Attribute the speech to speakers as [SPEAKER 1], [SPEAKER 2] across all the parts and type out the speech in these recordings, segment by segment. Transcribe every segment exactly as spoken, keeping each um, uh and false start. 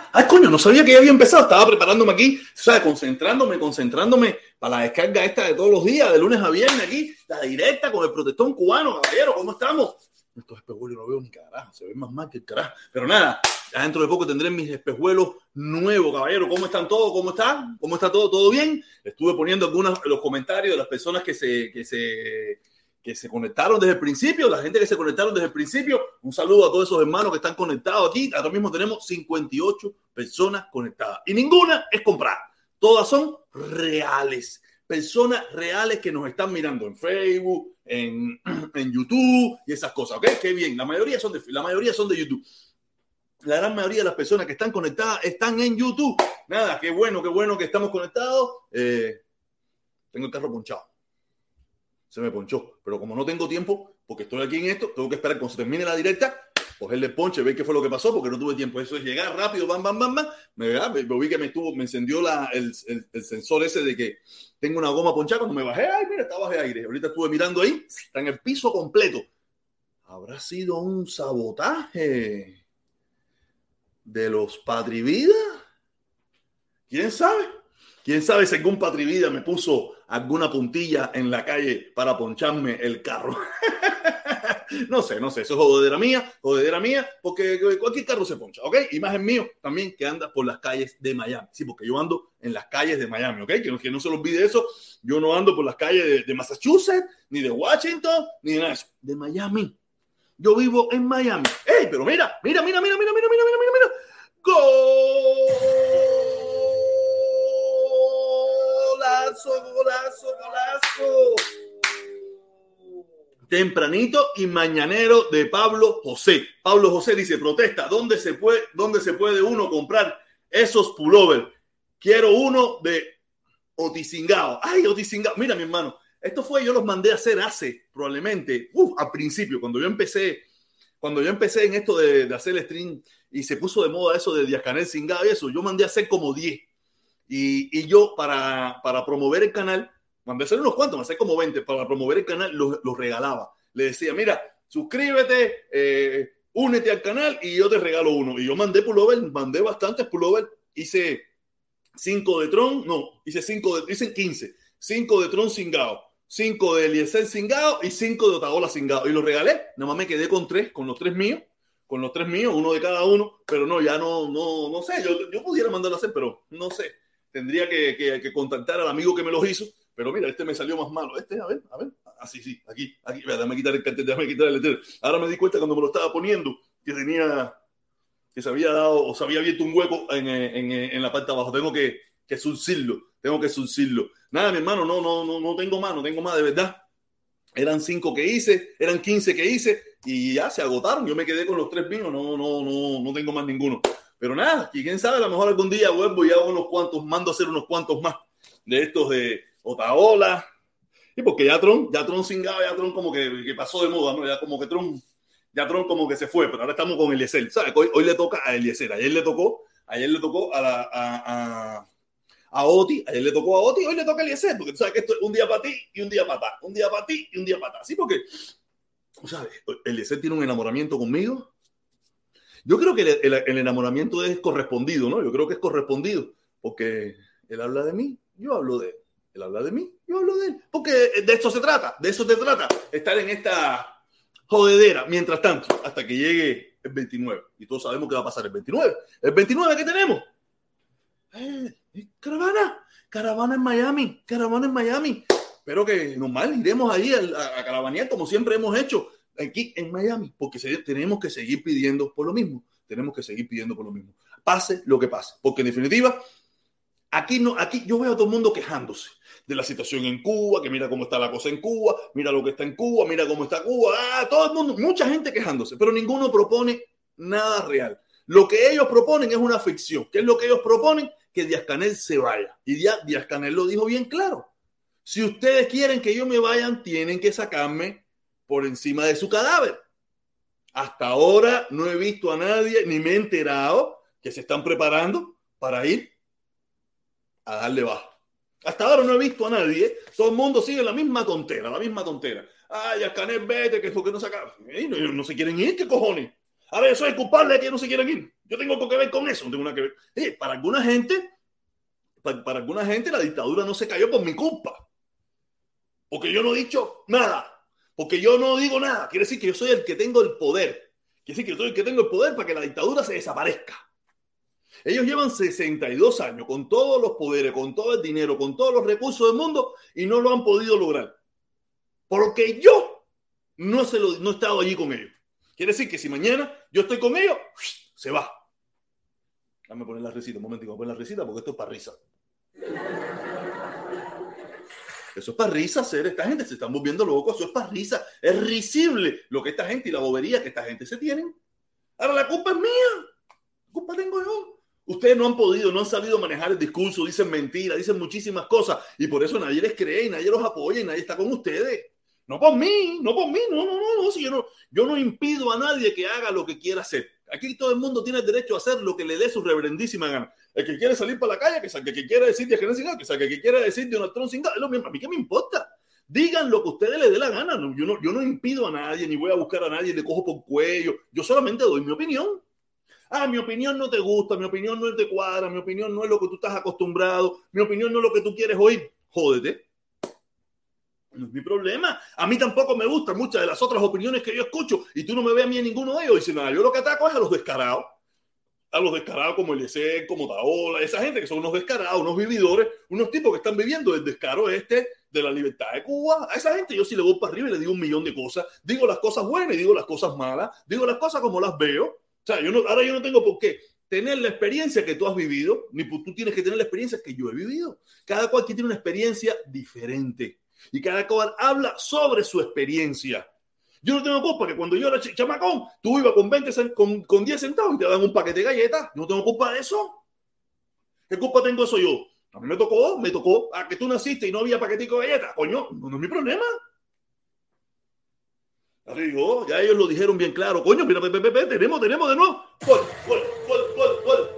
[SPEAKER 1] Ay, coño, no sabía que ya había empezado. Estaba preparándome aquí, ¿sabes? Concentrándome, concentrándome para la descarga esta de todos los días, de lunes a viernes aquí, la directa con el protestón cubano. Caballero, ¿cómo estamos? Estos espejuelos no veo ni carajo, se ven más mal que el carajo. Pero nada, ya dentro de poco tendré mis espejuelos nuevos, caballero. ¿Cómo están todos? ¿Cómo están? ¿Cómo está todo? ¿Todo bien? Estuve poniendo algunos de los comentarios de las personas que se... Que se que se conectaron desde el principio, la gente que se conectaron desde el principio. Un saludo a todos esos hermanos que están conectados aquí. Ahora mismo tenemos cincuenta y ocho personas conectadas y ninguna es comprada. Todas son reales, personas reales que nos están mirando en Facebook, en, en YouTube y esas cosas, ¿ok? Qué bien, la mayoría son de, la mayoría son de YouTube. La gran mayoría de las personas que están conectadas están en YouTube. Nada, qué bueno, qué bueno que estamos conectados. Eh, tengo el carro ponchado. Se me ponchó, pero como no tengo tiempo, porque estoy aquí en esto, tengo que esperar cuando se termine la directa, cogerle el ponche, ver qué fue lo que pasó, porque no tuve tiempo. Eso es llegar rápido, bam, bam, bam, bam. Me, me, me vi que me estuvo, me encendió la, el, el, el sensor ese de que tengo una goma ponchada. Cuando me bajé, ay, mira, estaba de aire. Ahorita estuve mirando ahí, está en el piso completo. ¿Habrá sido un sabotaje de los Patrivida? ¿Quién sabe? ¿Quién sabe si algún Patrivida me puso alguna puntilla en la calle para poncharme el carro? No sé, no sé. Eso es jodedera mía, jodedera mía, porque cualquier carro se poncha, ¿ok? Y más el mío también, que anda por las calles de Miami. Sí, porque yo ando en las calles de Miami, ¿ok? Que no, que no se lo olvide eso. Yo no ando por las calles de, de Massachusetts, ni de Washington, ni de nada de eso. De Miami. Yo vivo en Miami. ¡Ey! Pero mira, mira, mira, mira, mira, mira, mira, mira, mira, mira. ¡Gol! Golazo, golazo, golazo. Tempranito y mañanero de Pablo José. Pablo José dice, protesta, ¿dónde se puede, dónde se puede uno comprar esos pullovers? Quiero uno de Otisingao. Ay, Otisingao. Mira, mi hermano, esto fue, yo los mandé a hacer hace, probablemente, uf, al principio, cuando yo empecé, cuando yo empecé en esto de, de hacer el stream y se puso de moda eso de Díaz-Canel Singao y eso, yo mandé a hacer como diez. Y, y yo, para, para promover el canal, mandé a hacer unos cuantos, me hacer como veinte, para promover el canal, los, los regalaba. Le decía, mira, suscríbete, eh, únete al canal y yo te regalo uno. Y yo mandé pullover, mandé bastantes pullover, hice cinco de Tron, no, hice cinco de, hice quince, cinco de Tron Singao, cinco de Eliezer Singao y cinco de Otaola Singao. Y los regalé, nada más me quedé con tres, con los tres míos, con los tres míos, uno de cada uno, pero no, ya no, no, no sé, yo, yo pudiera mandarlo a hacer, pero no sé. Tendría que, que, que contactar al amigo que me los hizo, pero mira, este me salió más malo. Este, a ver, a ver, así, ah, sí, aquí, aquí, déjame quitar el cartel, déjame quitar el letrero. Ahora me di cuenta cuando me lo estaba poniendo que tenía, que se había dado, o se había abierto un hueco en, en, en la parte de abajo. Tengo que, que surcirlo, tengo que surcirlo. Nada, mi hermano, no, no, no, no tengo más, no tengo más, de verdad. Eran cinco que hice, eran quince que hice y ya se agotaron. Yo me quedé con los tres vinos, no, no, no, no tengo más ninguno. Pero nada, y quién sabe, a lo mejor algún día vuelvo y hago unos cuantos, mando a hacer unos cuantos más de estos de Otaola. Y porque ya Tron, ya Tron Singao, ya Tron como que, que pasó de moda, ¿no? Ya como que Tron, ya Tron como que se fue, pero ahora estamos con Eliezer, ¿sabes? Hoy, hoy le toca a Eliezer, ayer le tocó, ayer le tocó a la, a, a, a Oti, ayer le tocó a Oti, hoy le toca a Eliezer, porque tú sabes que esto es un día para ti y un día para ta, un día para ti y un día para ta. Sí, porque, ¿sabes? Eliezer tiene un enamoramiento conmigo. Yo creo que el, el, el enamoramiento es correspondido, ¿no? Yo creo que es correspondido, porque él habla de mí, yo hablo de él. Él habla de mí, yo hablo de él. Porque de eso se trata, de eso se trata, estar en esta jodedera, mientras tanto, hasta que llegue el veintinueve. Y todos sabemos qué va a pasar el veintinueve. ¿El veintinueve qué tenemos? Eh, caravana, caravana en Miami, caravana en Miami. Pero que normal, iremos ahí a, a, a caravanear como siempre hemos hecho aquí en Miami, porque se, tenemos que seguir pidiendo por lo mismo, tenemos que seguir pidiendo por lo mismo, pase lo que pase, porque en definitiva, aquí, no, aquí yo veo a todo el mundo quejándose de la situación en Cuba, que mira cómo está la cosa en Cuba, mira lo que está en Cuba, mira cómo está Cuba, ah, todo el mundo, mucha gente quejándose, pero ninguno propone nada real. Lo que ellos proponen es una ficción. ¿Qué es lo que ellos proponen? Que Díaz-Canel se vaya. Y ya Díaz-Canel lo dijo bien claro. Si ustedes quieren que yo me vayan, tienen que sacarme por encima de su cadáver. Hasta ahora no he visto a nadie, ni me he enterado que se están preparando para ir a darle baja. Hasta ahora no he visto a nadie. Todo el mundo sigue la misma tontera, la misma tontera. Ay, Díaz-Canel, vete, que es porque no saca. No, no se quieren ir, ¿qué cojones? Ahora yo soy el culpable de que no se quieran ir. Yo tengo algo que ver con eso, no tengo nada que ver. Eh, para alguna gente, para, para alguna gente la dictadura no se cayó por mi culpa. Porque yo no he dicho nada. Porque yo no digo nada. Quiere decir que yo soy el que tengo el poder. Quiere decir que yo soy el que tengo el poder para que la dictadura se desaparezca. Ellos llevan sesenta y dos años con todos los poderes, con todo el dinero, con todos los recursos del mundo y no lo han podido lograr. Porque yo no, se lo, no he estado allí con ellos. Quiere decir que si mañana yo estoy con ellos, se va. Dame poner la risita, un momentico, voy a poner la risita porque esto es para risa. Eso es para risa, hacer. Esta gente se están volviendo locos, eso es para risa. Es risible lo que esta gente y la bobería que esta gente se tienen. Ahora la culpa es mía. La culpa tengo yo. Ustedes no han podido, no han sabido manejar el discurso, dicen mentiras, dicen muchísimas cosas y por eso nadie les cree y nadie los apoya y nadie está con ustedes. No por mí, no por mí, no, no, no, no. Si yo no, yo no impido a nadie que haga lo que quiera hacer. Aquí todo el mundo tiene el derecho a hacer lo que le dé su reverendísima gana. El que quiere salir para la calle, que salga, el que quiera decir de Jerez Cingado, que salga, el que quiera decir de Donald Trump Cingado, es lo mismo. A mí qué me importa. Digan lo que a ustedes les dé la gana. Yo no, yo no impido a nadie, ni voy a buscar a nadie, le cojo por cuello. Yo solamente doy mi opinión. Ah, mi opinión no te gusta, mi opinión no te cuadra, mi opinión no es lo que tú estás acostumbrado, mi opinión no es lo que tú quieres oír. Jódete. No es mi problema. A mí tampoco me gustan muchas de las otras opiniones que yo escucho y tú no me ves a mí en ninguno de ellos. Y si nada, yo lo que ataco es a los descarados. A los descarados como Eliezer, como Daola, esa gente que son unos descarados, unos vividores, unos tipos que están viviendo el descaro este de la libertad de Cuba. A esa gente yo sí le voy para arriba y le digo un millón de cosas. Digo las cosas buenas y digo las cosas malas. Digo las cosas como las veo. O sea, yo no, ahora yo no tengo por qué tener la experiencia que tú has vivido, ni tú tienes que tener la experiencia que yo he vivido. Cada cual tiene una experiencia diferente y cada cual habla sobre su experiencia. Yo no tengo culpa que cuando yo era ch chamacón, tú ibas con, veinte, con, con diez centavos y te dan un paquete de galletas. Yo no tengo culpa de eso. ¿Qué culpa tengo eso yo? A mí me tocó, me tocó. A que tú naciste y no había paquetico de galletas. Coño, no, no es mi problema. Digo, ya ellos lo dijeron bien claro. Coño, mira, pe, pe, pe, tenemos, tenemos de nuevo. Gol, gol, gol, gol, gol.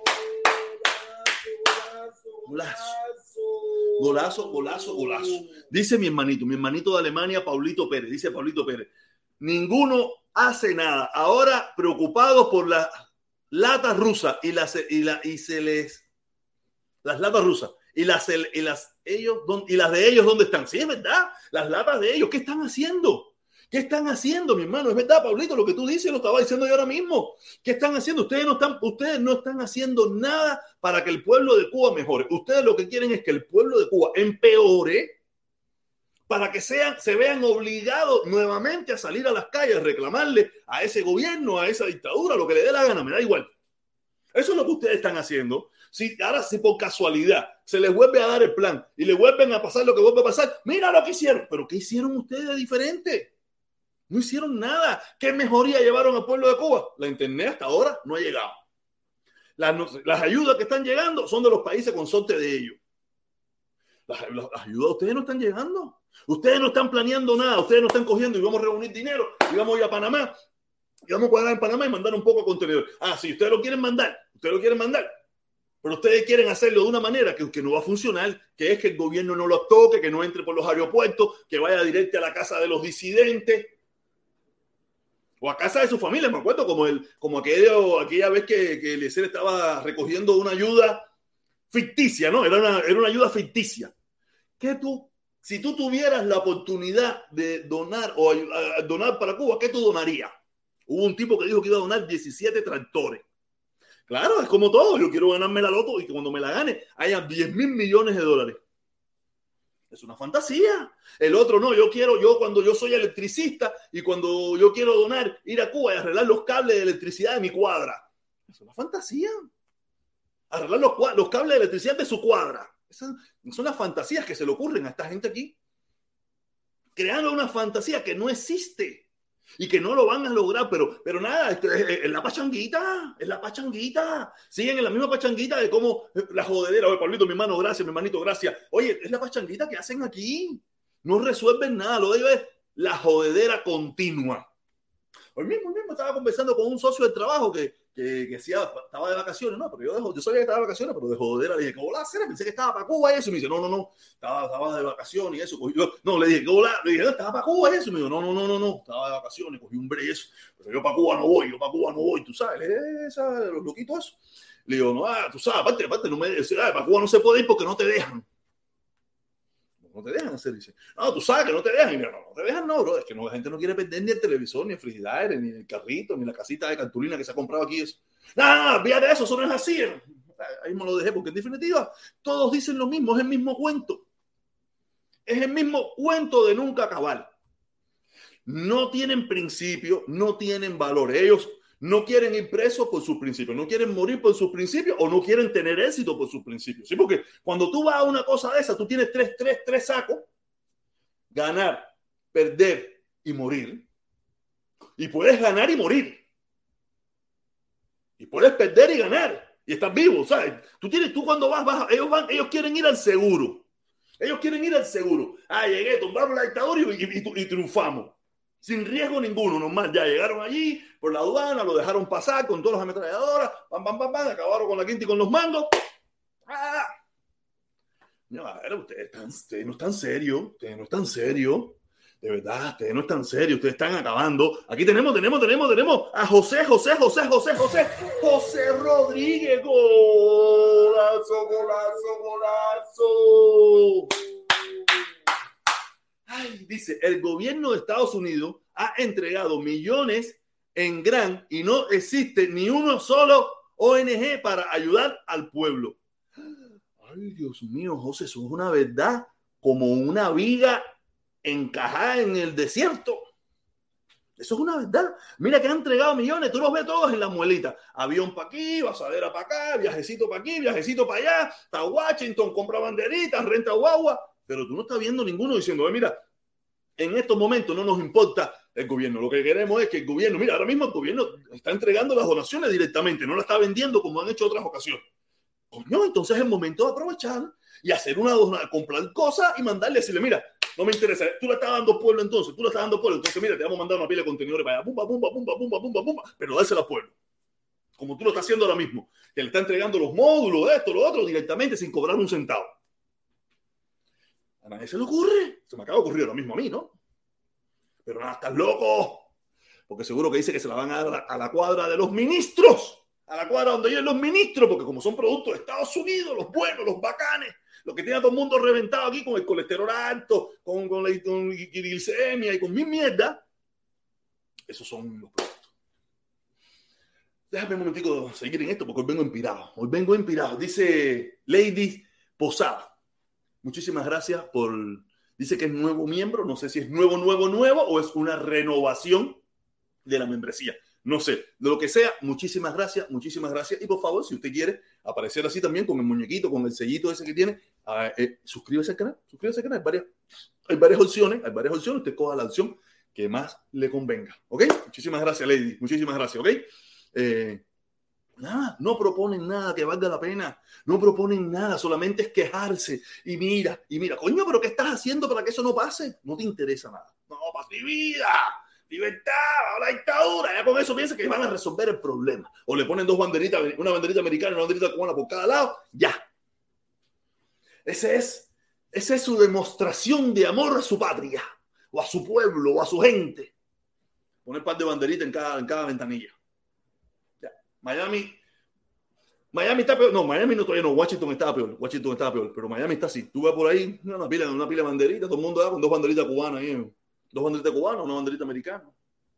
[SPEAKER 1] Golazo. Golazo, golazo, golazo. Dice mi hermanito, mi hermanito de Alemania, Paulito Pérez. Dice Paulito Pérez. Ninguno hace nada. Ahora preocupados por las latas rusas y las y la y se les las latas rusas y las y las ellos y las de ellos ¿dónde están? Sí, es verdad. Las latas de ellos, ¿qué están haciendo? ¿Qué están haciendo, mi hermano? Es verdad, Paulito, lo que tú dices lo estaba diciendo yo ahora mismo. ¿Qué están haciendo? Ustedes no están, ustedes no están haciendo nada para que el pueblo de Cuba mejore. Ustedes lo que quieren es que el pueblo de Cuba empeore para que sean, se vean obligados nuevamente a salir a las calles, a reclamarle a ese gobierno, a esa dictadura, lo que le dé la gana, me da igual. Eso es lo que ustedes están haciendo. Si ahora si por casualidad se les vuelve a dar el plan y le vuelven a pasar lo que vuelve a pasar, mira lo que hicieron. ¿Pero qué hicieron ustedes de diferente? No hicieron nada. ¿Qué mejoría llevaron al pueblo de Cuba? La internet hasta ahora no ha llegado. Las, las ayudas que están llegando son de los países consortes de ellos. Las, las ayudas a ustedes no están llegando. Ustedes no están planeando nada. Ustedes no están cogiendo y vamos a reunir dinero y vamos a ir a Panamá y vamos a cuadrar en Panamá y mandar un poco de contenedor. Ah, sí, ustedes lo quieren mandar. Ustedes lo quieren mandar. Pero ustedes quieren hacerlo de una manera que, que no va a funcionar, que es que el gobierno no los toque, que no entre por los aeropuertos, que vaya directo a la casa de los disidentes. O a casa de su familia, me acuerdo, como, el, como aquello, aquella vez que, que Eliezer estaba recogiendo una ayuda ficticia, ¿no? Era una, era una ayuda ficticia. ¿Qué tú, si tú tuvieras la oportunidad de donar o a, a donar para Cuba, ¿qué tú donarías? Hubo un tipo que dijo que iba a donar diecisiete tractores. Claro, es como todo. Yo quiero ganarme la loto y que cuando me la gane haya diez mil millones de dólares. Es una fantasía. El otro no, yo quiero, yo cuando yo soy electricista y cuando yo quiero donar, ir a Cuba y arreglar los cables de electricidad de mi cuadra. Es una fantasía. Arreglar los, los cables de electricidad de su cuadra. Esas son las fantasías que se le ocurren a esta gente aquí. Creando una fantasía que no existe y que no lo van a lograr, pero, pero nada, es, es, es la pachanguita, es la pachanguita. Siguen en la misma pachanguita de cómo la jodedera. Oye, Pablito, mi hermano, gracias, mi hermanito, gracias. Oye, es la pachanguita que hacen aquí. No resuelven nada, lo de ellos es la jodedera continua. Hoy mismo, hoy mismo estaba conversando con un socio de trabajo que, que, que sí, estaba de vacaciones, no, pero yo, dejo, yo sabía que estaba de vacaciones, pero de jodera le dije, ¿qué hola, cera? Pensé que estaba para Cuba y eso, y me dice, no, no, no, estaba, estaba de vacaciones y eso, cogí, yo, no, le dije, ¿qué hola? Le dije, no, estaba para Cuba y eso, y me dijo, no, no, no, no, no, estaba de vacaciones, cogí un break y eso, pero yo para Cuba no voy, yo para Cuba no voy, tú sabes, esa, los loquitos eso. Le digo, no, ah, tú sabes, aparte, aparte, no me, ah, para Cuba no se puede ir porque no te dejan. No te dejan hacer, dice. No, tú sabes que no te dejan. Y yo, no, no te dejan, no, bro. Es que no, la gente no quiere perder ni el televisor, ni el frigidaire, ni el carrito, ni la casita de cartulina que se ha comprado aquí. Eso. No, no, no, olvídate de eso, eso no es así. Ahí me lo dejé, porque en definitiva, todos dicen lo mismo, es el mismo cuento. Es el mismo cuento de nunca acabar. No tienen principio, no tienen valor. Ellos no quieren ir presos por sus principios, no quieren morir por sus principios o no quieren tener éxito por sus principios. ¿Sí? Porque cuando tú vas a una cosa de esa, tú tienes tres, tres, tres sacos, ganar, perder y morir. Y puedes ganar y morir. Y puedes perder y ganar. Y estás vivo, ¿sabes? Tú, tienes, tú cuando vas, vas ellos, van, ellos quieren ir al seguro. Ellos quieren ir al seguro. Ah, llegué, tumbamos la dictadura y, y, y, y triunfamos. Sin riesgo ninguno, nomás ya llegaron allí por la aduana, lo dejaron pasar con todas las ametralladoras, pam, pam, pam, pam, acabaron con la quinta y con los mangos. ¡Ah! No, a ver, ustedes, están, ustedes no están serios, ustedes no están serios, de verdad, ustedes no están serios, ustedes están acabando. Aquí tenemos, tenemos, tenemos, tenemos a José, José, José, José, José, José Rodríguez, golazo, golazo, golazo. Ay, dice, el gobierno de Estados Unidos ha entregado millones en gran y no existe ni uno solo O N G para ayudar al pueblo. Ay, Dios mío, José, eso es una verdad como una viga encajada en el desierto. Eso es una verdad. Mira que han entregado millones, tú los ves todos en la muelita. Avión para aquí, basadera para acá, viajecito para aquí, viajecito para allá, está Washington, compra banderitas, renta guagua. Pero tú no estás viendo ninguno diciendo, mira, en estos momentos no nos importa el gobierno. Lo que queremos es que el gobierno, mira, ahora mismo el gobierno está entregando las donaciones directamente, no la está vendiendo como han hecho otras ocasiones. Coño, entonces es el momento de aprovechar y hacer una donación, comprar cosas y mandarle, decirle, mira, no me interesa, tú le estás dando pueblo entonces, tú le estás dando pueblo, entonces mira, te vamos a mandar una pila de contenedores para allá, pumba, pumba, pumba, pumba, pumba, pumba, pero dársela al pueblo. Como tú lo estás haciendo ahora mismo, que le está entregando los módulos, esto, lo otro, directamente sin cobrar un centavo. A nadie se le ocurre. Se me acaba de ocurrir ahora mismo a mí, ¿no? Pero nada, estás loco. Porque seguro que dice que se la van a dar a la, a la cuadra de los ministros. A la cuadra donde viven los ministros, porque como son productos de Estados Unidos, los buenos, los bacanes, los que tienen a todo el mundo reventado aquí con el colesterol alto, con, con la con glicemia y con mi mierda, esos son los productos. Déjame un momentico seguir en esto, porque hoy vengo inspirado. Hoy vengo inspirado. Dice Lady Posada. Muchísimas gracias por... Dice que es nuevo miembro. No sé si es nuevo, nuevo, nuevo o es una renovación de la membresía. No sé. De lo que sea, muchísimas gracias, muchísimas gracias. Y por favor, si usted quiere aparecer así también con el muñequito, con el sellito ese que tiene, uh, eh, suscríbase al canal. Suscríbase al canal. Hay varias, hay varias opciones. Hay varias opciones. Usted coja la opción que más le convenga. ¿Ok? Muchísimas gracias, Lady. Muchísimas gracias. ¿Ok? Eh... Nada, no proponen nada que valga la pena, no proponen nada, solamente es quejarse y mira, y mira, coño, pero ¿qué estás haciendo para que eso no pase? No te interesa nada. No, para mi vida, libertad, la dictadura, ya con eso piensa que van a resolver el problema. O le ponen dos banderitas, una banderita americana y una banderita cubana por cada lado, ya. Ese es, esa es su demostración de amor a su patria, o a su pueblo, o a su gente. Poner un par de banderitas en cada, en cada ventanilla. Miami, Miami está peor. No, Miami no todavía no. Washington estaba peor. Washington estaba peor. Pero Miami está así. Tú vas por ahí, una pila, una pila de banderitas, todo el mundo va con dos banderitas cubanas ahí. Dos banderitas cubanas, una banderita americana.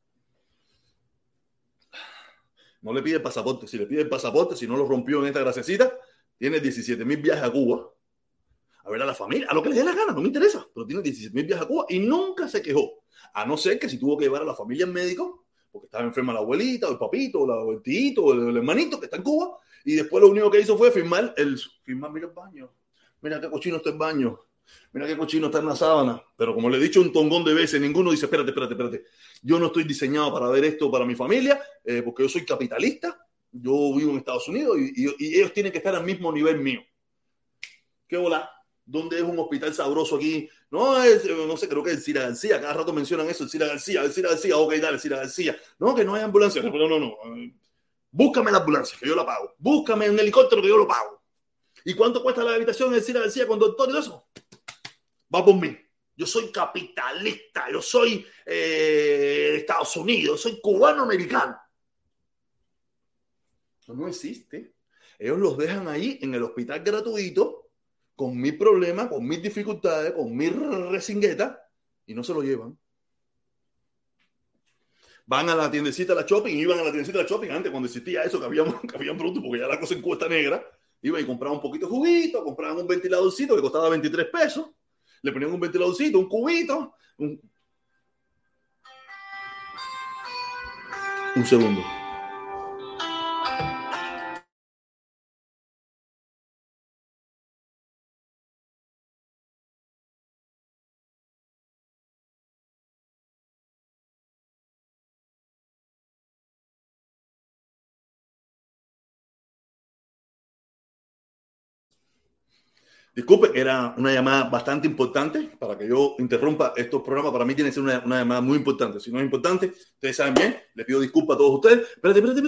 [SPEAKER 1] No le pide el pasaporte. Si le pide el pasaporte, si no lo rompió en esta graciecita, tiene diecisiete mil viajes a Cuba. A ver a la familia, a lo que le dé la gana, no me interesa. Pero tiene diecisiete mil viajes a Cuba y nunca se quejó. A no ser que si tuvo que llevar a la familia al médico, porque estaba enferma la abuelita, o el papito, o el tito, o el, el hermanito que está en Cuba, y después lo único que hizo fue firmar, el, firmar, mira el baño, mira qué cochino está el baño, mira qué cochino está en la sábana, pero como le he dicho un tongón de veces, ninguno dice, espérate, espérate, espérate, yo no estoy diseñado para ver esto para mi familia, eh, porque yo soy capitalista, yo vivo en Estados Unidos, y, y, y ellos tienen que estar al mismo nivel mío. ¿Qué hola? ¿Dónde es un hospital sabroso aquí? No, es, no sé, creo que es el Cira García. Cada rato mencionan eso, el Cira García, el Cira García. Ok, dale, el Cira García. No, que no hay ambulancia. No, no, no. Búscame la ambulancia, que yo la pago. Búscame un helicóptero, que yo lo pago. ¿Y cuánto cuesta la habitación en Cira García con doctor y todo eso? Va por mí. Yo soy capitalista, yo soy eh, Estados Unidos, soy cubano-americano. Eso no existe. Ellos los dejan ahí en el hospital gratuito, con mis problemas, con mis dificultades, con mis resinguetas, y no se lo llevan. Van a la tiendecita de la shopping, iban a la tiendecita de la shopping antes, cuando existía eso, que había, que había productos, porque ya la cosa en Cuba está negra, iban y compraban un poquito de juguito, compraban un ventiladorcito que costaba veintitrés pesos, le ponían un ventiladorcito, un cubito, un, un segundo. Disculpe, era una llamada bastante importante para que yo interrumpa estos programas. Para mí tiene que ser una, una llamada muy importante. Si no es importante, ustedes saben bien, les pido disculpas a todos ustedes. Espérate, espérate,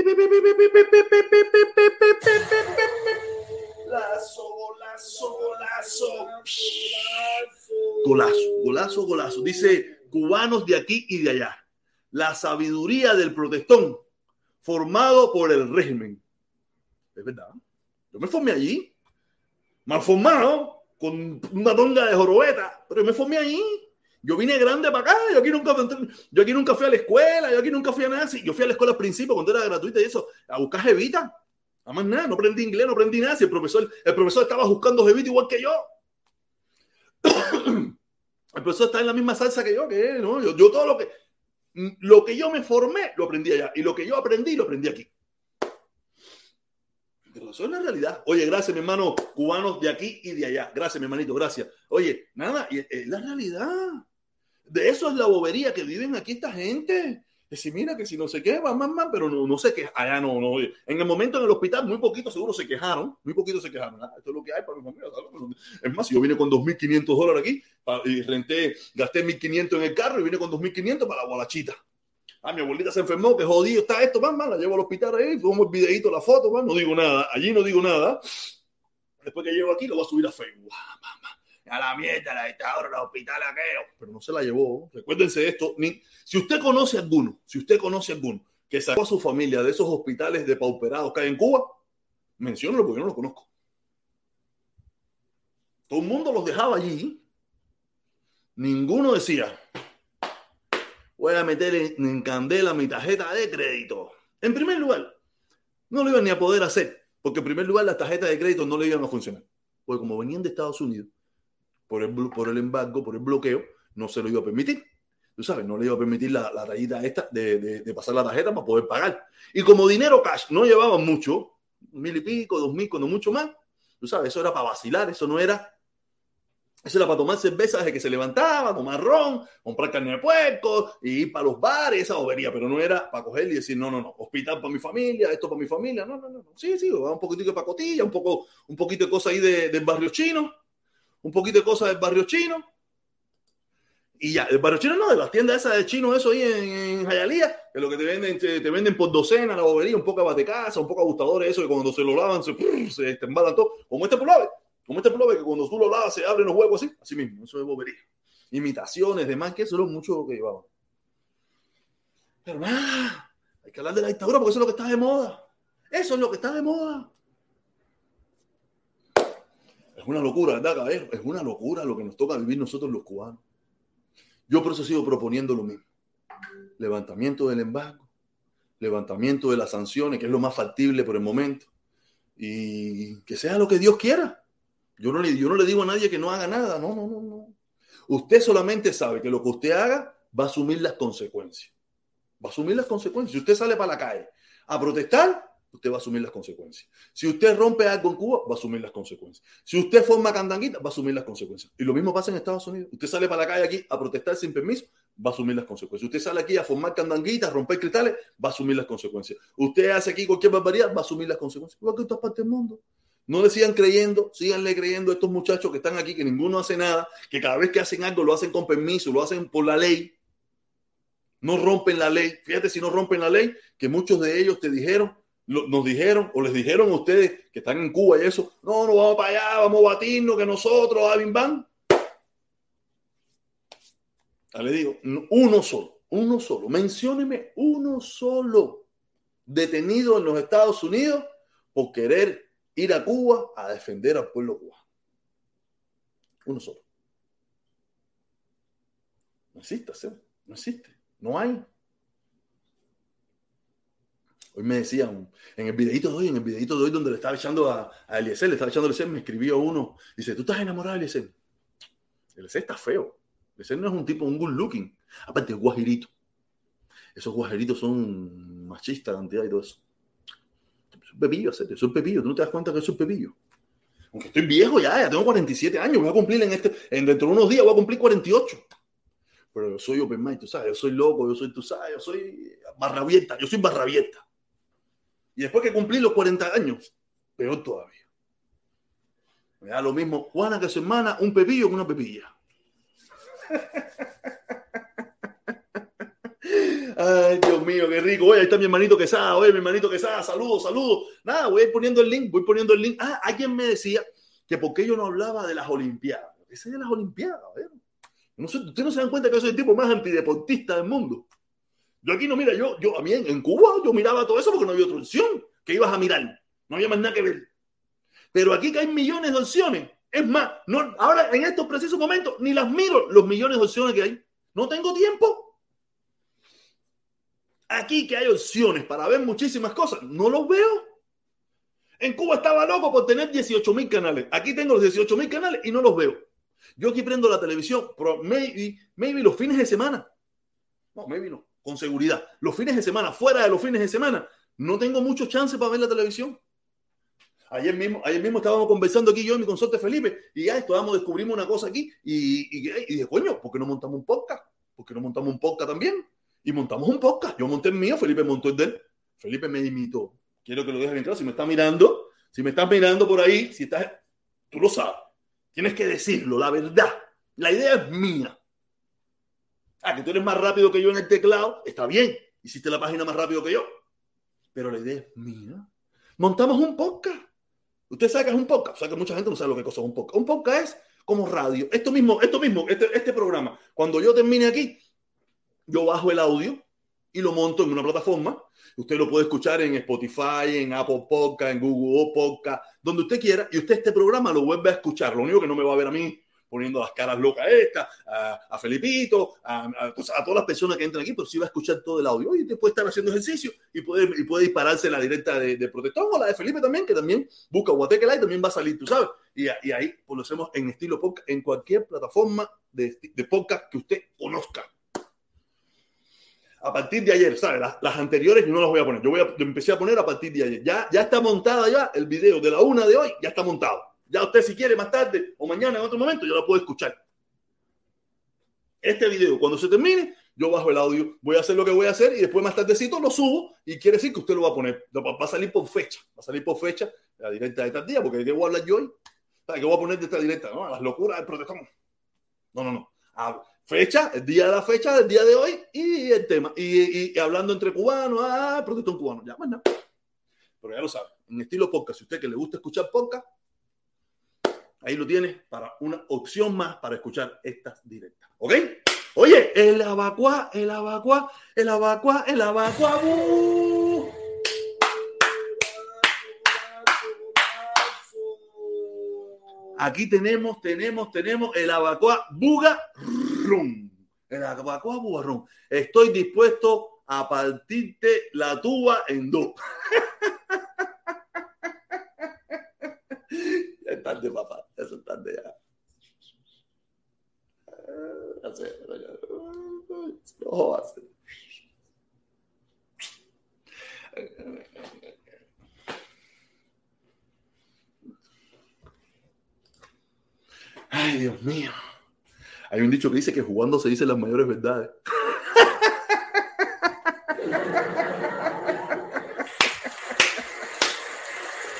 [SPEAKER 1] Golazo, golazo, golazo. Golazo, golazo, golazo. Dice, cubanos de aquí y de allá. La sabiduría del protestón formado por el régimen. Es verdad. Yo me formé allí. Mal formado, con una tonga de jorobeta, pero me formé ahí. Yo vine grande para acá, yo aquí, nunca, yo aquí nunca fui a la escuela, yo aquí nunca fui a nada así. Yo fui a la escuela al principio, cuando era gratuita y eso, a buscar jevita. A más nada, no aprendí inglés, no aprendí nada. Si el profesor, el profesor estaba buscando jevita igual que yo. El profesor está en la misma salsa que yo, que ¿no? yo, yo todo lo que, lo que yo me formé, lo aprendí allá. Y lo que yo aprendí, lo aprendí aquí. Pero eso es la realidad. Oye, gracias, mi hermano, cubanos de aquí y de allá. Gracias, mi hermanito, gracias. Oye, nada, es la realidad. De eso es la bobería que viven aquí esta gente. Que si mira, que si no sé qué, va más, más, pero no, no sé qué. Allá no, no. En el momento en el hospital, muy poquito seguro se quejaron. Muy poquito se quejaron. Ah, esto es lo que hay para mi familia. Es más, yo vine con dos mil quinientos dólares aquí y renté, gasté mil quinientos en el carro y vine con dos mil quinientos para la gualachita. Ah, mi abuelita se enfermó, que jodido está esto, man, man, la llevo al hospital ahí, pongo el videito, la foto, man, no digo nada, allí no digo nada. Después que llego aquí, lo voy a subir a Facebook. Ah, man, man. A la mierda, la dictadura, los hospitales aquellos. Pero no se la llevó. Recuérdense esto. Ni, si usted conoce a alguno, si usted conoce a alguno que sacó a su familia de esos hospitales depauperados que hay en Cuba, menciónalo porque yo no lo conozco. Todo el mundo los dejaba allí. Ninguno decía, voy a meter en, en candela mi tarjeta de crédito. En primer lugar, no lo iban ni a poder hacer, porque en primer lugar las tarjetas de crédito no le iban a funcionar. Porque como venían de Estados Unidos, por el, por el embargo, por el bloqueo, no se lo iba a permitir. Tú sabes, no le iba a permitir la, la rayita esta de, de, de pasar la tarjeta para poder pagar. Y como dinero cash no llevaban mucho, mil y pico, dos mil, cuando mucho más, tú sabes, eso era para vacilar, eso no era... Eso era para tomar cerveza desde que se levantaba, tomar ron, comprar carne de puerco y ir para los bares, esa bobería, pero no era para coger y decir, no, no, no, hospital para mi familia, esto para mi familia, no, no, no, no. Sí, sí, un poquitico de pacotilla, un poco, un poquito de cosas ahí de, del barrio chino, un poquito de cosas del barrio chino, y ya, el barrio chino no, de las tiendas esas de chino, eso ahí en, en Jayalía, que lo que te venden, te, te venden por docena la bobería, un poco de batecasa, un poco de ajustadores, eso que cuando se lo lavan se, se te embalan todo, como este pullover. Como este pullover que cuando tú lo lavas se abren los huevos así, así mismo, eso es bobería. Imitaciones, demás, que eso es mucho lo que llevaba. Pero nada, hay que hablar de la dictadura porque eso es lo que está de moda. Eso es lo que está de moda. Es una locura, ¿verdad, caballero? Es una locura lo que nos toca vivir nosotros los cubanos. Yo por eso sigo proponiendo lo mismo. Levantamiento del embargo, levantamiento de las sanciones, que es lo más factible por el momento, y que sea lo que Dios quiera. Yo no, le, yo no le digo a nadie que no haga nada, no, no, no, no. Usted solamente sabe que lo que usted haga va a asumir las consecuencias. Va a asumir las consecuencias. Si usted sale para la calle a protestar, usted va a asumir las consecuencias. Si usted rompe algo en Cuba, va a asumir las consecuencias. Si usted forma candanguita, va a asumir las consecuencias. Y lo mismo pasa en Estados Unidos. Usted sale para la calle aquí a protestar sin permiso, va a asumir las consecuencias. Usted sale aquí a formar candanguitas, a romper cristales, va a asumir las consecuencias. Usted hace aquí cualquier barbaridad, va a asumir las consecuencias. Igual que en todas partes del mundo. No le sigan creyendo, síganle creyendo a estos muchachos que están aquí, que ninguno hace nada, que cada vez que hacen algo lo hacen con permiso, lo hacen por la ley. no rompen la ley. Fíjate si no rompen la ley, que muchos de ellos te dijeron, lo, nos dijeron o les dijeron a ustedes que están en Cuba y eso, no, no vamos para allá, vamos a batirnos que nosotros, a bim bam. Ya le digo, uno solo, uno solo, mencióneme uno solo detenido en los Estados Unidos por querer ir a Cuba a defender al pueblo cubano. Uno solo. No existe, ¿sí? No existe, no hay. Hoy me decían, en el videito de hoy, en el videito de hoy donde le estaba echando a, a Eliezer, le estaba echando a Eliezer, me escribió uno, dice, ¿tú estás enamorado de Eliezer? Eliezer está feo. Eliezer no es un tipo, un good looking. Aparte es guajirito. Esos guajiritos son machistas, cantidad y todo eso. Soy pepillo, soy pepillo. Tú no te das cuenta que soy pepillo. Aunque estoy viejo ya, ya tengo cuarenta y siete años, voy a cumplir en este, en dentro de unos días voy a cumplir cuarenta y ocho. Pero yo soy open mind, tú sabes, yo soy loco, yo soy, tú sabes, yo soy barra abierta, yo soy barra abierta. Y después que cumplí los cuarenta años, peor todavía. Me da lo mismo Juana que su hermana, un pepillo que una pepilla. Ay, Dios mío, qué rico. Oye, ahí está mi hermanito Quesada. Oye, mi hermanito Quesada, saludos, saludos. Nada, voy a ir poniendo el link, voy poniendo el link. Ah, alguien me decía que por qué yo no hablaba de las Olimpiadas. Ese de las Olimpiadas, ¿eh? No sé, ustedes no se dan cuenta que yo soy el tipo más antideportista del mundo. Yo aquí no, mira, yo, yo a mí en, en Cuba yo miraba todo eso porque no había otra opción. ¿Qué ibas a mirar? No había más nada que ver. Pero aquí que hay millones de opciones. Es más, no, ahora en estos precisos momentos ni las miro los millones de opciones que hay. No tengo tiempo. Aquí que hay opciones para ver muchísimas cosas, no los veo. En Cuba estaba loco por tener dieciocho mil canales. Aquí tengo los dieciocho mil canales y no los veo. Yo aquí prendo la televisión, pero maybe, maybe los fines de semana. No, maybe no, con seguridad. Los fines de semana, fuera de los fines de semana, no tengo mucho chance para ver la televisión. Ayer mismo, ayer mismo estábamos conversando aquí yo y mi consorte Felipe y ya estábamos, descubrimos una cosa aquí y, y, y dije, coño, ¿por qué no montamos un podcast? ¿Por qué no montamos un podcast también? Y montamos un podcast. Yo monté el mío, Felipe montó el de él. Felipe me imitó. Quiero que lo dejes bien claro. Si me estás mirando, si me estás mirando por ahí, si estás, tú lo sabes. Tienes que decirlo, la verdad. La idea es mía. Ah, que tú eres más rápido que yo en el teclado, está bien. Hiciste la página más rápido que yo. Pero la idea es mía. Montamos un podcast. Usted sabe que es un podcast. O sea que mucha gente no sabe lo que cosa es un podcast. Un podcast es como radio. Esto mismo, esto mismo, este, este programa. Cuando yo termine aquí, yo bajo el audio y lo monto en una plataforma. Usted lo puede escuchar en Spotify, en Apple Podcast, en Google Podcast, donde usted quiera. Y usted este programa lo vuelve a escuchar. Lo único que no me va a ver a mí poniendo las caras locas estas, a, a Felipito, a, a, a todas las personas que entran aquí, pero sí va a escuchar todo el audio. Y usted puede estar haciendo ejercicio y puede, y puede dispararse la directa de, de Protestón o la de Felipe también, que también busca Guateque Live, también va a salir, tú sabes. Y, y ahí pues, lo hacemos en estilo podcast, en cualquier plataforma de, de podcast que usted conozca. A partir de ayer, ¿sabes? Las, las anteriores yo no las voy a poner. Yo voy a, yo empecé a poner a partir de ayer. Ya, ya está montada ya el video de la una de hoy, ya está montado. Ya usted si quiere más tarde o mañana en otro momento, ya lo puede escuchar. Este video, cuando se termine, yo bajo el audio, voy a hacer lo que voy a hacer y después más tardecito lo subo y quiere decir que usted lo va a poner. Va a salir por fecha. Va a salir por fecha la directa de tal día, porque ¿de qué voy a hablar yo hoy? ¿Qué voy a poner de esta directa? ¿No? Las locuras del protestón. No, no, no. Ah, fecha, el día de la fecha del día de hoy y el tema. Y, y, y hablando entre cubanos, ah, protestón cubano. Ya, más nada. Pero ya lo sabe. En estilo podcast, si a usted que le gusta escuchar podcast, ahí lo tiene para una opción más para escuchar estas directas. ¿Ok? Oye, el abacuá, el abacuá, el abacuá, el abacuá. ¡Uh! Aquí tenemos, tenemos, tenemos el abacuá bugarrón. El abacuá bugarrón. Estoy dispuesto a partirte la tuba en dos. Ya es tarde, papá. Eso es tarde ya. No sé, no jodas. Ay, Dios mío. Hay un dicho que dice que jugando se dicen las mayores verdades.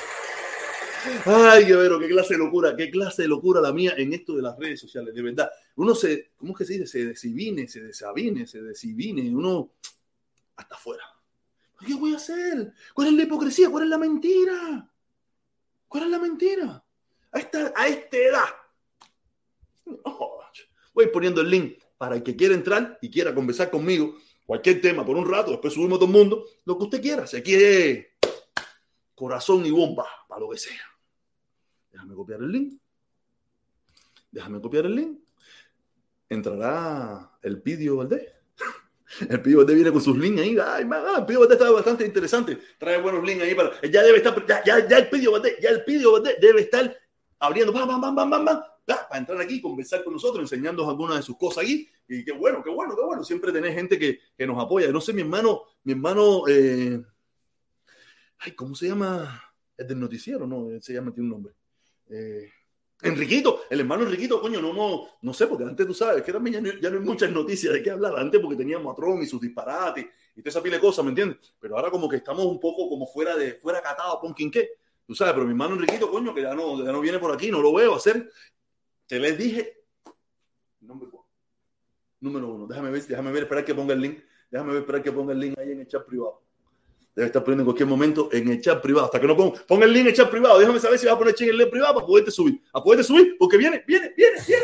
[SPEAKER 1] Ay, qué ver, qué clase de locura, qué clase de locura la mía en esto de las redes sociales, de verdad. uno se, ¿cómo es que se dice? Se desivine, se desavine, se desivine, uno hasta afuera. ¿Qué voy a hacer? ¿Cuál es la hipocresía? ¿Cuál es la mentira? ¿Cuál es la mentira? A esta, a esta edad. Oh, voy poniendo el link para el que quiera entrar y quiera conversar conmigo cualquier tema por un rato, después subimos todo el mundo, lo que usted quiera. Si aquí es corazón y bomba, para lo que sea. Déjame copiar el link. Déjame copiar el link. Entrará el Pidio Valdés. El Pidio Valdés viene con sus links ahí. Ay, man, el Pidio Valdés está bastante interesante. Trae buenos links ahí para. Ya debe estar. Ya, ya, ya el Pidio Valdés, ya el Pidio Valdés debe estar abriendo. Bam, bam, bam, bam, bam, bam. Para entrar aquí, conversar con nosotros, enseñándonos algunas de sus cosas aquí. Y qué bueno, qué bueno, qué bueno. Siempre tenés gente que, que nos apoya. No sé, mi hermano, mi hermano, eh... ay, ¿cómo se llama? Es del noticiero, ¿no? Se llama, tiene un nombre. Eh... Enriquito, el hermano Enriquito, coño, no, no, no sé, porque antes tú sabes que también ya no, ya no hay muchas noticias de qué hablar antes porque teníamos a Trump y sus disparates y toda esa pila de cosas, ¿me entiendes? Pero ahora como que estamos un poco como fuera de, fuera catado, con quien qué, tú sabes, pero mi hermano Enriquito, coño, que ya no, ya no viene por aquí, no lo veo hacer, te les dije, número, número uno, déjame ver, déjame ver, esperar que ponga el link, déjame ver, esperar que ponga el link ahí en el chat privado. Debe estar poniendo en cualquier momento en el chat privado. Hasta que no ponga, ponga el link en el chat privado. Déjame saber si vas a poner en el link privado para poderte subir. A poderte subir, porque viene, viene, viene, viene.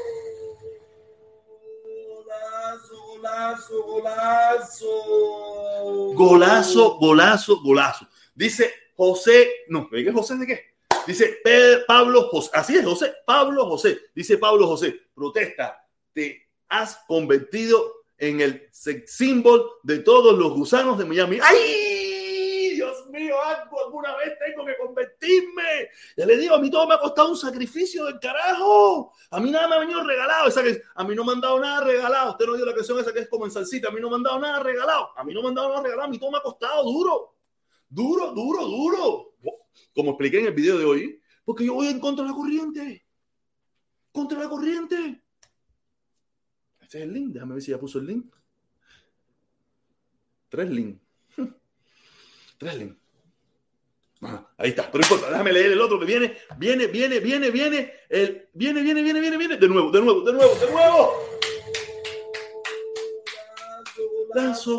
[SPEAKER 1] Golazo, golazo, golazo. Golazo, golazo, golazo. Dice José, no, ¿qué José de qué? Dice Pablo José, así es, José, Pablo José. Dice Pablo José, protesta, te has convertido en el sex symbol de todos los gusanos de Miami. ¡Ay! Dios mío, algo, alguna vez tengo que convertirme. Ya le digo, a mí todo me ha costado un sacrificio del carajo. A mí nada me ha venido regalado. Esa que, a mí no me han dado nada regalado. Usted no dio la canción esa que es como en salsita. A mí no me han dado nada regalado. A mí no me han dado nada regalado. A mí todo me ha costado duro. Duro, duro, duro. Como expliqué en el video de hoy, porque yo voy en contra de la corriente. Contra la corriente. Este es el link. Déjame ver si ya puso el link. Tres links. Tres links. Ah, ahí está. Pero no importa. Déjame leer el otro que viene. Viene, viene, viene, viene. El, viene, viene, viene, viene, viene. De nuevo, de nuevo, de nuevo, de nuevo. Golazo,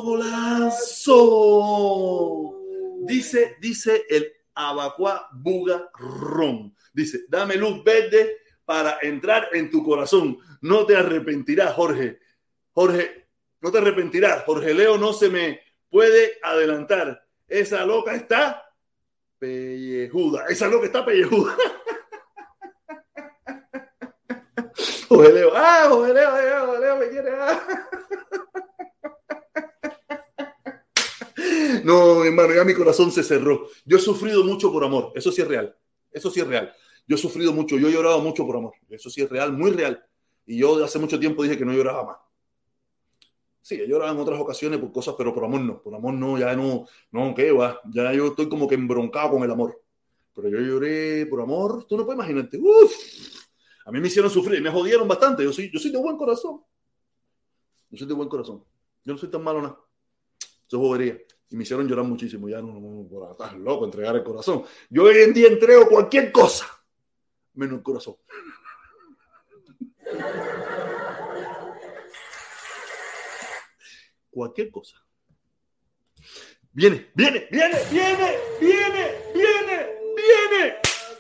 [SPEAKER 1] golazo. Dice, dice el Abacuá Buga Ron. Dice, dame luz verde para entrar en tu corazón. No te arrepentirás, Jorge. Jorge, no te arrepentirás. Jorge Leo no se me puede adelantar. Esa loca está pellejuda. Esa loca está pellejuda. Jorge Leo. Ah, Jorge Leo, Jorge Leo me quiere. Ah. No, hermano, ya mi corazón se cerró. Yo he sufrido mucho por amor. Eso sí es real. Eso sí es real. Yo he sufrido mucho. Yo he llorado mucho por amor. Eso sí es real, muy real. Y yo hace mucho tiempo dije que no lloraba más. Sí, he llorado en otras ocasiones por cosas, pero por amor no. Por amor no, ya no, no, ¿qué va? Ya yo estoy como que embroncado con el amor. Pero yo lloré por amor. Tú no puedes imaginarte. Uf, a mí me hicieron sufrir. Me jodieron bastante. Yo soy, yo soy de buen corazón. Yo soy de buen corazón. Yo no soy tan malo nada. Eso es bobería. Y me hicieron llorar muchísimo. Ya no, no, no, estás loco, entregar el corazón. Yo hoy en día entrego cualquier cosa, menos el corazón. Cualquier cosa. Viene, viene, viene, viene, viene, viene, viene.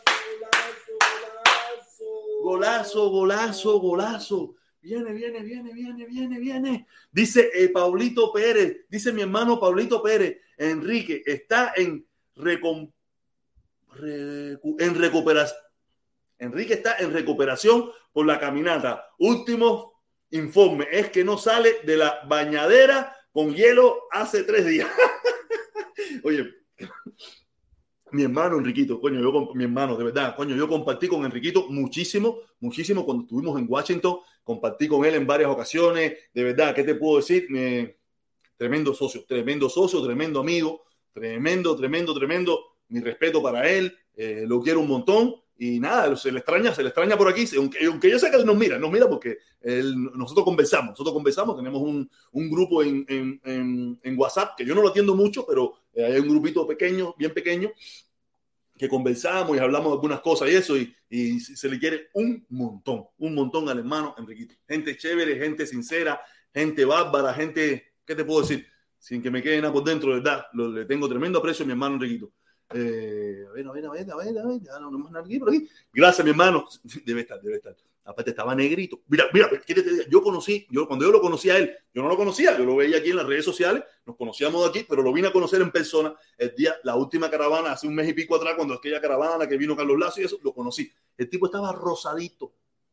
[SPEAKER 1] Golazo, golazo, golazo. Viene, viene, viene, viene, viene, viene. Dice eh, Paulito Pérez, dice mi hermano Paulito Pérez, Enrique, está en, recom, recu, en recuperación. Enrique está en recuperación por la caminata. Último informe, es que no sale de la bañadera con hielo hace tres días. Oye, mi hermano Enriquito, coño, yo con mi hermano, de verdad, coño, yo compartí con Enriquito muchísimo, muchísimo cuando estuvimos en Washington, compartí con él en varias ocasiones, de verdad, ¿qué te puedo decir? Me, tremendo socio, tremendo socio, tremendo amigo, tremendo, tremendo, tremendo, mi respeto para él, eh, lo quiero un montón y nada, se le extraña, se le extraña por aquí, aunque, aunque yo sé que él nos mira, nos mira porque él, nosotros conversamos, nosotros conversamos, tenemos un, un grupo en, en, en, en WhatsApp, que yo no lo atiendo mucho, pero eh, hay un grupito pequeño, bien pequeño, que conversamos y hablamos de algunas cosas y eso, y, y se le quiere un montón, un montón al hermano Enriquito. Gente chévere, gente sincera, gente bárbara, gente, ¿qué te puedo decir? Sin que me quede nada por dentro, de verdad, lo, le tengo tremendo aprecio a mi hermano Enriquito. Eh, a ver, a ver, a ver, a ver, a ver, ya no, no más nada aquí por aquí. Gracias, mi hermano. Debe estar, debe estar. Aparte estaba negrito. Mira, mira, ¿qué te diga? Yo conocí, yo cuando yo lo conocí a él, yo no lo conocía, yo lo veía aquí en las redes sociales, nos conocíamos de aquí, pero lo vine a conocer en persona el día, la última caravana, hace un mes y pico atrás, cuando aquella caravana que vino Carlos Lazo y eso, lo conocí. El tipo estaba rosadito.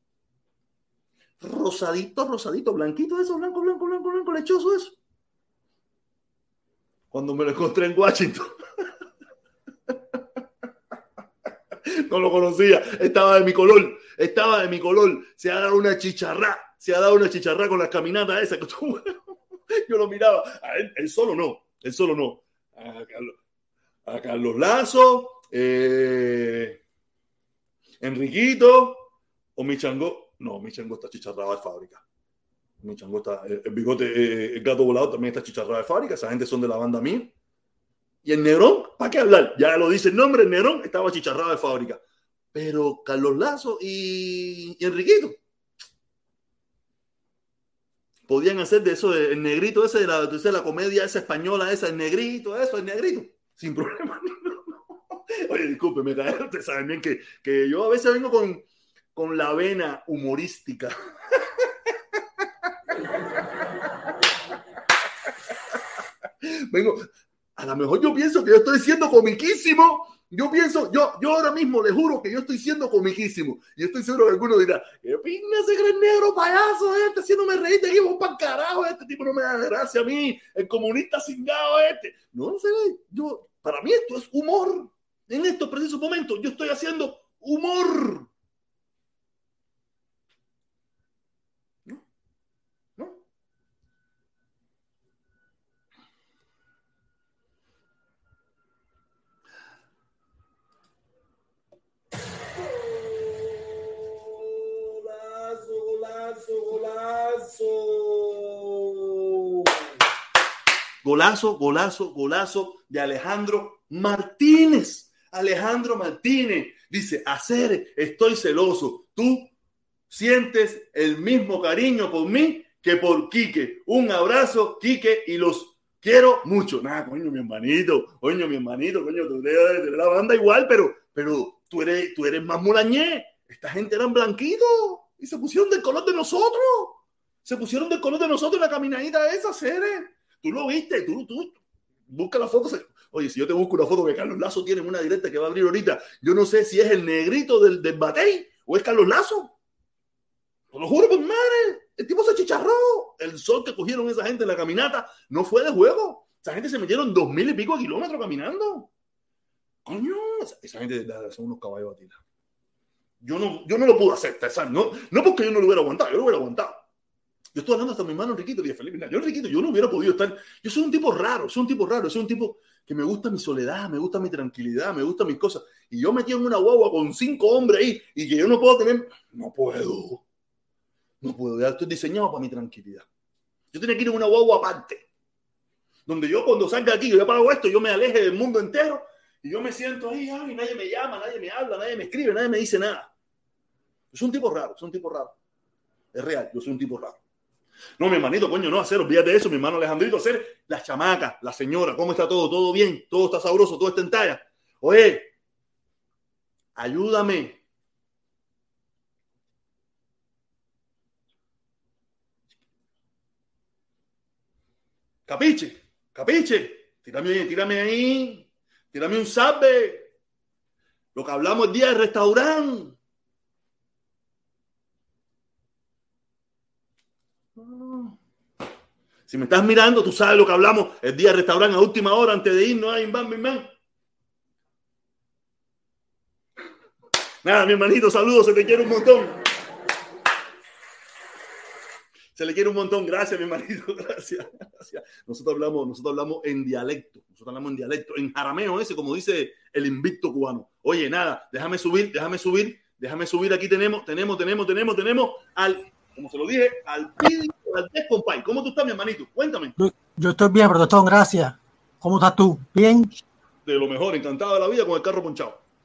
[SPEAKER 1] Rosadito, rosadito, blanquito eso, blanco, blanco, blanco, blanco, lechoso eso. Cuando me lo encontré en Washington. No lo conocía, estaba de mi color, estaba de mi color, se ha dado una chicharrá, se ha dado una chicharrá con las caminatas esas que tú, yo lo miraba, a él, él solo no, él solo no, a Carlos, a Carlos Lazo, eh, Enriquito, o mi chango, no, mi chango está chicharrado de fábrica, mi chango está, el bigote, eh, el gato volado también está chicharrado de fábrica, esa gente son de la banda mía. Y el Negrón, ¿para qué hablar? Ya lo dice el nombre, el Negrón estaba chicharrado de fábrica. Pero Carlos Lazo y, y Enriquito podían hacer de eso, el negrito ese de la, de la comedia esa española, esa, el negrito, eso, el negrito, sin problema. Oye, discúlpeme, ustedes saben bien que, que yo a veces vengo con, con la vena humorística. Vengo... A lo mejor yo pienso que yo estoy siendo comiquísimo. Yo pienso, yo, yo ahora mismo le juro que yo estoy siendo comiquísimo. Y yo estoy seguro que alguno dirá, ¿qué pinga ese gran negro payaso este haciéndome reír de aquí? Vos para carajo, este tipo no me da gracia a mí. El comunista cingado este. No, no sé, yo, para mí esto es humor. En estos precisos momentos yo estoy haciendo humor. ¿No? ¿No? Golazo, golazo, golazo de Alejandro Martínez. Alejandro Martínez dice, hacer, estoy celoso. Tú sientes el mismo cariño por mí que por Quique. Un abrazo, Quique, y los quiero mucho. Nada, coño, mi hermanito, coño, mi hermanito, coño, tú eres de la banda igual, pero, pero tú eres, tú eres más mulañé. Esta gente eran blanquitos y se pusieron del color de nosotros. Se pusieron del color de nosotros en la caminadita esa, Cere. Tú lo viste, tú, tú, busca la foto. Oye, si yo te busco una foto que Carlos Lazo tiene en una directa que va a abrir ahorita, yo no sé si es el negrito del, del Batey o es Carlos Lazo. Te lo juro por madre. El tipo se chicharró. El sol que cogieron esa gente en la caminata no fue de juego. Esa gente se metieron dos mil y pico de kilómetros caminando. Coño, esa, esa gente son unos caballos a tirar. Yo no, yo no lo pude hacer, ¿sabes? No, no porque yo no lo hubiera aguantado, yo lo hubiera aguantado. Yo estoy hablando hasta mi hermano Enriquito, y dije, Felipe, yo Enriquito, yo no hubiera podido estar. Yo soy un tipo raro, soy un tipo raro, soy un tipo que me gusta mi soledad, me gusta mi tranquilidad, me gustan mis cosas. Y yo metí en una guagua con cinco hombres ahí y que yo no puedo tener. No puedo. No puedo. Ya estoy diseñado para mi tranquilidad. Yo tenía que ir en una guagua aparte. Donde yo, cuando salga aquí, yo ya pago esto, yo me aleje del mundo entero y yo me siento ahí, ay, nadie me llama, nadie me habla, nadie me escribe, nadie me dice nada. Yo soy un tipo raro, soy un tipo raro. Es real, yo soy un tipo raro. No, mi hermanito, coño, no, hacer, olvídate de eso, mi hermano Alejandrito, hacer las chamacas, la señora, ¿cómo está todo? ¿Todo bien? ¿Todo está sabroso? ¿Todo está en talla? Oye, ayúdame. Capiche, capiche, tírame, tírame ahí, tírame un sabe. Lo que hablamos el día del restaurante. Si me estás mirando, tú sabes lo que hablamos el día del restaurante a última hora antes de irnos a Inban, mi man. Nada, mi hermanito, saludos, se te quiere un montón. Se le quiere un montón, gracias, mi hermanito, gracias, gracias. Nosotros hablamos, nosotros hablamos en dialecto, nosotros hablamos en dialecto, en jarameo ese, como dice el invicto cubano. Oye, nada, déjame subir, déjame subir, déjame subir, aquí tenemos, tenemos, tenemos, tenemos, tenemos al, como se lo dije, al Pidi, al Descompay. ¿Cómo tú estás, mi hermanito? Cuéntame.
[SPEAKER 2] Yo, yo estoy bien, protestón, gracias. ¿Cómo estás tú? ¿Bien?
[SPEAKER 1] De lo mejor, encantado de la vida con el carro ponchado.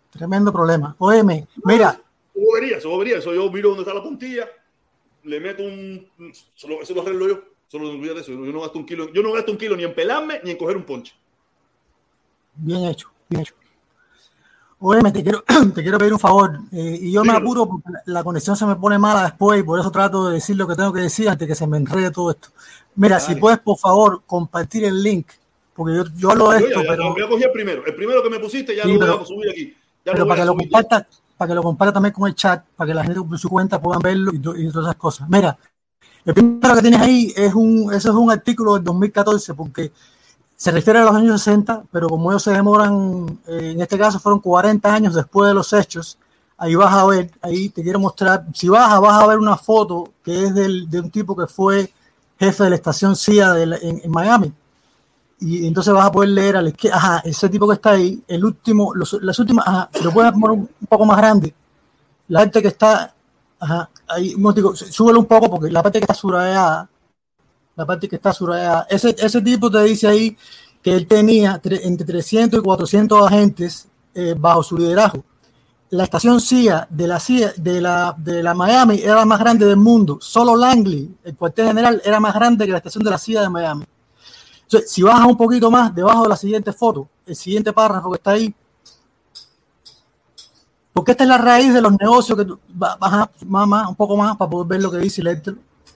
[SPEAKER 2] Tremendo problema. Óyeme, mira.
[SPEAKER 1] Eso bobería, eso bobería. Eso yo miro dónde está la puntilla, le meto un... Solo, eso lo arreglo yo. Solo no olvides de eso. Yo no gasto un kilo. Yo no gasto un kilo ni en pelarme ni en coger un ponche.
[SPEAKER 2] Bien hecho, bien hecho. Óyeme, te quiero, te quiero pedir un favor. Eh, y yo Dígalo. me apuro porque la conexión se me pone mala después y por eso trato de decir lo que tengo que decir antes que se me enrede todo esto. Mira, Dale. si puedes, por favor, compartir el link. Porque yo, yo hablo de
[SPEAKER 1] yo
[SPEAKER 2] esto,
[SPEAKER 1] ya, ya,
[SPEAKER 2] pero...
[SPEAKER 1] Voy a coger el primero. El primero que me pusiste ya sí, lo voy pero, a subir aquí. Ya
[SPEAKER 2] pero para que, lo comparta, para que lo comparta también con el chat, para que la gente por su cuenta puedan verlo y, y todas esas cosas. Mira, el primero que tienes ahí es un, eso es un artículo del dos mil catorce, porque se refiere a los años sesenta, pero como ellos se demoran, eh, en este caso fueron cuarenta años después de los hechos, ahí vas a ver, ahí te quiero mostrar, si vas, vas a ver una foto que es del, de un tipo que fue jefe de la estación C I A de la, en, en Miami. Y entonces vas a poder leer a la izquierda, ajá, ese tipo que está ahí, el último, los, las últimas, ajá, lo puedes poner un, un poco más grande. La parte que está, ajá, ahí, un momentico, súbelo un poco porque la parte que está subrayada, la parte que está subrayada, ese, ese tipo te dice ahí que él tenía tre, entre trescientos y cuatrocientos agentes eh, bajo su liderazgo. La estación C I A de la C I A, de la, de la Miami era la más grande del mundo. Solo Langley, el cuartel general, era más grande que la estación de la C I A de Miami. Entonces, si bajas un poquito más debajo de la siguiente foto, el siguiente párrafo que está ahí, porque esta es la raíz de los negocios que tú bajas más, más, un poco más para poder ver lo que dice y leértelo.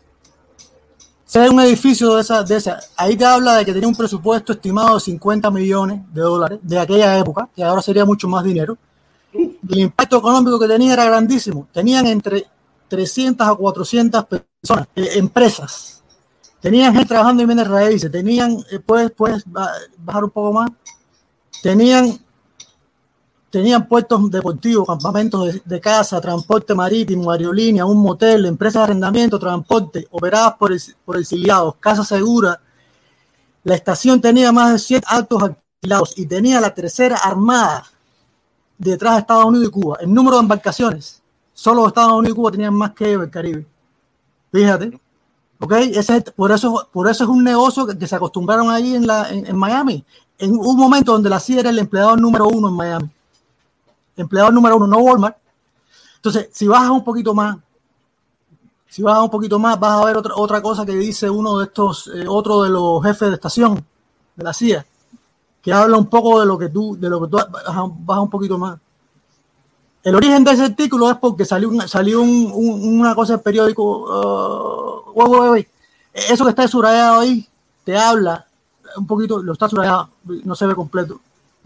[SPEAKER 2] Si hay un edificio de esa, de esa, ahí te habla de que tenía un presupuesto estimado de cincuenta millones de dólares de aquella época, que ahora sería mucho más dinero. El impacto económico que tenía era grandísimo. Tenían entre trescientas a cuatrocientas personas, eh, empresas. Tenían gente trabajando en bienes raíces, tenían, eh, puedes, puedes bajar un poco más, tenían, tenían puertos deportivos, campamentos de, de caza, transporte marítimo, aerolínea, un motel, empresas de arrendamiento, transporte, operadas por, el, por exiliados, casa segura. La estación tenía más de siete altos alquilados y tenía la tercera armada detrás de Estados Unidos y Cuba. El número de embarcaciones, solo Estados Unidos y Cuba tenían más que el Caribe. Fíjate. Okay, ese es, por, eso, por eso es un negocio que, que se acostumbraron allí en, la, en, en Miami. En un momento donde la C I A era el empleador número uno en Miami. Empleador número uno, no Walmart. Entonces, si bajas un poquito más, si bajas un poquito más, vas a ver otra, otra cosa que dice uno de estos, eh, otro de los jefes de estación de la C I A, que habla un poco de lo que tú, de lo que tú bajas, bajas un poquito más. El origen de ese artículo es porque salió, un, salió un, un, una cosa del periódico. Uh, wey, wey, wey. Eso que está subrayado ahí te habla un poquito, lo está subrayado, no se ve completo.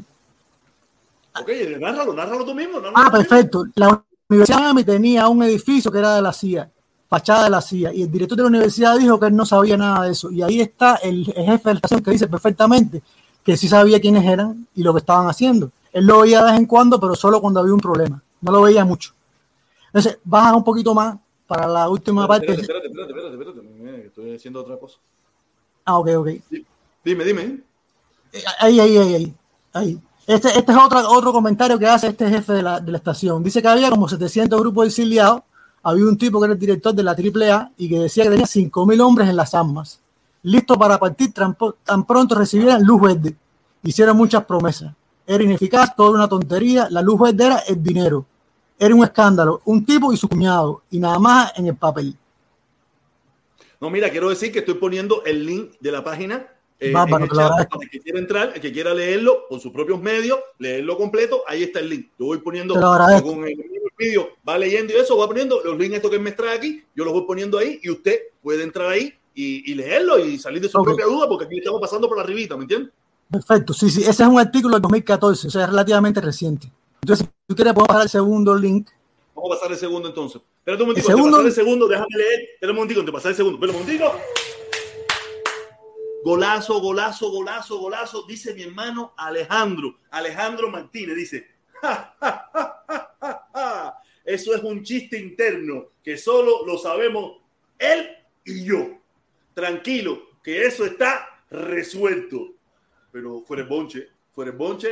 [SPEAKER 1] Ok, nárralo, nárralo tú mismo. Nárralo
[SPEAKER 2] Ah,
[SPEAKER 1] tú
[SPEAKER 2] perfecto.
[SPEAKER 1] mismo.
[SPEAKER 2] La Universidad de Miami tenía un edificio que era de la C I A, fachada de la C I A, y el director de la universidad dijo que él no sabía nada de eso. Y ahí está el, el jefe de la estación que dice perfectamente que sí sabía quiénes eran y lo que estaban haciendo. Él lo veía de vez en cuando, pero solo cuando había un problema. No lo veía mucho. Entonces, baja un poquito más para la última
[SPEAKER 1] espérate,
[SPEAKER 2] parte.
[SPEAKER 1] Espérate, espérate, espérate, espérate, espérate. Estoy haciendo otra cosa.
[SPEAKER 2] Ah, ok, ok.
[SPEAKER 1] Dime, dime.
[SPEAKER 2] Ahí, ahí, ahí, ahí. ahí. Este, este es otro, otro comentario que hace este jefe de la, de la estación. Dice que había como setecientos grupos exiliados. Había un tipo que era el director de la triple A y que decía que tenía cinco mil hombres en las armas, listos para partir tan, tan pronto recibieran luz verde. Hicieron muchas promesas. Era ineficaz, toda una tontería. La luz verde era el dinero. Era un escándalo. Un tipo y su cuñado. Y nada más en el papel.
[SPEAKER 1] No, mira, quiero decir que estoy poniendo el link de la página eh,
[SPEAKER 2] Bárbaro,
[SPEAKER 1] en el chat para el que quiera entrar, el que quiera leerlo con sus propios medios, leerlo completo. Ahí está el link. Yo voy poniendo, según el vídeo, va leyendo y eso, voy poniendo los links estos que me trae aquí. Yo los voy poniendo ahí y usted puede entrar ahí y, y leerlo y salir de su okay. propia duda porque aquí estamos pasando por la ribita, ¿me entiendes?
[SPEAKER 2] Perfecto, sí, sí, ese es un artículo del dos mil catorce, o sea, es relativamente reciente. Entonces, si tú quieres, podemos pasar el segundo link.
[SPEAKER 1] Vamos a pasar el segundo entonces. Espérate un momentito, antes de pasar el segundo, déjame leer. Espera un momentito, antes de pasar el segundo. Espera un momentito. Golazo, golazo, golazo, golazo, dice mi hermano Alejandro. Alejandro Martínez dice, ja, ja, ja, ja, ja, ja. Eso es un chiste interno que solo lo sabemos él y yo. Tranquilo, que eso está resuelto. Pero fuera el bonche, fuera el bonche.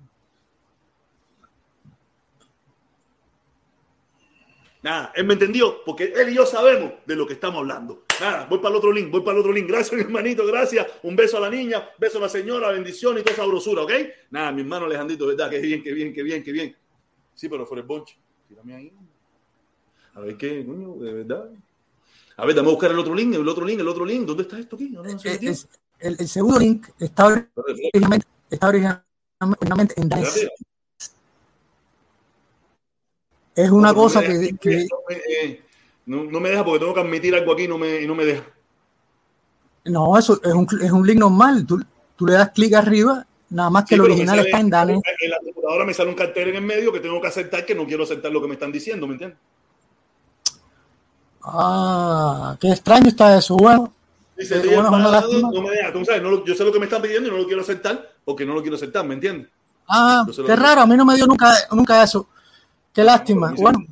[SPEAKER 1] Nada, él me entendió, porque él y yo sabemos de lo que estamos hablando. Nada, voy para el otro link, voy para el otro link. Gracias, mi hermanito, gracias. Un beso a la niña, beso a la señora, bendición y toda esa grosura, ¿ok? Nada, mi hermano Alejandrito, ¿verdad? Qué bien, qué bien, qué bien, qué bien. Sí, pero fuera el bonche. Tírame ahí. A ver qué, coño, de verdad. A ver, dame a buscar el otro link, el otro link, el otro link. ¿Dónde está esto aquí? No, no, se
[SPEAKER 2] el, el, el segundo link está originalmente, está originalmente en danés. Es una no, cosa no que...
[SPEAKER 1] Deja,
[SPEAKER 2] que
[SPEAKER 1] no, me, eh, no, no me deja porque tengo que admitir algo aquí y no me, y no me deja.
[SPEAKER 2] No, eso es un, es un link normal. Tú, tú le das clic arriba, nada más que sí, el original sale, está en danés.
[SPEAKER 1] En la computadora me sale un cartel en el medio que tengo que aceptar, que no quiero aceptar lo que me están diciendo, ¿me entiendes?
[SPEAKER 2] Ah, qué extraño está eso. Bueno,
[SPEAKER 1] dice, eh, bueno no, no me deja, tú sabes, no, yo sé lo que me están pidiendo y no lo quiero aceptar porque no lo quiero aceptar, ¿me entiendes?
[SPEAKER 2] Ah, qué raro, a mí no me dio nunca, nunca eso. Qué no, lástima. No, bueno,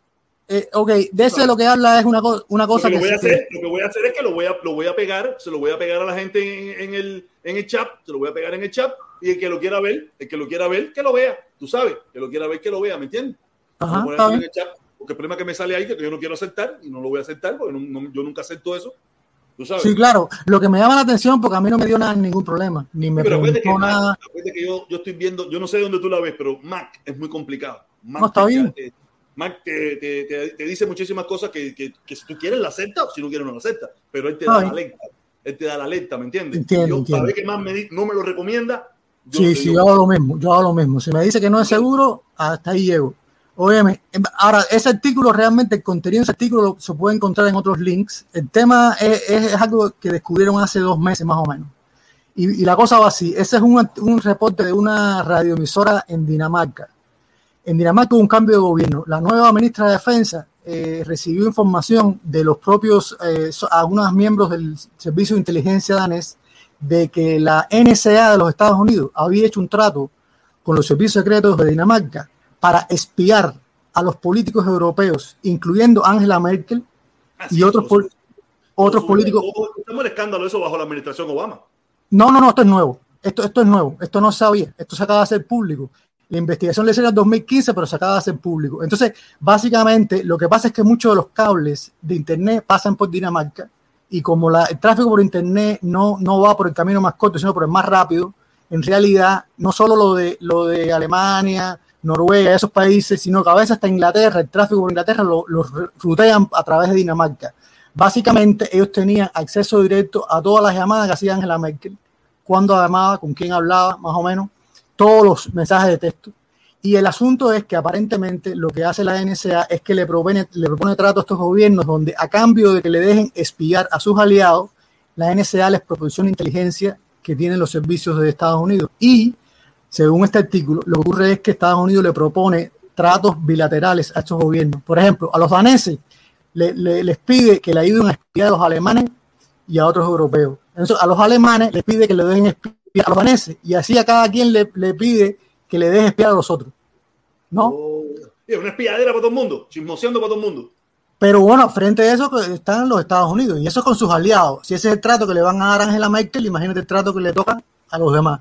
[SPEAKER 2] eh, ok, de ese lo que habla es una, co una cosa
[SPEAKER 1] lo que,
[SPEAKER 2] que...
[SPEAKER 1] Voy a hacer, lo que voy a hacer es que lo voy a, lo voy a pegar, se lo voy a pegar a la gente en, en, el, en el chat, se lo voy a pegar en el chat y el que lo quiera ver, el que lo quiera ver, que lo vea, tú sabes, que lo quiera ver, que lo vea, ¿me entiendes?
[SPEAKER 2] Ajá, está bien.
[SPEAKER 1] En el chat, porque el problema que me sale ahí que yo no quiero aceptar y no lo voy a aceptar porque no, no, yo nunca acepto eso. ¿Tú sabes?
[SPEAKER 2] Sí, claro. Lo que me llama la atención, porque a mí no me dio nada, ningún problema, ni me sí,
[SPEAKER 1] pero
[SPEAKER 2] preguntó
[SPEAKER 1] que
[SPEAKER 2] nada.
[SPEAKER 1] Mac, acuérdate que yo, yo estoy viendo, yo no sé dónde tú la ves, pero Mac es muy complicado. Mac
[SPEAKER 2] no, está
[SPEAKER 1] te,
[SPEAKER 2] bien.
[SPEAKER 1] Te, Mac te, te, te, te dice muchísimas cosas que, que, que si tú quieres la acepta o si no quieres no la acepta, pero él te da Ay. la alerta, él te da la alerta, ¿me entiendes?
[SPEAKER 2] Entiendo,
[SPEAKER 1] yo,
[SPEAKER 2] entiendo.
[SPEAKER 1] Para ver que Mac me, no me lo recomienda. Yo
[SPEAKER 2] sí, sí, yo hago lo mismo, yo hago lo mismo. Si me dice que no es seguro, hasta ahí llego. Óyeme, ahora, ese artículo realmente, el contenido de ese artículo se puede encontrar en otros links. El tema es, es algo que descubrieron hace dos meses más o menos. Y, y la cosa va así. Ese es un, un reporte de una radioemisora en Dinamarca. En Dinamarca hubo un cambio de gobierno. La nueva ministra de Defensa eh, recibió información de los propios, eh, algunos miembros del Servicio de Inteligencia danés de que la N S A de los Estados Unidos había hecho un trato con los servicios secretos de Dinamarca para espiar a los políticos europeos, incluyendo Angela Merkel ah, sí, y otros, pol otros políticos.
[SPEAKER 1] Estamos el escándalo eso bajo la administración Obama.
[SPEAKER 2] No, no, no, esto es nuevo. Esto, esto es nuevo. Esto no se sabía. Esto se acaba de hacer público. La investigación le hicieron en dos mil quince, pero se acaba de hacer público. Entonces, básicamente, lo que pasa es que muchos de los cables de Internet pasan por Dinamarca y como la, el tráfico por Internet no, no va por el camino más corto, sino por el más rápido, en realidad, no solo lo de, lo de Alemania, Noruega, esos países, sino que a veces hasta Inglaterra, el tráfico por Inglaterra lo, lo rutean a través de Dinamarca. Básicamente, ellos tenían acceso directo a todas las llamadas que hacía Angela Merkel, cuándo llamaba, con quién hablaba, más o menos, todos los mensajes de texto. Y el asunto es que aparentemente lo que hace la N S A es que le propone, le propone trato a estos gobiernos donde a cambio de que le dejen espiar a sus aliados, la N S A les proporciona inteligencia que tienen los servicios de Estados Unidos. Y según este artículo, lo que ocurre es que Estados Unidos le propone tratos bilaterales a estos gobiernos. Por ejemplo, a los daneses le, le, les pide que le ayuden a espiar a los alemanes y a otros europeos. Entonces, a los alemanes les pide que le dejen espiar a los daneses y así a cada quien le, le pide que le deje espiar a los otros. ¿No?
[SPEAKER 1] Oh, es una espiadera para todo el mundo, chismoseando para todo el mundo.
[SPEAKER 2] Pero bueno, frente a eso están los Estados Unidos y eso con sus aliados. Si ese es el trato que le van a dar a Angela Merkel, imagínate el trato que le toca a los demás.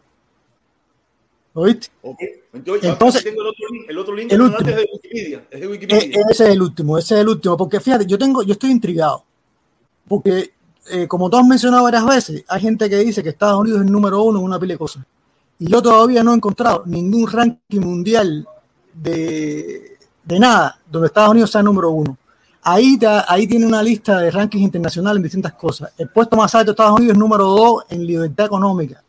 [SPEAKER 2] ¿Oíste?
[SPEAKER 1] Okay. Entonces, Entonces tengo el otro link, el otro link
[SPEAKER 2] el último,
[SPEAKER 1] es de Wikipedia, es de Wikipedia.
[SPEAKER 2] Ese es el último, ese es el último, porque fíjate, yo tengo, yo estoy intrigado, porque eh, como tú has mencionado varias veces, hay gente que dice que Estados Unidos es el número uno en una pila de cosas, y yo todavía no he encontrado ningún ranking mundial de, de nada donde Estados Unidos sea el número uno. Ahí, ta, ahí tiene una lista de rankings internacionales en distintas cosas. El puesto más alto de Estados Unidos es número dos en libertad económica.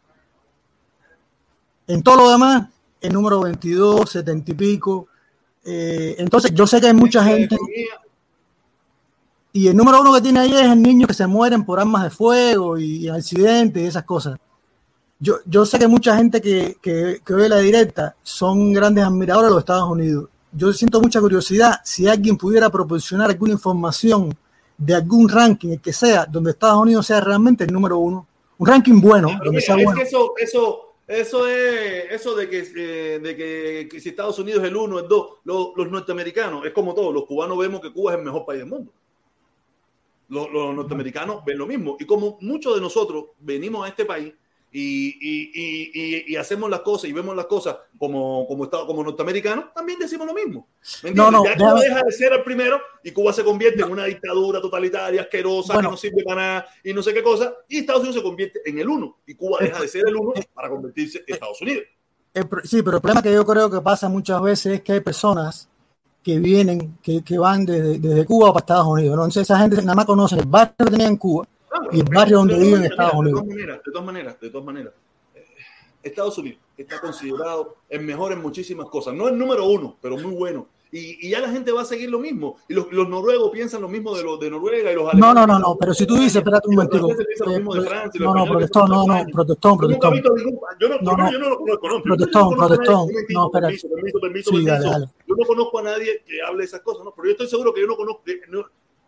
[SPEAKER 2] En todo lo demás, el número veintidós, setenta y pico. Eh, entonces, yo sé que hay mucha gente. Y el número uno que tiene ahí es el niño que se mueren por armas de fuego y, y accidentes y esas cosas. Yo, yo sé que mucha gente que, que, que ve la directa son grandes admiradores de los Estados Unidos. Yo siento mucha curiosidad si alguien pudiera proporcionar alguna información de algún ranking, el que sea, donde Estados Unidos sea realmente el número uno. Un ranking bueno,
[SPEAKER 1] ah,
[SPEAKER 2] donde
[SPEAKER 1] mira,
[SPEAKER 2] sea
[SPEAKER 1] es
[SPEAKER 2] bueno.
[SPEAKER 1] Que eso, eso, eso es eso de que, eh, de que, que si Estados Unidos es el uno, el dos, los, los norteamericanos, es como todo, los cubanos vemos que Cuba es el mejor país del mundo. Los, los norteamericanos ven lo mismo. Y como muchos de nosotros venimos a este país y, y, y, y, y hacemos las cosas y vemos las cosas como, como, estado, como norteamericanos, también decimos lo mismo. ¿Me entiendes? No, no, ya Cuba deja de ser el primero y Cuba se convierte no. en una dictadura totalitaria, asquerosa, bueno, que no sirve para nada y no sé qué cosa. Y Estados Unidos se convierte en el uno y Cuba deja de ser el uno para convertirse en Estados Unidos.
[SPEAKER 2] el, sí, pero el problema que yo creo que pasa muchas veces es que hay personas que vienen, que, que van desde, desde Cuba para Estados Unidos, ¿no? Entonces esa gente nada más conoce el barrio que tenía en Cuba
[SPEAKER 1] Ah,
[SPEAKER 2] y
[SPEAKER 1] bueno,
[SPEAKER 2] el
[SPEAKER 1] pero,
[SPEAKER 2] barrio donde
[SPEAKER 1] pero
[SPEAKER 2] viven en
[SPEAKER 1] mira,
[SPEAKER 2] Estados
[SPEAKER 1] mira, de
[SPEAKER 2] Unidos.
[SPEAKER 1] todas maneras, de todas maneras, de todas maneras, eh, Estados Unidos está considerado el mejor en muchísimas cosas. No el número uno, pero muy bueno. Y, y ya la gente va a seguir lo mismo. Y los, los noruegos piensan lo mismo de los de Noruega y los
[SPEAKER 2] No,
[SPEAKER 1] alemanes
[SPEAKER 2] no, no,
[SPEAKER 1] piensan lo
[SPEAKER 2] no,
[SPEAKER 1] mismo
[SPEAKER 2] pero si
[SPEAKER 1] de
[SPEAKER 2] tú dices,
[SPEAKER 1] Alemania
[SPEAKER 2] espérate un
[SPEAKER 1] y los
[SPEAKER 2] momentico,
[SPEAKER 1] franceses piensan lo
[SPEAKER 2] eh,
[SPEAKER 1] mismo de Francia y los
[SPEAKER 2] no, no,
[SPEAKER 1] españoles piensan lo
[SPEAKER 2] protestón,
[SPEAKER 1] mismo de
[SPEAKER 2] no, no,
[SPEAKER 1] España.
[SPEAKER 2] protestón,
[SPEAKER 1] Yo nunca he
[SPEAKER 2] protestón,
[SPEAKER 1] visto ningún... Yo no,
[SPEAKER 2] no,
[SPEAKER 1] primero,
[SPEAKER 2] no,
[SPEAKER 1] yo no lo conozco. No, primero, yo no
[SPEAKER 2] protestón,
[SPEAKER 1] conozco a nadie. Un
[SPEAKER 2] protestón, no,
[SPEAKER 1] momentito,
[SPEAKER 2] espérate,
[SPEAKER 1] permiso, permiso, permiso,
[SPEAKER 2] sí, dale,
[SPEAKER 1] permiso.
[SPEAKER 2] dale.
[SPEAKER 1] Yo no conozco a nadie que hable esas cosas, ¿no? Pero yo estoy seguro que yo no conozco... que no-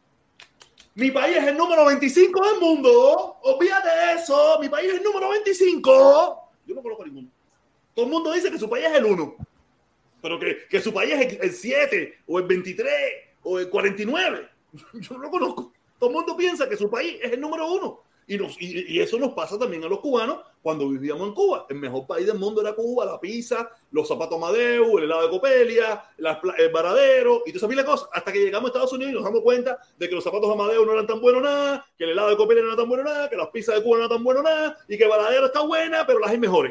[SPEAKER 1] Mi país es el número veinticinco del mundo. Olvídate de eso. Mi país es el número veinticinco. Yo no conozco a ninguno. Todo el mundo dice que su país es el uno. Pero que, que su país es el siete, o el veintitrés, o el cuarenta y nueve. Yo no lo conozco. Todo el mundo piensa que su país es el número uno. Y, nos, y, y eso nos pasa también a los cubanos cuando vivíamos en Cuba. El mejor país del mundo era Cuba, la pizza, los zapatos Amadeu, el helado de Copelia, la, el Varadero y todas esas miles de cosas. Hasta que llegamos a Estados Unidos y nos damos cuenta de que los zapatos Amadeu no eran tan buenos nada, que el helado de Copelia no era tan bueno nada, que las pizzas de Cuba no eran tan buenas nada y que Varadero está buena, pero las hay mejores.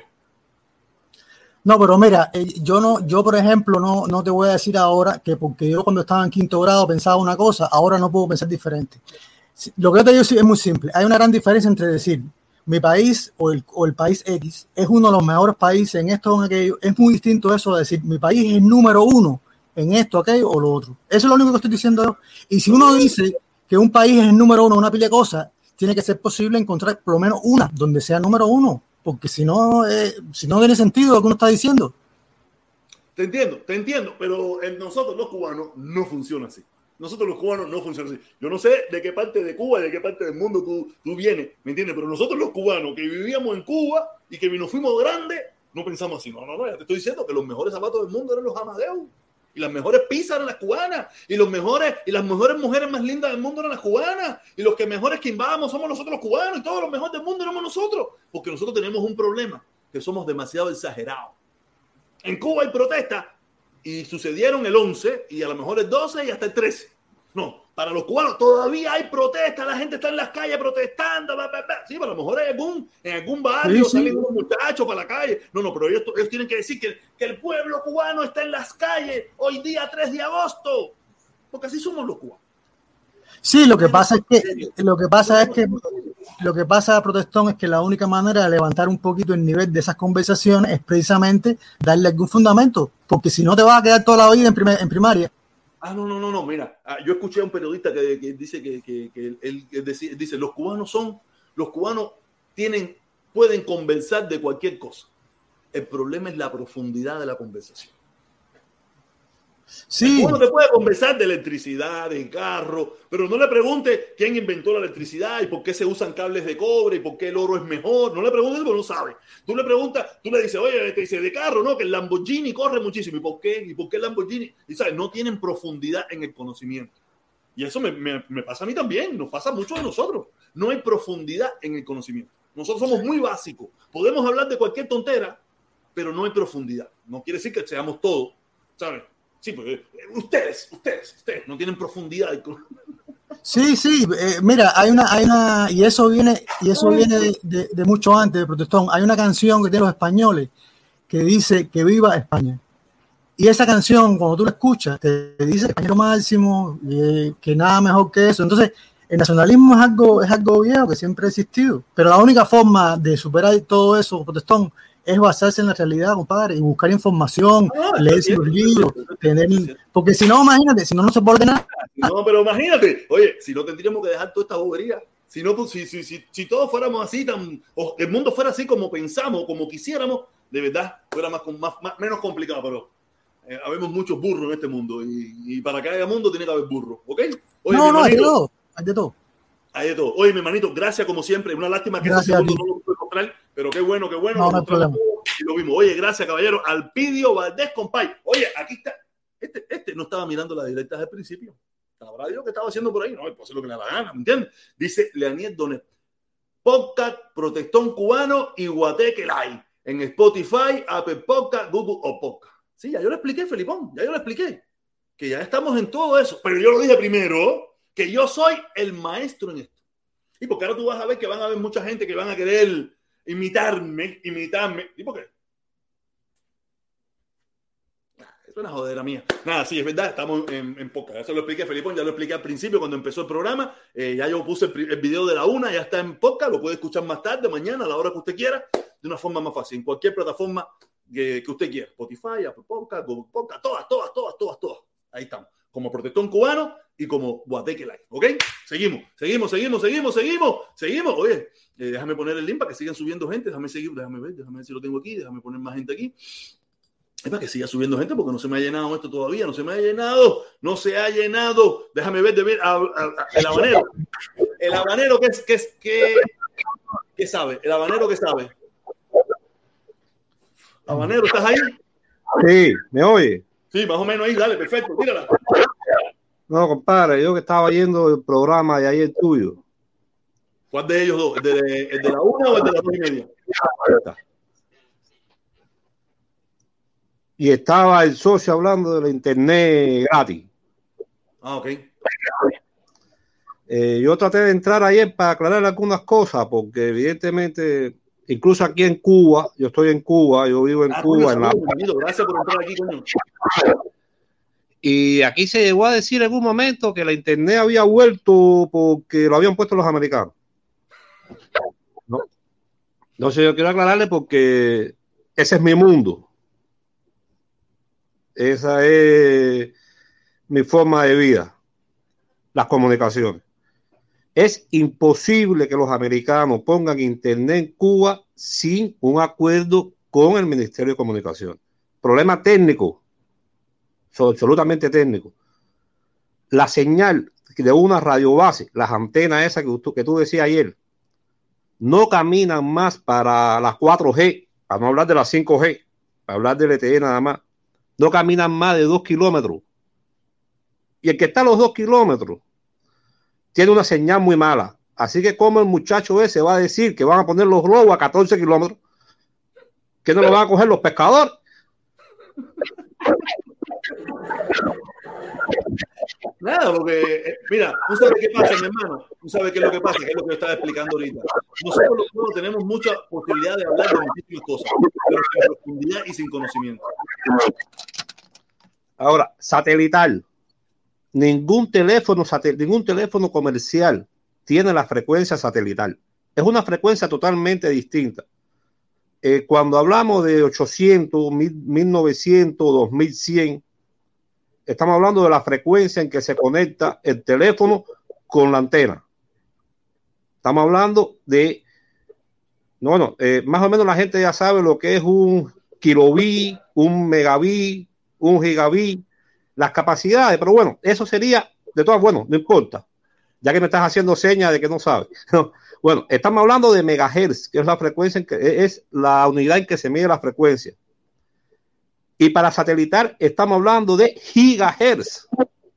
[SPEAKER 2] No, pero mira, eh, yo no, yo por ejemplo no, no te voy a decir ahora que porque yo cuando estaba en quinto grado pensaba una cosa, ahora no puedo pensar diferente. Lo que yo te digo es muy simple. Hay una gran diferencia entre decir mi país o el, o el país X es uno de los mejores países en esto o en aquello. Es muy distinto eso de decir mi país es el número uno en esto, aquello o lo otro. Eso es lo único que estoy diciendo yo. Y si uno dice que un país es el número uno en una pila de cosas, tiene que ser posible encontrar por lo menos una donde sea número uno. Porque si no, eh, si no tiene sentido lo que uno está diciendo.
[SPEAKER 1] Te entiendo, te entiendo, pero en nosotros los cubanos no funciona así. Nosotros los cubanos no funciona así. Yo no sé de qué parte de Cuba, de qué parte del mundo tú, tú vienes, ¿me entiendes? Pero nosotros los cubanos que vivíamos en Cuba y que nos fuimos grandes, no pensamos así. No, no, no, ya te estoy diciendo que los mejores zapatos del mundo eran los Amadeu. Y las mejores pizzas eran las cubanas. Y, los mejores, y las mejores mujeres más lindas del mundo eran las cubanas. Y los que mejores quimbábamos somos nosotros los cubanos. Y todos los mejores del mundo éramos nosotros. Porque nosotros tenemos un problema, que somos demasiado exagerados. En Cuba hay protestas y sucedieron el once y a lo mejor el doce y hasta el trece. No, para los cubanos todavía hay protestas, la gente está en las calles protestando. Bla, bla, bla. Sí, pero a lo mejor hay algún, en algún barrio sí, sí. salen unos muchachos para la calle. No, no, pero ellos, ellos tienen que decir que, que el pueblo cubano está en las calles hoy día tres de agosto. Porque así somos los cubanos.
[SPEAKER 2] Sí, lo que pasa es que lo que pasa es que lo que pasa, protestón, es que la única manera de levantar un poquito el nivel de esas conversaciones es precisamente darle algún fundamento, porque si no te vas a quedar toda la vida en, primer, en primaria.
[SPEAKER 1] Ah, no, no, no, no, mira, yo escuché a un periodista que, que dice que, que, que él, él dice, dice, los cubanos son, los cubanos tienen, pueden conversar de cualquier cosa. El problema es la profundidad de la conversación. Sí. El cubano te puede conversar de electricidad, de carro, pero no le pregunte quién inventó la electricidad y por qué se usan cables de cobre y por qué el oro es mejor. No le preguntes porque no sabe. Tú le preguntas, tú le dices, oye, te dice de carro, no, que el Lamborghini corre muchísimo. ¿Y por qué? ¿Y por qué el Lamborghini? Y sabes, no tienen profundidad en el conocimiento. Y eso me, me, me pasa a mí también, nos pasa mucho a nosotros. No hay profundidad en el conocimiento. Nosotros somos muy básicos. Podemos hablar de cualquier tontera, pero no hay profundidad. No quiere decir que seamos todos, ¿sabes? Sí, pues ustedes, ustedes, ustedes no tienen profundidad.
[SPEAKER 2] Sí, sí, eh, mira, hay una, hay una, y eso viene, y eso viene de, de, de mucho antes de Protestón. Hay una canción que tienen los españoles que dice que viva España. Y esa canción, cuando tú la escuchas, te, te dice que España es lo máximo, eh, que nada mejor que eso. Entonces, el nacionalismo es algo, es algo viejo que siempre ha existido. Pero la única forma de superar todo eso, Protestón, es basarse en la realidad, compadre, y buscar información, ah, leerse los libros, tener, porque si no, imagínate, si no, no se puede nada.
[SPEAKER 1] No, pero imagínate, oye, si no tendríamos que dejar toda esta bobería, si no, pues, si, si, si, si todos fuéramos así, tan, o el mundo fuera así como pensamos, como quisiéramos, de verdad, fuera más, más, más menos complicado, pero eh, habemos muchos burros en este mundo, y, y para que haya mundo tiene que haber burros, ¿ok? Oye,
[SPEAKER 2] no, no, hay de todo, hay de todo.
[SPEAKER 1] Hay de todo. Oye, mi hermanito, gracias como siempre. Una lástima que
[SPEAKER 2] gracias
[SPEAKER 1] ese segundo no lo pude mostrar, pero qué bueno, qué bueno.
[SPEAKER 2] No,
[SPEAKER 1] lo,
[SPEAKER 2] no hay
[SPEAKER 1] y lo vimos. Oye, gracias, caballero. Alpidio Valdés, compay. Oye, aquí está. Este, este no estaba mirando las directas del principio. Sabrá Dios qué estaba haciendo por ahí. No, puede hacer lo que le da la gana, ¿me entiendes? Dice Leaniel Donet. Podcast, Protestón Cubano y Guateque Live. En Spotify, Apple Podcast, Google o Podcast. Sí, ya yo lo expliqué, Felipón. Ya yo lo expliqué. Que ya estamos en todo eso. Pero yo lo dije primero, que yo soy el maestro en esto. Y porque ahora tú vas a ver que van a haber mucha gente que van a querer imitarme, imitarme. ¿Y por qué? Es una jodera mía. Nada, sí, es verdad, estamos en, en podcast. Eso lo expliqué, Felipón, ya lo expliqué al principio cuando empezó el programa. Eh, ya yo puse el, el video de la una, ya está en podcast, lo puede escuchar más tarde, mañana, a la hora que usted quiera, de una forma más fácil, en cualquier plataforma que, que usted quiera. Spotify, Apple Podcast, Google Podcast, todas, todas, todas, todas, todas. Ahí estamos. Como Protestón Cubano y como Guateque Live. ¿Ok? Seguimos, seguimos, seguimos, seguimos, seguimos, seguimos. Oye, eh, déjame poner el link para que sigan subiendo gente. Déjame seguir, déjame ver, déjame ver si lo tengo aquí, déjame poner más gente aquí. Es para que siga subiendo gente porque no se me ha llenado esto todavía, no se me ha llenado, no se ha llenado. Déjame ver, de ver a, a, a, el habanero. El habanero, ¿qué, qué, qué, qué sabe? El habanero, ¿qué sabe? Habanero, ¿estás ahí?
[SPEAKER 3] Sí, ¿me oye?
[SPEAKER 1] Sí, más o menos ahí, dale, perfecto, tírala.
[SPEAKER 3] No, compadre, yo que estaba viendo el programa de ayer tuyo.
[SPEAKER 1] ¿Cuál de ellos dos? ¿El de, el de la una o el de las dos y media?
[SPEAKER 3] Y estaba el socio hablando de la internet gratis.
[SPEAKER 1] Ah, ok.
[SPEAKER 3] Eh, yo traté de entrar ayer para aclarar algunas cosas, porque evidentemente, incluso aquí en Cuba, yo estoy en Cuba, yo vivo en
[SPEAKER 1] ah,
[SPEAKER 3] Cuba.
[SPEAKER 1] Coño,
[SPEAKER 3] en la...
[SPEAKER 1] Gracias por entrar aquí, coño.
[SPEAKER 3] Y aquí se llegó a decir en un momento que la internet había vuelto porque lo habían puesto los americanos. No, no sé, yo quiero aclararle porque ese es mi mundo. Esa es mi forma de vida, las comunicaciones. Es imposible que los americanos pongan internet en Cuba sin un acuerdo con el Ministerio de Comunicación. Problema técnico, absolutamente técnico. La señal de una radiobase, las antenas esas que tú, que tú decías ayer, no caminan más para las cuatro G, para no hablar de las cinco G, para hablar del L T E nada más, no caminan más de dos kilómetros. Y el que está a los dos kilómetros tiene una señal muy mala. Así que como el muchacho ese va a decir que van a poner los globos a catorce kilómetros, que no lo van a coger los pescadores.
[SPEAKER 1] Nada, porque, mira, tú sabes qué pasa, mi hermano, tú sabes qué es lo que pasa, qué es lo que yo estaba explicando ahorita. Nosotros los pueblos tenemos mucha posibilidad de hablar de muchísimas cosas, pero sin profundidad y sin conocimiento.
[SPEAKER 3] Ahora, satelital. Ningún teléfono, satel, ningún teléfono comercial tiene la frecuencia satelital. Es una frecuencia totalmente distinta. Eh, cuando hablamos de ochocientos, mil novecientos, dos mil cien, estamos hablando de la frecuencia en que se conecta el teléfono con la antena. Estamos hablando de, no, bueno, eh, más o menos la gente ya sabe lo que es un kilobit, un megabit, un gigabit, las capacidades, pero bueno, eso sería, de todas, bueno, no importa, ya que me estás haciendo señas de que no sabes. Bueno, estamos hablando de megahertz, que es la frecuencia, en que es la unidad en que se mide la frecuencia. Y para satelital estamos hablando de gigahertz.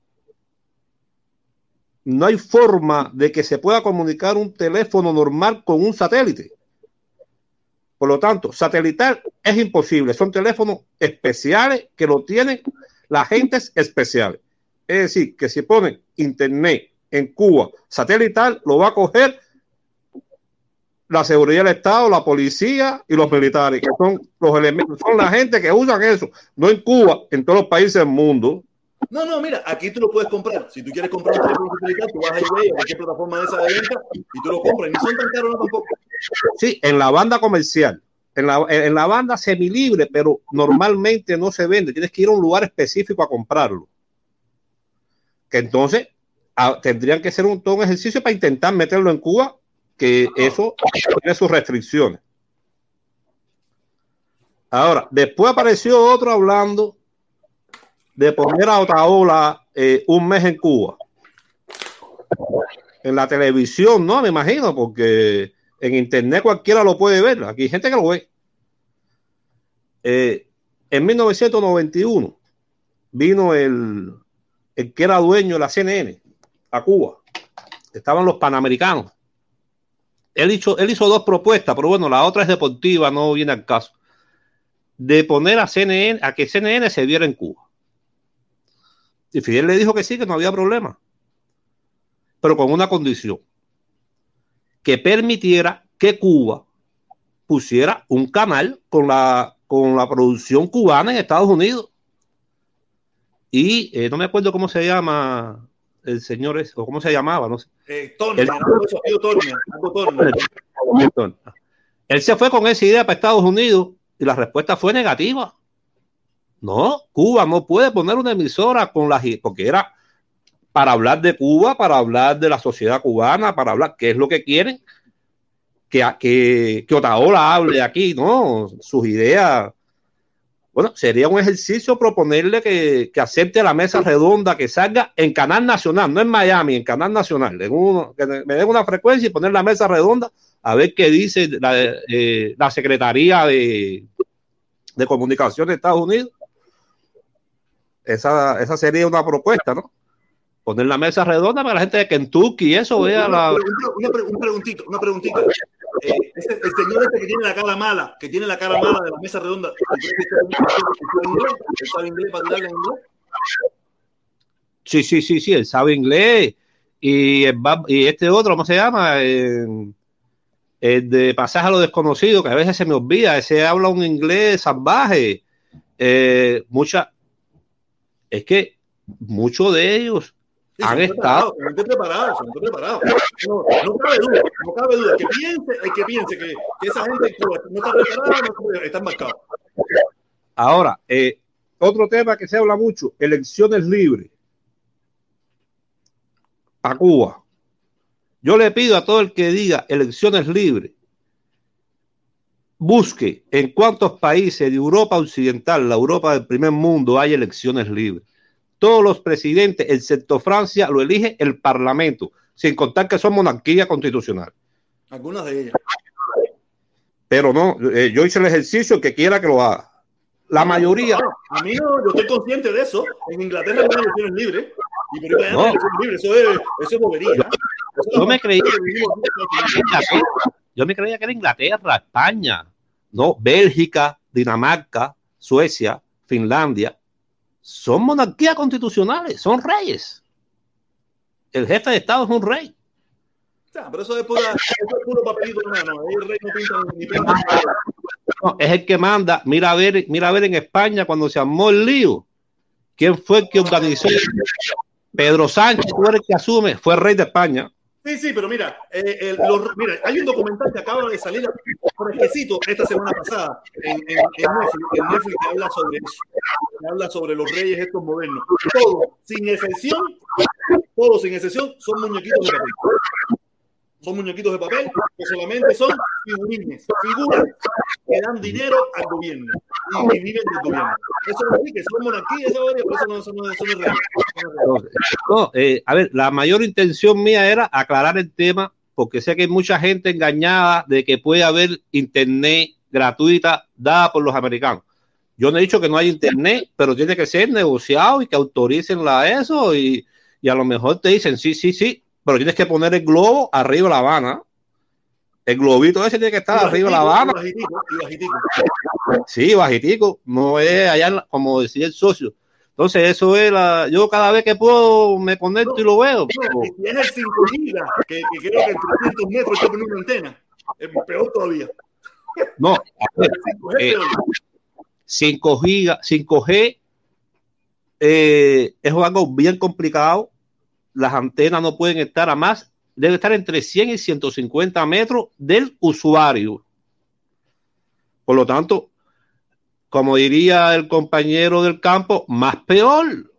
[SPEAKER 3] No hay forma de que se pueda comunicar un teléfono normal con un satélite. Por lo tanto, satelital es imposible. Son teléfonos especiales que lo tienen las gentes especiales. Es decir, que si ponen internet en Cuba satelital, lo va a coger la seguridad del Estado, la policía y los militares, que son los elementos, son la gente que usan eso, no en Cuba, en todos los países del mundo.
[SPEAKER 1] No, no, mira, aquí tú lo puedes comprar. Si tú quieres comprar un teléfono satelital, tú vas a eBay, a cualquier plataforma de esa de venta y tú lo compras. Y no son tan caros, no, tampoco.
[SPEAKER 3] Sí, en la banda comercial. En la, en la banda semilibre, pero normalmente no se vende. Tienes que ir a un lugar específico a comprarlo. Que entonces a, tendrían que hacer un, todo un ejercicio para intentar meterlo en Cuba, que eso tiene sus restricciones. Ahora, después apareció otro hablando de poner a Otaola eh, un mes en Cuba. En la televisión, no, me imagino, porque en internet cualquiera lo puede ver. Aquí hay gente que lo ve. Eh, en mil novecientos noventa y uno vino el, el que era dueño de la C N N a Cuba. Estaban los panamericanos. Él hizo, él hizo dos propuestas, pero bueno, la otra es deportiva, no viene al caso. De poner a C N N, a que C N N se viera en Cuba. Y Fidel le dijo que sí, que no había problema. Pero con una condición. Que permitiera que Cuba pusiera un canal con la, con la producción cubana en Estados Unidos. y eh, no me acuerdo cómo se llama el señor ese, o cómo se llamaba, no sé.
[SPEAKER 1] Eh, Turner, el, el, Turner, Turner.
[SPEAKER 3] Turner. Él se fue con esa idea para Estados Unidos y la respuesta fue negativa. No, Cuba no puede poner una emisora con las, porque era para hablar de Cuba, para hablar de la sociedad cubana, para hablar qué es lo que quieren que, que, que Otaola hable aquí, ¿no? Sus ideas. Bueno, sería un ejercicio proponerle que, que acepte la mesa redonda, que salga en Canal Nacional, no en Miami, en Canal Nacional, en uno, que me den una frecuencia y poner la mesa redonda a ver qué dice la, eh, la Secretaría de, de Comunicación de Estados Unidos. Esa, esa sería una propuesta, ¿no? Poner la mesa redonda para la gente de Kentucky y eso vea
[SPEAKER 1] una,
[SPEAKER 3] la...
[SPEAKER 1] Una, una, un preguntito, una preguntita. Eh, ese, el señor este que tiene la cara mala, que tiene la cara mala de la mesa redonda, ¿él sabe inglés para tirarle en inglés?
[SPEAKER 3] Sí, sí, sí, sí, él sabe inglés. Y, el, y este otro, ¿cómo se llama? El, el de Pasaje a lo Desconocido, que a veces se me olvida, ese habla un inglés salvaje. Eh, mucha, es que muchos de ellos
[SPEAKER 1] sí,
[SPEAKER 3] han
[SPEAKER 1] son
[SPEAKER 3] estado
[SPEAKER 1] preparados, son preparados. No, no cabe duda, no cabe duda. El que piense, el que, piense que, que esa gente en Cuba no está preparada, no está marcado.
[SPEAKER 3] Ahora, eh, otro tema que se habla mucho, elecciones libres a Cuba. Yo le pido a todo el que diga elecciones libres, busque en cuántos países de Europa Occidental, la Europa del primer mundo, hay elecciones libres. Todos los presidentes, excepto Francia, lo elige el Parlamento, sin contar que son monarquía constitucional.
[SPEAKER 1] Algunas de ellas.
[SPEAKER 3] Pero no, eh, yo hice el ejercicio, el que quiera que lo haga. La no, mayoría...
[SPEAKER 1] No, a mí no, yo estoy consciente de eso. En Inglaterra no hay elecciones libres. Y por ahí no hay elecciones libres. Eso es, eso es bobería.
[SPEAKER 3] Yo, eso yo, me creía, yo me creía que era Inglaterra, España, no, Bélgica, Dinamarca, Suecia, Finlandia. Son monarquías constitucionales, son reyes. El jefe de Estado es un rey.
[SPEAKER 1] Ya, pero eso es, pura, eso es puro papelito, hermano. El rey no pinta ni pinta.
[SPEAKER 3] No, es el que manda. Mira a ver, mira a ver en España cuando se armó el lío. ¿Quién fue el que organizó? Pedro Sánchez, fue el que asume, fue el rey de España.
[SPEAKER 1] Sí, sí, pero mira, eh, el, los, mira, hay un documental que acaba de salir fresquecito esta semana pasada en, en, en, Netflix, en Netflix que habla sobre eso, que habla sobre los reyes estos modernos. Todos, sin excepción, todos sin excepción, son muñequitos de papel. Son muñequitos de papel que solamente son figurines, figuras que dan dinero al gobierno y, y viven del gobierno. Eso no es que son monarquía, eso, pero eso no, eso no, eso no es real.
[SPEAKER 3] No, no, eh, a ver, la mayor intención mía era aclarar el tema porque sé que hay mucha gente engañada de que puede haber internet gratuita dada por los americanos. Yo no he dicho que no hay internet, pero tiene que ser negociado y que autoricen la eso y, y a lo mejor te dicen sí, sí, sí, pero tienes que poner el globo arriba de La Habana. El globito ese tiene que estar
[SPEAKER 1] bajitico,
[SPEAKER 3] arriba de La Habana.
[SPEAKER 1] Y bajitico, y bajitico.
[SPEAKER 3] Sí, bajitico, no es allá como decía el socio. Entonces eso es la, yo cada vez que puedo me conecto no, y lo veo.
[SPEAKER 1] No, si es el cinco gigas, que, que creo que en trescientos metros hay que poner una antena, es peor todavía.
[SPEAKER 3] No, a ver, eh, cinco gigas, cinco G eh, es algo bien complicado. Las antenas no pueden estar a más, debe estar entre cien y ciento cincuenta metros del usuario. Por lo tanto, como diría el compañero del campo, más peor.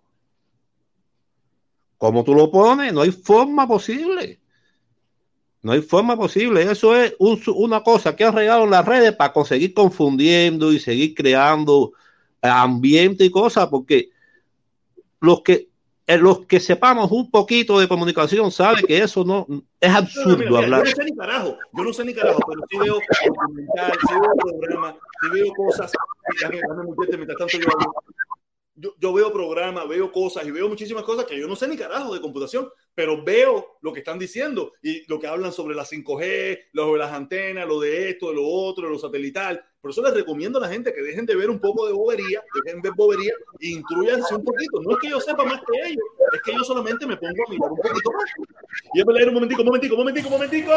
[SPEAKER 3] ¿Cómo tú lo pones? No hay forma posible. No hay forma posible. Eso es un, una cosa que han regado en las redes para conseguir confundiendo y seguir creando ambiente y cosas, porque los que los que sepamos un poquito de comunicación saben que eso no es absurdo.
[SPEAKER 1] Mira, mira,
[SPEAKER 3] hablar.
[SPEAKER 1] Yo no sé ni carajo, yo no sé ni carajo, pero sí veo documental, sí veo programas, sí veo cosas. Déjame, déjame muchete, mientras tanto yo hablo. Yo, yo veo programas, veo cosas y veo muchísimas cosas que yo no sé ni carajo de computación, pero veo lo que están diciendo y lo que hablan sobre la cinco G, lo de las antenas, lo de esto, de lo otro, de lo satelital. Por eso les recomiendo a la gente que dejen de ver un poco de bobería, dejen de ver bobería e instruyanse un poquito. No es que yo sepa más que ellos, es que yo solamente me pongo a mirar un poquito más. Y voy a leer un momentico, un momentico, un momentico, un momentico.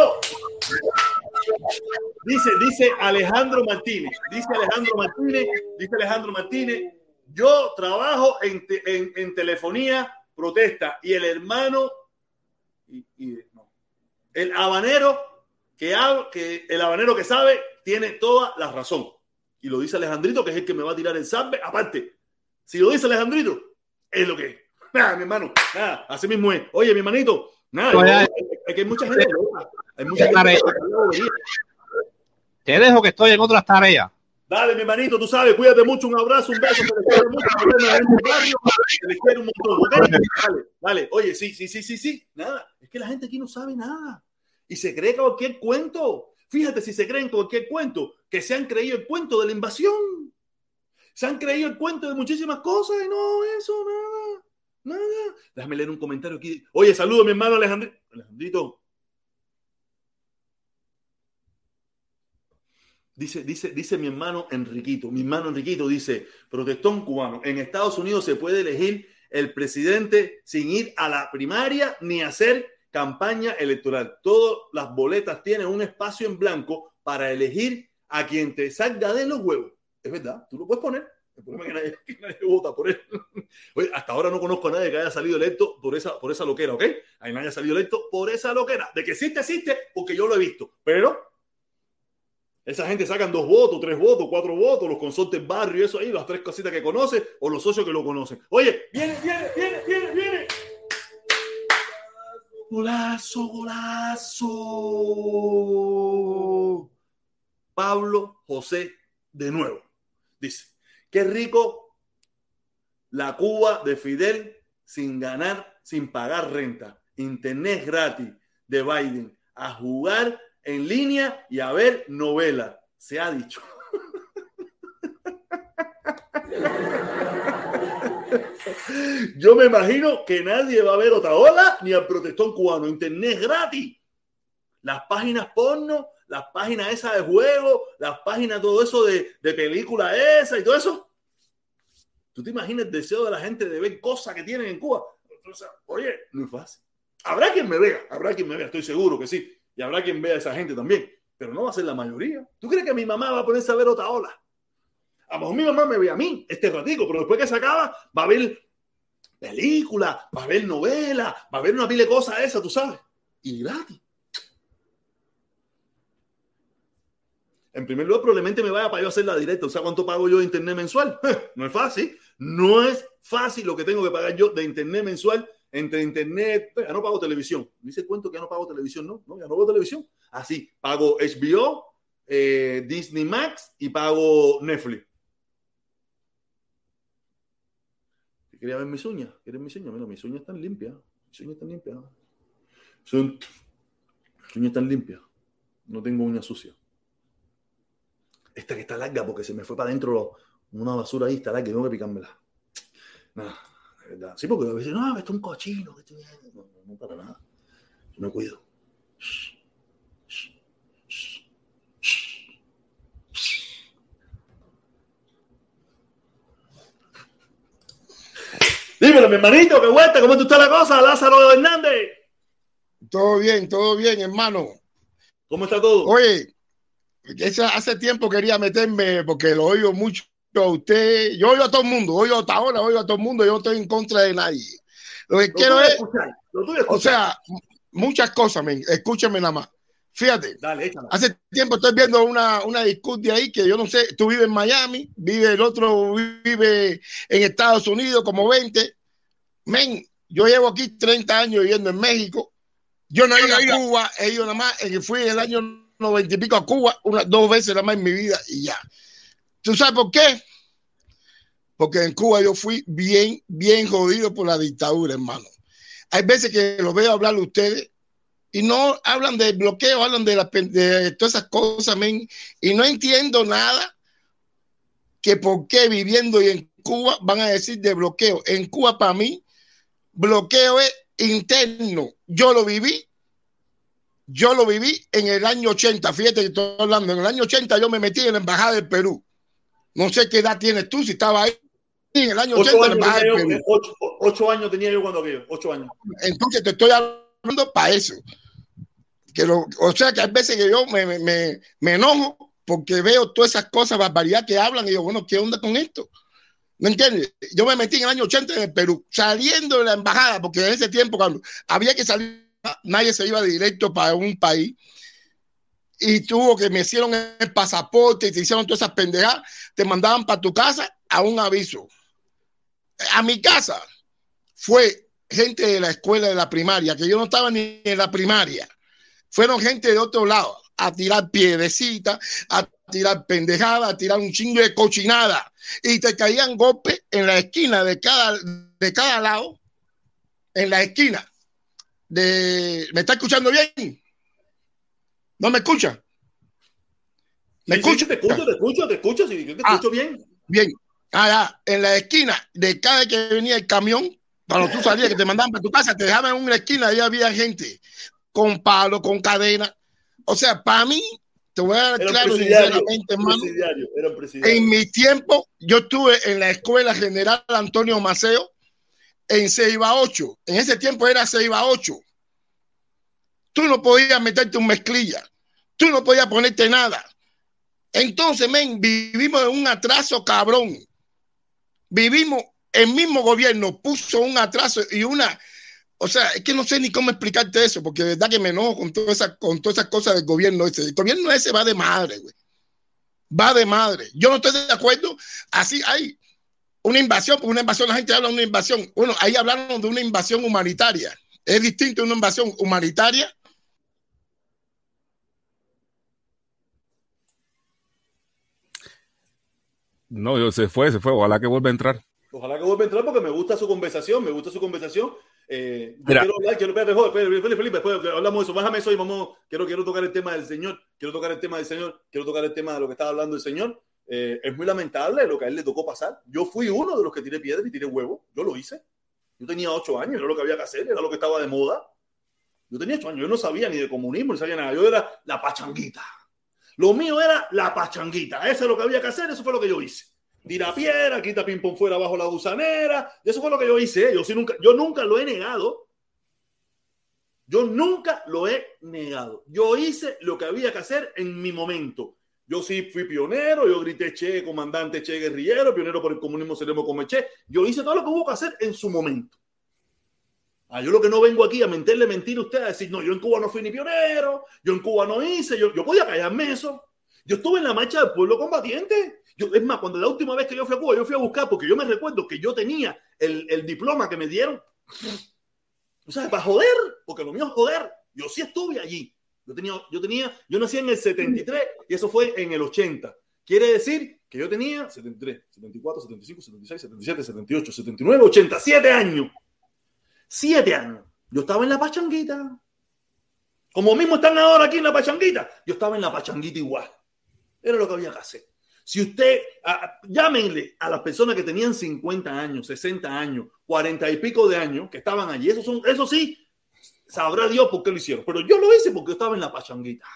[SPEAKER 1] Dice, dice Alejandro Martínez, dice Alejandro Martínez, dice Alejandro Martínez, Yo trabajo en, te, en, en telefonía, protesta, y el hermano, y, y, no, el habanero que, ha, que el habanero que sabe tiene toda la razón. Y lo dice Alejandrito, que es el que me va a tirar el zape. Aparte, si lo dice Alejandrito, es lo que es. Nada, mi hermano, nada, así mismo es. Oye, mi hermanito, nada, yo, hay, hay, hay mucha gente loca. Hay mucha gente loca.
[SPEAKER 3] Te dejo que estoy en otras tareas.
[SPEAKER 1] Dale, mi hermanito, tú sabes, cuídate mucho, un abrazo, un beso, te les quiero mucho, te les quiero un montón, ¿ok? Dale, dale, oye, sí, sí, sí, sí, sí, nada, es que la gente aquí no sabe nada y se cree cualquier cuento. Fíjate si se creen cualquier cuento, que se han creído el cuento de la invasión, se han creído el cuento de muchísimas cosas y no, eso, nada, nada. Déjame leer un comentario aquí. Oye, saludo a mi hermano Alejandrito. Alejandrito. Dice, dice, dice mi hermano Enriquito, mi hermano Enriquito dice, protestón cubano, en Estados Unidos se puede elegir el presidente sin ir a la primaria ni hacer campaña electoral. Todas las boletas tienen un espacio en blanco para elegir a quien te salga de los huevos. Es verdad, tú lo puedes poner. El problema es que nadie, que nadie vota por él. Oye, hasta ahora no conozco a nadie que haya salido electo por esa, por esa loquera, ¿ok? Ahí nadie haya salido electo por esa loquera. De que existe, existe, porque yo lo he visto. Pero esa gente sacan dos votos, tres votos, cuatro votos, los consortes barrio, eso ahí, las tres cositas que conoce o los socios que lo conocen. Oye, viene, viene, viene, viene, viene. Golazo, golazo. Pablo José de nuevo. Dice, qué rico la Cuba de Fidel sin ganar, sin pagar renta. Internet gratis de Biden. A jugar en línea y a ver novela, se ha dicho. Yo me imagino que nadie va a ver Otaola ni al protestón cubano. Internet gratis. Las páginas porno, las páginas esas de juego, las páginas, todo eso de, de película esa y todo eso. ¿Tú te imaginas el deseo de la gente de ver cosas que tienen en Cuba? O sea, oye, no es fácil. Habrá quien me vea, habrá quien me vea, estoy seguro que sí. Y habrá quien vea a esa gente también, pero no va a ser la mayoría. ¿Tú crees que mi mamá va a ponerse a ver Otaola? A lo mejor mi mamá me ve a mí este ratico, pero después que se acaba va a ver películas, va a ver novelas, va a ver una pila de cosas esas, tú sabes. Y gratis. En primer lugar, probablemente me vaya para yo hacer la directa. O sea, ¿cuánto pago yo de internet mensual? No es fácil. No es fácil lo que tengo que pagar yo de internet mensual. Entre internet, ya no pago televisión. Dice el cuento que ya no pago televisión, ¿no? No, ya no pago televisión. Así, pago H B O, eh, Disney Max y pago Netflix. ¿Quería ver mis uñas? ¿Quieres mis uñas? Mira, mis uñas están limpias. Mis uñas están limpias. Son... Mis uñas están limpias. No tengo uñas sucias. Esta que está larga porque se me fue para adentro una basura ahí, está larga y tengo que picármela. Nada. ¿Verdad? Sí, porque a veces, no, esto es un cochino. No, no, no para nada. Yo me cuido. Dímelo, mi hermanito, qué vuelta, ¿cómo está la cosa? Lázaro Hernández.
[SPEAKER 4] Todo bien, todo bien, hermano.
[SPEAKER 1] ¿Cómo está todo?
[SPEAKER 4] Oye, hace tiempo quería meterme porque lo oigo mucho a usted. Yo oigo a todo el mundo, oigo hasta ahora, oigo a todo el mundo. Yo no estoy en contra de nadie. Lo que
[SPEAKER 1] lo
[SPEAKER 4] quiero es,
[SPEAKER 1] escuchar,
[SPEAKER 4] o sea, muchas cosas, men. Escúchame nada más. Fíjate,
[SPEAKER 1] Dale,
[SPEAKER 4] hace tiempo estoy viendo una, una discusión ahí que yo no sé, tú vives en Miami, vive el otro vive en Estados Unidos como veinte. Men, yo llevo aquí treinta años viviendo en México. Yo no he ido a Cuba, he ido nada más, fui en el año noventa y pico a Cuba, una, dos veces nada más en mi vida y ya. ¿Tú sabes por qué? Porque en Cuba yo fui bien, bien jodido por la dictadura, hermano. Hay veces que los veo hablar a ustedes y no hablan de bloqueo, hablan de, la, de todas esas cosas, men, y no entiendo nada que por qué viviendo y en Cuba van a decir de bloqueo. En Cuba, para mí, bloqueo es interno. Yo lo viví, yo lo viví en el año ochenta. Fíjate que estoy hablando, en el año ochenta yo me metí en la embajada del Perú. No sé qué edad tienes tú, si estaba ahí en el año ochenta en la embajada del
[SPEAKER 1] yo,
[SPEAKER 4] Perú.
[SPEAKER 1] Ocho, ocho años tenía yo cuando aquello, ocho años.
[SPEAKER 4] Entonces te estoy hablando para eso. Que lo, o sea que hay veces que yo me, me, me enojo porque veo todas esas cosas, barbaridad que hablan y digo, bueno, ¿qué onda con esto? ¿Me entiendes? Yo me metí en el año ochenta en el Perú, saliendo de la embajada, porque en ese tiempo cuando había que salir, nadie se iba directo para un país, y tuvo que me hicieron el pasaporte y te hicieron todas esas pendejadas, te mandaban para tu casa a un aviso. A mi casa fue gente de la escuela de la primaria, que yo no estaba ni en la primaria. Fueron gente de otro lado a tirar piedecitas, a tirar pendejadas, a tirar un chingo de cochinada. Y te caían golpes en la esquina de cada, de cada lado, en la esquina. De... ¿Me está escuchando bien? ¿No me escucha? ¿Me
[SPEAKER 1] sí,
[SPEAKER 4] escucha?
[SPEAKER 1] Sí, te escucho, te escucho, te escucho, sí, te escucho
[SPEAKER 4] ah,
[SPEAKER 1] bien.
[SPEAKER 4] Bien. Ah, en la esquina de cada que venía el camión, cuando tú salías, que te mandaban para tu casa, te dejaban en una esquina, ahí había gente con palo, con cadena. O sea, para mí, te voy a dar
[SPEAKER 1] Era
[SPEAKER 4] claro y
[SPEAKER 1] presidiario,
[SPEAKER 4] sinceramente, hermano,
[SPEAKER 1] presidiario, era presidiario.
[SPEAKER 4] en mi tiempo, yo estuve en la Escuela General Antonio Maceo, en Ceiba ocho. En ese tiempo era Ceiba ocho. Tú no podías meterte un mezclilla. Tú no podías ponerte nada. Entonces, men, vivimos en un atraso cabrón. Vivimos, el mismo gobierno puso un atraso y una... O sea, es que no sé ni cómo explicarte eso, porque de verdad que me enojo con todas esas con todas esas cosas del gobierno ese. El gobierno ese va de madre, güey. Va de madre. Yo no estoy de acuerdo. Así hay una invasión, porque una invasión, la gente habla de una invasión. Bueno, ahí hablaron de una invasión humanitaria. Es distinto a una invasión humanitaria.
[SPEAKER 5] No, yo, se fue, se fue. Ojalá que vuelva a entrar.
[SPEAKER 1] Ojalá que vuelva a entrar porque me gusta su conversación, me gusta su conversación. Eh, yo
[SPEAKER 5] Mira.
[SPEAKER 1] quiero hablar, quiero, espérate, joder, Felipe, Felipe, después hablamos de eso, bájame eso y vamos, quiero, quiero tocar el tema del Señor, quiero tocar el tema del Señor, quiero tocar el tema de lo que estaba hablando el Señor. Eh, es muy lamentable lo que a él le tocó pasar. Yo fui uno de los que tiré piedra y tiré huevo, yo lo hice. Yo tenía ocho años, era lo que había que hacer, era lo que estaba de moda. Yo tenía ocho años, yo no sabía ni de comunismo, ni sabía nada, yo era la pachanguita. Lo mío era la pachanguita, eso es lo que había que hacer, eso fue lo que yo hice. Tira piedra, quita ping pong fuera bajo la gusanera. Eso fue lo que yo hice. Yo, sí nunca, yo nunca lo he negado. Yo nunca lo he negado. Yo hice lo que había que hacer en mi momento. Yo sí fui pionero. Yo grité Che, comandante Che guerrillero, pionero por el comunismo seremos como Che. Yo hice todo lo que hubo que hacer en su momento. Ah, yo lo que no vengo aquí a mentirle mentira a ustedes, a decir, no, yo en Cuba no fui ni pionero, yo en Cuba no hice, yo, yo podía callarme eso. Yo estuve en la marcha del pueblo combatiente. Yo, es más, cuando la última vez que yo fui a Cuba, yo fui a buscar, porque yo me recuerdo que yo tenía el, el diploma que me dieron. O sea, para joder, porque lo mío es joder. Yo sí estuve allí. Yo tenía, yo tenía, yo nací en el setenta y tres y eso fue en el ochenta. Quiere decir que yo tenía setenta y tres, setenta y cuatro, setenta y cinco, setenta y seis, setenta y siete, setenta y ocho, setenta y nueve, ochenta, siete años. Siete años. Yo estaba en la pachanguita. Como mismo están ahora aquí en la pachanguita. Yo estaba en la pachanguita igual. Era lo que había que hacer. Si usted, a, llámenle a las personas que tenían cincuenta años, sesenta años, cuarenta y pico de años, que estaban allí. Eso, son, eso sí, sabrá Dios por qué lo hicieron. Pero yo lo hice porque yo estaba en la pachanguita.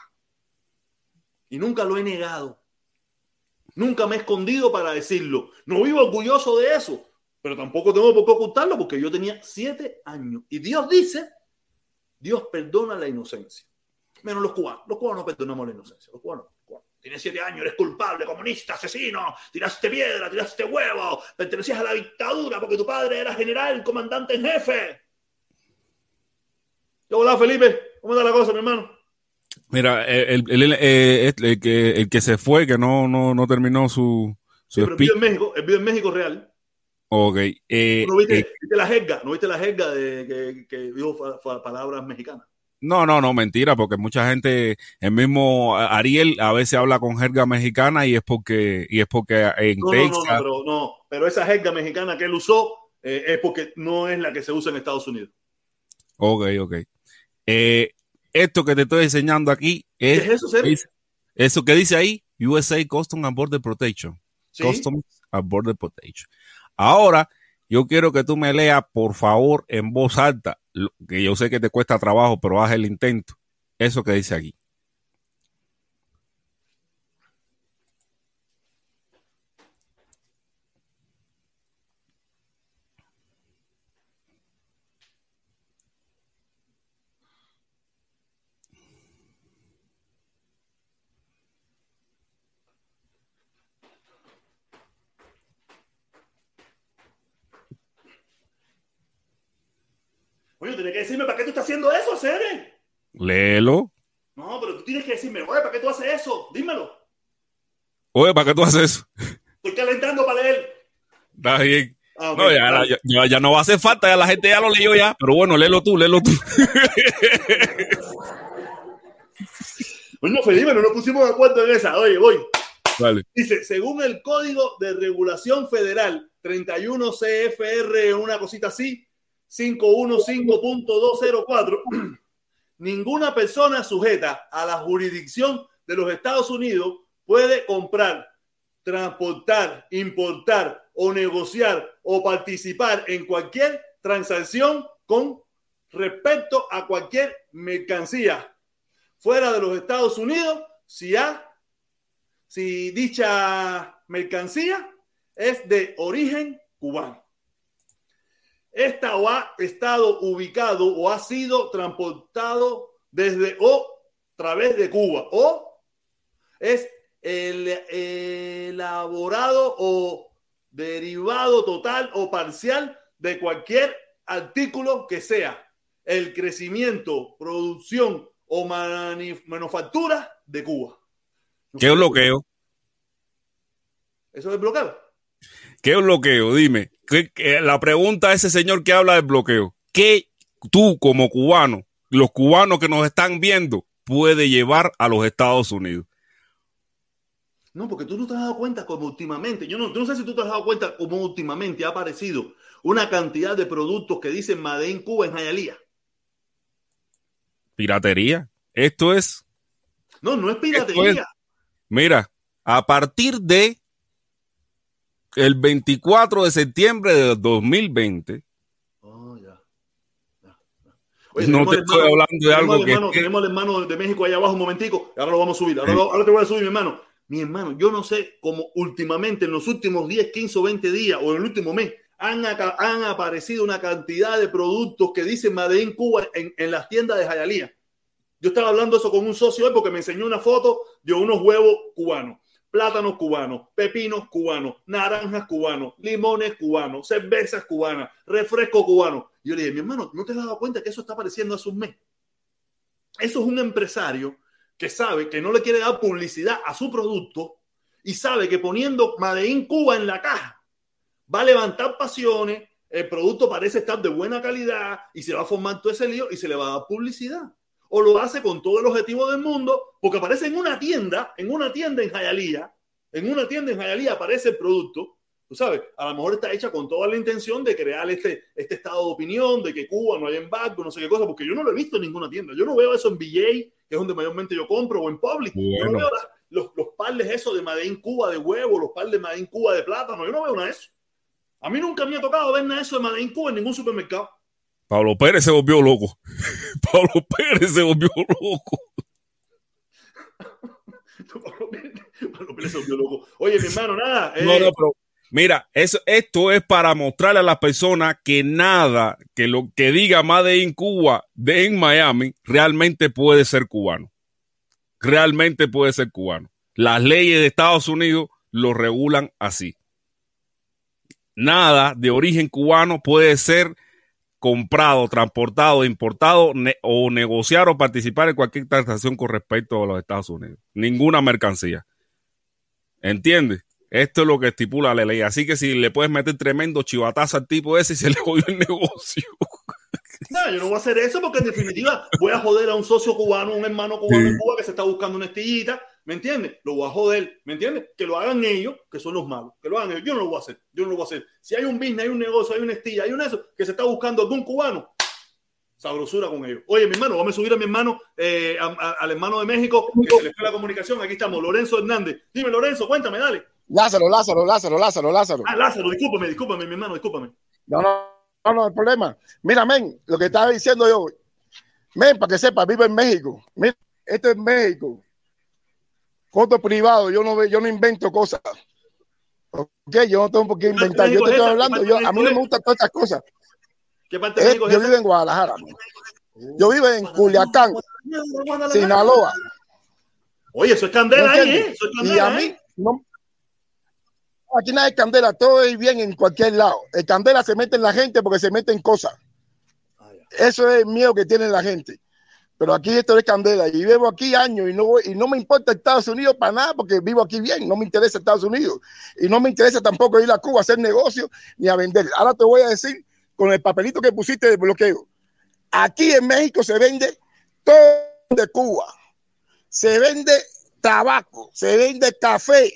[SPEAKER 1] Y nunca lo he negado. Nunca me he escondido para decirlo. No vivo orgulloso de eso. Pero tampoco tengo por qué ocultarlo porque yo tenía siete años. Y Dios dice, Dios perdona la inocencia. Menos los cubanos. Los cubanos no perdonamos la inocencia. Los cubanos. Tienes siete años, eres culpable, comunista, asesino, tiraste piedra, tiraste huevo, pertenecías a la dictadura porque tu padre era general, comandante en jefe. Hola, Felipe, ¿cómo está la cosa, mi hermano?
[SPEAKER 5] Mira, el, el, el, el, el que, el que se fue, que no, no, no terminó su, su
[SPEAKER 1] sí, pero vive en México, él vive en México real.
[SPEAKER 5] Ok. Eh,
[SPEAKER 1] ¿No viste,
[SPEAKER 5] eh,
[SPEAKER 1] viste la jerga? ¿No viste la jerga de que, que dijo fa, fa, palabras mexicanas?
[SPEAKER 5] No, no, no, mentira, porque mucha gente, el mismo Ariel a veces habla con jerga mexicana y es porque, y es porque en
[SPEAKER 1] no,
[SPEAKER 5] Texas.
[SPEAKER 1] No, no, no, pero, no, pero esa jerga mexicana que él usó eh, es porque no es la que se usa en Estados Unidos.
[SPEAKER 5] Ok, ok. Eh, esto que te estoy enseñando aquí es,
[SPEAKER 1] ¿qué es eso, Seri?
[SPEAKER 5] es eso que dice ahí, U S A Customs and Border Protection.
[SPEAKER 1] ¿Sí?
[SPEAKER 5] Customs and Border Protection. Ahora, yo quiero que tú me leas, por favor, en voz alta, que yo sé que te cuesta trabajo, pero haz el intento. Eso que dice aquí.
[SPEAKER 1] Oye, tienes que decirme, ¿para qué tú estás haciendo eso, Cere?
[SPEAKER 5] Léelo.
[SPEAKER 1] No, pero tú tienes que decirme, oye, ¿para qué tú haces eso? Dímelo.
[SPEAKER 5] Oye, ¿para qué tú haces eso?
[SPEAKER 1] Estoy calentando para leer.
[SPEAKER 5] Está bien.
[SPEAKER 1] Ah, okay,
[SPEAKER 5] no, ya,
[SPEAKER 1] vale.
[SPEAKER 5] ya, ya, ya no va a hacer falta, ya la gente ya lo leyó ya. Pero bueno, léelo tú, léelo tú.
[SPEAKER 1] Bueno, Felipe, no nos pusimos de acuerdo en esa. Oye, voy.
[SPEAKER 5] Vale.
[SPEAKER 1] Dice, según el Código de Regulación Federal treinta y uno C F R, una cosita así, quinientos quince punto doscientos cuatro, ninguna persona sujeta a la jurisdicción de los Estados Unidos puede comprar, transportar, importar o negociar o participar en cualquier transacción con respecto a cualquier mercancía fuera de los Estados Unidos si, ha, si dicha mercancía es de origen cubano. Esta o ha estado ubicado o ha sido transportado desde o a través de Cuba o es el, elaborado o derivado total o parcial de cualquier artículo que sea el crecimiento, producción o manif- manufactura de Cuba. No
[SPEAKER 5] ¿Qué es bloqueo?
[SPEAKER 1] ¿Eso es bloqueo?
[SPEAKER 5] ¿Qué es bloqueo? Dime. ¿Qué, qué, la pregunta a ese señor que habla del bloqueo. ¿Qué tú como cubano, los cubanos que nos están viendo, puede llevar a los Estados Unidos?
[SPEAKER 1] No, porque tú no te has dado cuenta como últimamente, yo no, yo no sé si tú te has dado cuenta como últimamente ha aparecido una cantidad de productos que dicen Made in Cuba en Hialeah.
[SPEAKER 5] Piratería. Esto es...
[SPEAKER 1] No, no es piratería.
[SPEAKER 5] Es, mira, a partir de el veinticuatro de septiembre de dos mil veinte.
[SPEAKER 1] Oh, ya. ya, ya. Oye,
[SPEAKER 5] no te estoy hermano, hablando de algo que...
[SPEAKER 1] Hermano,
[SPEAKER 5] que...
[SPEAKER 1] Tenemos al hermano de México allá abajo un momentico, ahora lo vamos a subir. Ahora, sí. lo, ahora te voy a subir, mi hermano. Mi hermano, yo no sé cómo últimamente, en los últimos diez, quince o veinte días, o en el último mes, han, han aparecido una cantidad de productos que dicen Made in Cuba en, en las tiendas de Hialeah. Yo estaba hablando eso con un socio hoy porque me enseñó una foto de unos huevos cubanos, plátanos cubanos, pepinos cubanos, naranjas cubanos, limones cubanos, cervezas cubanas, refresco cubano. Y yo le dije, mi hermano, ¿no te has dado cuenta que eso está apareciendo hace un mes? Eso es un empresario que sabe que no le quiere dar publicidad a su producto y sabe que poniendo Made in Cuba en la caja va a levantar pasiones, el producto parece estar de buena calidad y se va a formar todo ese lío y se le va a dar publicidad. O lo hace con todo el objetivo del mundo, porque aparece en una tienda, en una tienda en Hialeah, en una tienda en Hialeah aparece el producto, tú sabes, a lo mejor está hecha con toda la intención de crear este, este estado de opinión, de que Cuba no hay embargo, no sé qué cosa, porque yo no lo he visto en ninguna tienda. Yo no veo eso en B J, que es donde mayormente yo compro, o en Publix. Bueno. Yo no veo la, los, los parles esos de Made in Cuba de huevo, los parles de Made in Cuba de plátano, yo no veo nada de eso. A mí nunca me ha tocado ver nada de eso de Made in Cuba en ningún supermercado.
[SPEAKER 5] Pablo Pérez se volvió loco. Pablo Pérez se volvió loco.
[SPEAKER 1] Pablo Pérez, Pablo Pérez se volvió loco. Oye, mi hermano, nada. Eh.
[SPEAKER 5] No, no, pero mira, eso, esto es para mostrarle a las personas que nada que lo que diga Made in Cuba de en Miami realmente puede ser cubano. Realmente puede ser cubano. Las leyes de Estados Unidos lo regulan así. Nada de origen cubano puede ser comprado, transportado, importado ne o negociar o participar en cualquier transacción con respecto a los Estados Unidos. Ninguna mercancía. ¿Entiendes? Esto es lo que estipula la ley. Así que si le puedes meter tremendo chivatazo al tipo ese, se le jodió el negocio.
[SPEAKER 1] No, yo no voy a hacer eso porque en definitiva voy a joder a un socio cubano, un hermano cubano sí. en Cuba que se está buscando una estillita, ¿me entiendes? Lo voy a joder, ¿me entiendes? Que lo hagan ellos, que son los malos, que lo hagan ellos. Yo no lo voy a hacer, yo no lo voy a hacer. Si hay un business, hay un negocio, hay una estilla, hay un eso, que se está buscando algún cubano, sabrosura con ellos. Oye, mi hermano, vamos a subir a mi hermano, eh, a, a, al hermano de México, que se le fue la comunicación. Aquí estamos, Lorenzo Hernández. Dime, Lorenzo, cuéntame, dale.
[SPEAKER 4] Lázaro, Lázaro, Lázaro, Lázaro, Lázaro.
[SPEAKER 1] Ah, Lázaro, discúlpame, discúlpame, mi hermano, discúlpame.
[SPEAKER 4] No, no. No, no hay problema. Mira, men, lo que estaba diciendo yo, men, para que sepa, vivo en México. Mira, esto es México. Coto privado, yo no yo no invento cosas. Ok, yo no tengo por qué inventar. Yo te estoy hablando, yo, a mí no me gustan todas estas cosas.
[SPEAKER 1] ¿Qué parte de México es
[SPEAKER 4] Yo vivo en Guadalajara. Yo vivo en Culiacán, Sinaloa.
[SPEAKER 1] Oye, eso es candela ahí, ¿eh? Eso es candela,
[SPEAKER 4] y a mí,
[SPEAKER 1] ¿eh?
[SPEAKER 4] no. Aquí no hay candela, todo es bien en cualquier lado. El candela se mete en la gente porque se mete en cosas.
[SPEAKER 1] Ah, ya.
[SPEAKER 4] Eso es el miedo que tiene la gente. Pero aquí esto es candela y vivo aquí años y no, voy, y no me importa Estados Unidos para nada porque vivo aquí bien, no me interesa Estados Unidos y no me interesa tampoco ir a Cuba a hacer negocios ni a vender. Ahora te voy a decir con el papelito que pusiste de bloqueo. Aquí en México se vende todo de Cuba. Se vende tabaco, se vende café.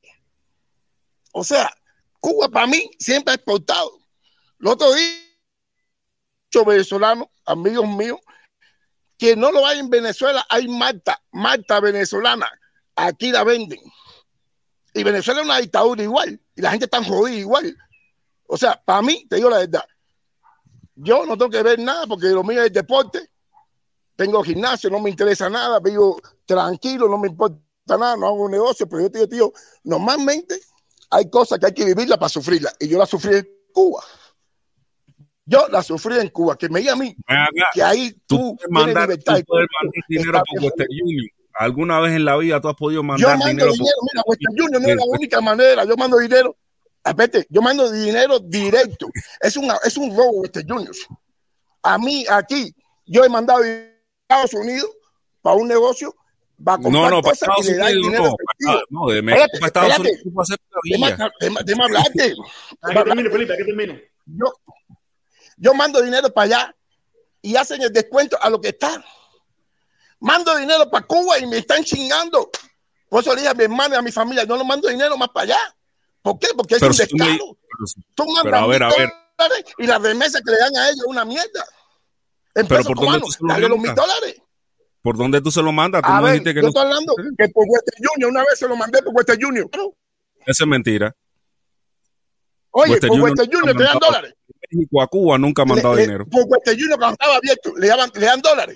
[SPEAKER 4] O sea, Cuba para mí siempre ha exportado. Lo otro día, muchos venezolanos, amigos míos, que no lo hay en Venezuela, hay Malta, Malta venezolana, aquí la venden. Y Venezuela es una dictadura igual, y la gente está jodida igual. O sea, para mí, te digo la verdad, yo no tengo que ver nada porque lo mío es deporte, tengo gimnasio, no me interesa nada, vivo tranquilo, no me importa nada, no hago un negocio, pero yo te digo, tío, normalmente hay cosas que hay que vivirlas para sufrirlas, y yo la sufrí en Cuba. Yo la sufrí en Cuba, que me diga a mí que ahí tú,
[SPEAKER 5] tú tienes
[SPEAKER 4] mandar,
[SPEAKER 5] libertad. Tú puedes mandar dinero por Western Union. ¿Alguna vez en la vida tú has podido mandar
[SPEAKER 4] yo mando
[SPEAKER 5] dinero?
[SPEAKER 4] dinero
[SPEAKER 5] por...
[SPEAKER 4] Mira, Western Union no es la única manera. Yo mando dinero, espérate, yo mando dinero directo. Es, una, es un robo Western Union. A mí, aquí, yo he mandado a Estados Unidos para un negocio, va a comprar
[SPEAKER 5] no, no,
[SPEAKER 4] cosas
[SPEAKER 5] para
[SPEAKER 4] y le da el dinero
[SPEAKER 5] no,
[SPEAKER 4] efectivo.
[SPEAKER 5] no, de México para Estados Unidos tú vas a hacer
[SPEAKER 4] una villa. Déjame hablarte.
[SPEAKER 1] ¿A qué termine, Felipe? ¿A qué termine?
[SPEAKER 4] Yo, yo mando dinero para allá y hacen el descuento a lo que está. Mando dinero para Cuba y me están chingando. Por eso le dije a mi hermano y a mi familia, no lo mando dinero más para allá. ¿Por qué? Porque es
[SPEAKER 5] pero
[SPEAKER 4] un
[SPEAKER 5] si
[SPEAKER 4] descaro.
[SPEAKER 5] tú, me...
[SPEAKER 4] Tú mandas
[SPEAKER 5] pero a ver, a ver.
[SPEAKER 4] dólares y las remesas que le dan a ellos es una mierda. En
[SPEAKER 5] pero
[SPEAKER 4] pesos
[SPEAKER 5] por dónde
[SPEAKER 4] cubanos, dale los mil dólares.
[SPEAKER 5] ¿Por dónde tú se lo mandas? ¿Tú
[SPEAKER 4] a
[SPEAKER 5] no
[SPEAKER 4] ver,
[SPEAKER 5] dijiste que
[SPEAKER 4] yo
[SPEAKER 5] no?
[SPEAKER 4] estoy hablando que por Western Union, una vez se lo mandé por Western Union.
[SPEAKER 5] Eso es mentira.
[SPEAKER 4] Oye,
[SPEAKER 5] Western
[SPEAKER 4] por
[SPEAKER 5] Union
[SPEAKER 4] Western Union te dan dólares.
[SPEAKER 5] México a Cuba nunca ha mandado
[SPEAKER 4] le,
[SPEAKER 5] dinero.
[SPEAKER 4] Le, por Western Union cuando estaba abierto, le, daban, le dan dólares.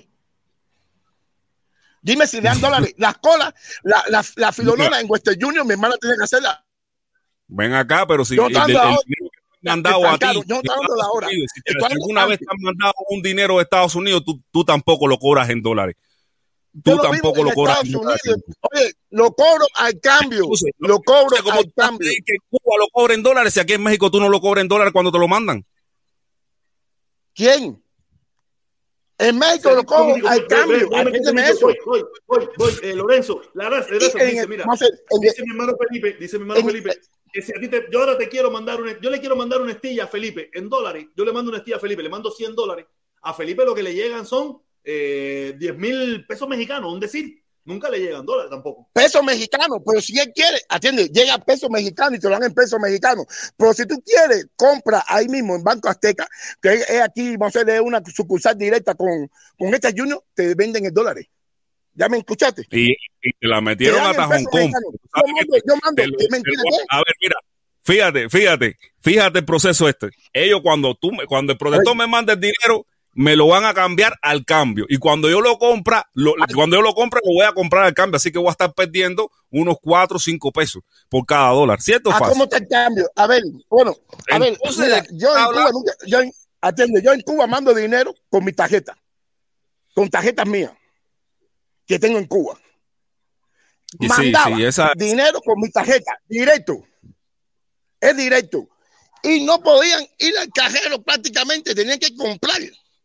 [SPEAKER 4] Dime si le dan dólares. Las colas, la, la, la filonona en Western Union, mi hermana tiene que hacerla.
[SPEAKER 5] Ven acá, pero si
[SPEAKER 4] yo
[SPEAKER 5] el, el, el dinero que te han mandado a ti,
[SPEAKER 4] yo no estoy de ahora.
[SPEAKER 5] Unidos, si, te, si alguna vez te han mandado un dinero de Estados Unidos, tú, tú tampoco lo cobras en dólares. Tú
[SPEAKER 4] yo
[SPEAKER 5] tampoco lo cobras
[SPEAKER 4] en Estados Unidos. Oye, lo cobro al cambio.
[SPEAKER 5] Entonces,
[SPEAKER 4] lo cobro
[SPEAKER 5] o sea,
[SPEAKER 4] al cambio.
[SPEAKER 5] Que en Cuba lo cobra en dólares, si aquí en México tú no lo cobras en dólares cuando te lo mandan.
[SPEAKER 4] ¿Quién? En México lo cobro al cambio.
[SPEAKER 1] Atiéndeme eso. Voy, voy, voy, voy. Eh, Lorenzo, la raza, la raza dice, mira, dice mi hermano Felipe, dice mi hermano Felipe, que si a ti te, yo ahora te quiero mandar una, yo le quiero mandar una estilla a Felipe en dólares, yo le mando una estilla a Felipe, le mando cien dólares. A Felipe lo que le llegan son eh, diez mil pesos mexicanos, un decir. Nunca le llegan dólares tampoco.
[SPEAKER 4] Pesos mexicanos, pero si él quiere, atiende, llega pesos mexicanos y te lo dan en pesos mexicanos. Pero si tú quieres, compra ahí mismo en Banco Azteca, que es aquí, vamos a hacer una sucursal directa con, con este Junior, te venden en dólares. ¿Ya me escuchaste?
[SPEAKER 5] Y, y te la metieron hasta Hong Kong.
[SPEAKER 4] Yo mando, yo mando, te, ¿es mentira qué?
[SPEAKER 5] A ver, mira, fíjate, fíjate, fíjate el proceso este. Ellos cuando tú, cuando el protector Oye. me manda el dinero, me lo van a cambiar al cambio. Y cuando yo lo compra, lo, cuando yo lo compre, lo voy a comprar al cambio. Así que voy a estar perdiendo unos cuatro o cinco pesos por cada dólar. ¿Cierto?
[SPEAKER 4] ¿A ¿Cómo está el cambio? A ver, bueno, a Entonces, ver, mira, yo en Cuba nunca, yo, atiende, yo en Cuba mando dinero con mi tarjeta, con tarjetas mías que tengo en Cuba.
[SPEAKER 5] Y
[SPEAKER 4] Mandaba
[SPEAKER 5] sí, sí, esa...
[SPEAKER 4] dinero con mi tarjeta, directo. Es directo. Y no podían ir al cajero prácticamente, tenían que comprar.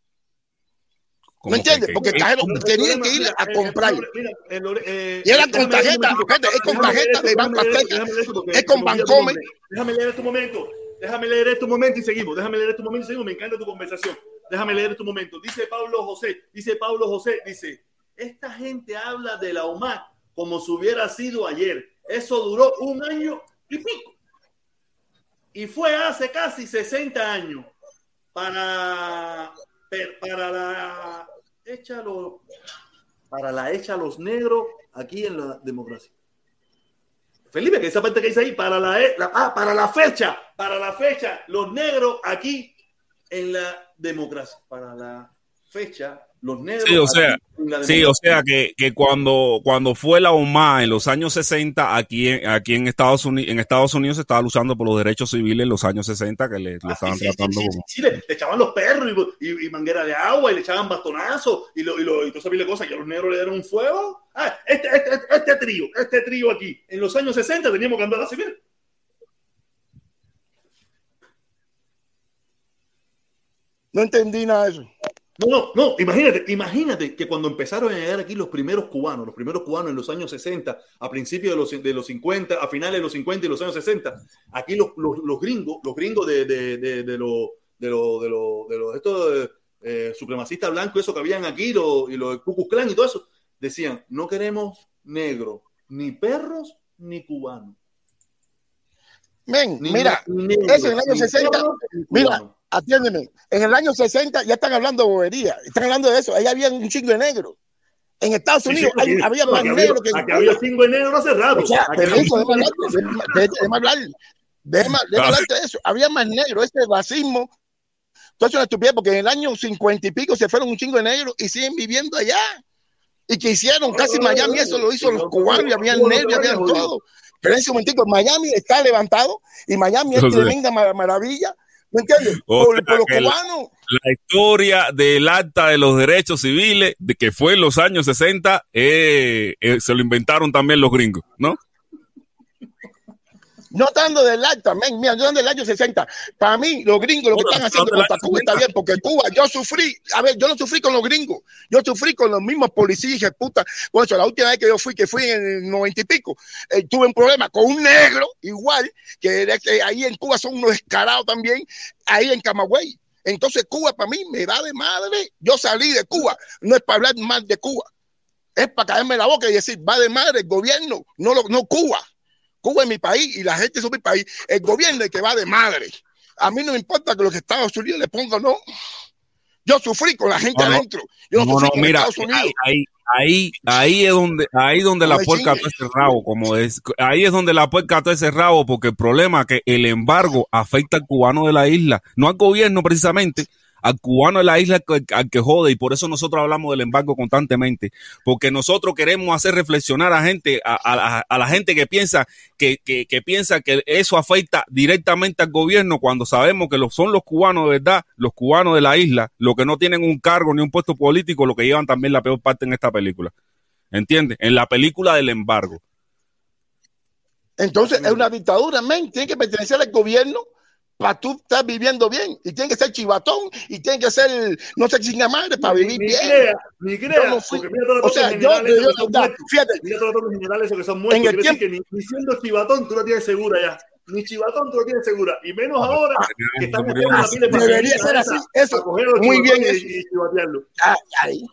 [SPEAKER 4] ¿Me entiendes? Porque el cajero tenían que ir a comprar. Y eran con tarjeta, es con tarjeta de Banco Azteca, es con Bancomer.
[SPEAKER 1] Déjame leer este momento, déjame leer este momento y seguimos, déjame leer este momento y seguimos, me encanta tu conversación. Déjame leer este momento. Dice Pablo José, dice Pablo José, dice, esta gente habla de la O M A C como si hubiera sido ayer. Eso duró un año y pico. Y fue hace casi sesenta años para, para la hecha a los, para la hecha a los negros aquí en la democracia. Felipe, que esa parte que dice ahí, para la, la, ah, para la fecha, para la fecha, los negros aquí en la democracia. Para la fecha, los negros.
[SPEAKER 5] Sí, o sea,
[SPEAKER 1] aquí
[SPEAKER 5] sí, o sea que, que cuando, cuando fue la O M A en los años sesenta, aquí, en, aquí en Estados Unidos, en Estados Unidos se estaba luchando por los derechos civiles en los años sesenta, que le, ah, le estaban
[SPEAKER 1] sí,
[SPEAKER 5] tratando
[SPEAKER 1] sí, sí,
[SPEAKER 5] como.
[SPEAKER 1] Sí, sí, le, le echaban los perros y, y, y manguera de agua y le echaban bastonazos y, lo, y, lo, y todas esas cosas, que a los negros le dieron un fuego. Ah, este, este, este, este trío, este trío aquí, en los años sesenta teníamos que andar así, mira.
[SPEAKER 4] No entendí nada de eso.
[SPEAKER 1] No, no, no, imagínate, imagínate que cuando empezaron a llegar aquí los primeros cubanos, los primeros cubanos en los años sesenta, a principios de los, de los cincuenta, a finales de los cincuenta y los años sesenta, aquí los, los, los gringos, los gringos de, de, de, de los de los de los de los estos eh, supremacistas blancos, eso que habían aquí, lo, y los Ku Klux Klan y todo eso, decían, no queremos negros, ni perros, ni cubanos.
[SPEAKER 4] Men,
[SPEAKER 1] Ni
[SPEAKER 4] mira,
[SPEAKER 1] negros,
[SPEAKER 4] eso en el año sesenta,
[SPEAKER 1] perros,
[SPEAKER 4] mira, atiéndeme, en el año sesenta ya están hablando de bobería, están hablando de eso, ahí había un chingo de negros. En Estados Unidos sí, sí, hay, había más negros que en
[SPEAKER 1] Cuba. Había chingo de negros hace rato.
[SPEAKER 4] O sea, pero eso, déjame hablar, déjame hablar de eso, había más negros, ese racismo. Todo eso es una estupidez, porque en el año cincuenta y pico se fueron un chingo de negros y siguen viviendo allá. Y que hicieron casi Miami, eso lo hizo los cubanos, y habían negros, y habían todo. Pero en ese momentico Miami está levantado y Miami es tremenda maravilla. ¿Me entiendes? Por, por los cubanos.
[SPEAKER 5] La, la historia del Acta de los Derechos Civiles, de que fue en los años sesenta, eh, eh, se lo inventaron también los gringos, ¿no?
[SPEAKER 4] No tanto del acta, men, mira, yo ando del año sesenta. Para mí, los gringos lo que están haciendo contra Cuba está bien, porque Cuba, yo sufrí, a ver, yo no sufrí con los gringos, yo sufrí con los mismos policías, puta. Bueno, eso, la última vez que yo fui, que fui en el noventa y pico, eh, tuve un problema con un negro, igual, que, que ahí en Cuba son unos descarados también, ahí en Camagüey. Entonces, Cuba para mí me da de madre. Yo salí de Cuba, no es para hablar mal de Cuba, es para caerme la boca y decir, va de madre el gobierno, no, lo, no Cuba. Cuba es mi país y la gente es mi país. El gobierno es el que va de madre. A mí no me importa que los Estados Unidos le pongan, no. Yo sufrí con la gente no, adentro. Yo no, no sufrí no, con mira, Estados Unidos.
[SPEAKER 5] Ahí, ahí, ahí es donde, ahí donde no la puerca está ese rabo, como es. Ahí es donde la puerca está ese rabo, porque el problema es que el embargo afecta al cubano de la isla, no al gobierno precisamente, al cubano de la isla al que jode, y por eso nosotros hablamos del embargo constantemente, porque nosotros queremos hacer reflexionar a gente, a, a, a la gente que piensa que, que, que piensa que eso afecta directamente al gobierno, cuando sabemos que lo, son los cubanos de verdad, los cubanos de la isla, los que no tienen un cargo ni un puesto político, los que llevan también la peor parte en esta película. ¿Entiendes? En la película del embargo.
[SPEAKER 4] Entonces es una dictadura, men, tiene que pertenecer al gobierno para tú estar viviendo bien, y tiene que ser chivatón, y tiene que ser, no sé, chinga madre, para vivir
[SPEAKER 1] ni
[SPEAKER 4] bien.
[SPEAKER 1] Crea, ni crea,
[SPEAKER 4] no fui,
[SPEAKER 1] porque mira todos los
[SPEAKER 4] o sea, yo, yo, yo da, fíjate,
[SPEAKER 1] mira todos los generales esos que son muertos,
[SPEAKER 4] en el tiempo,
[SPEAKER 1] que ni, ni siendo chivatón tú lo tienes segura ya, ni chivatón tú lo tienes segura, y menos ahora
[SPEAKER 4] ah,
[SPEAKER 1] que están haciendo la pila
[SPEAKER 4] para debería ser así, eso, muy bien,
[SPEAKER 1] y, y chivatearlo.
[SPEAKER 4] Ay, ay.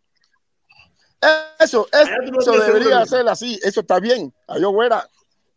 [SPEAKER 4] Eso, eso, eso debería ser así, eso está bien, yo fuera.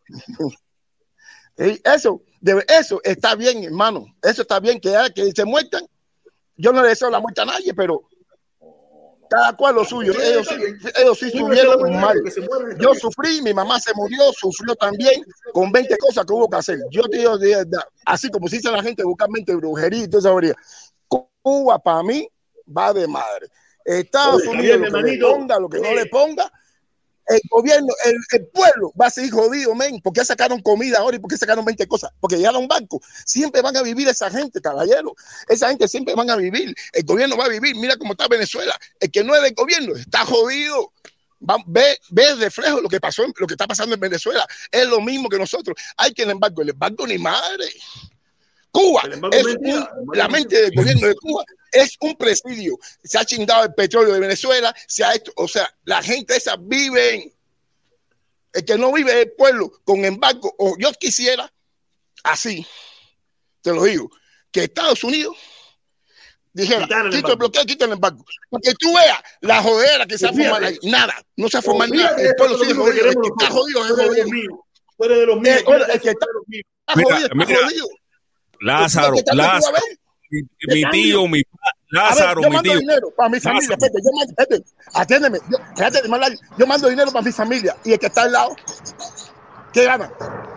[SPEAKER 4] Eso, de, eso está bien, hermano. Eso está bien, que, que se muertan. Yo no le deseo la muerte a nadie, pero cada cual lo suyo. Ellos, ellos sí sufrieron mal. Yo sufrí, mi mamá se murió, sufrió también con veinte cosas que hubo que hacer. Yo te digo, así como se dice la gente, buscar mente, brujería y toda esa brujería. Cuba para mí va de madre. Estados Unidos, lo que le ponga, lo que no le ponga, el gobierno, el, el pueblo va a seguir jodido, men. ¿Por qué sacaron comida ahora y por qué sacaron veinte cosas? Porque llegaron bancos. Siempre van a vivir esa gente, caballero. Esa gente siempre van a vivir. El gobierno va a vivir. Mira cómo está Venezuela. El que no es del gobierno está jodido. Va, ve, ve el reflejo de lo que pasó, lo que está pasando en Venezuela. Es lo mismo que nosotros. Hay que el embargo. El embargo ni madre. Cuba es un, la mente del gobierno de Cuba es un presidio. Se ha chingado el petróleo de Venezuela, se ha hecho, o sea, la gente esa vive, el que no vive es el pueblo con embargo, o yo quisiera, así, te lo digo, que Estados Unidos dijera, quita el bloqueo, quita el embargo, porque tú veas la jodera que se ha formado ahí, nada, no se ha formado nada, el pueblo sigue jodido, el que está jodido es jodido.
[SPEAKER 1] Tú eres de los míos,
[SPEAKER 4] el que está jodido está jodido.
[SPEAKER 5] Lázaro, Lázaro, mi, mi tío, mi Lázaro,
[SPEAKER 4] ver, yo
[SPEAKER 5] mi
[SPEAKER 4] mando
[SPEAKER 5] tío.
[SPEAKER 4] dinero para mi familia, espérate, yo mando, espérate, atiéndeme, yo, espérate, yo mando dinero para mi familia y el que está al lado, ¿qué gana?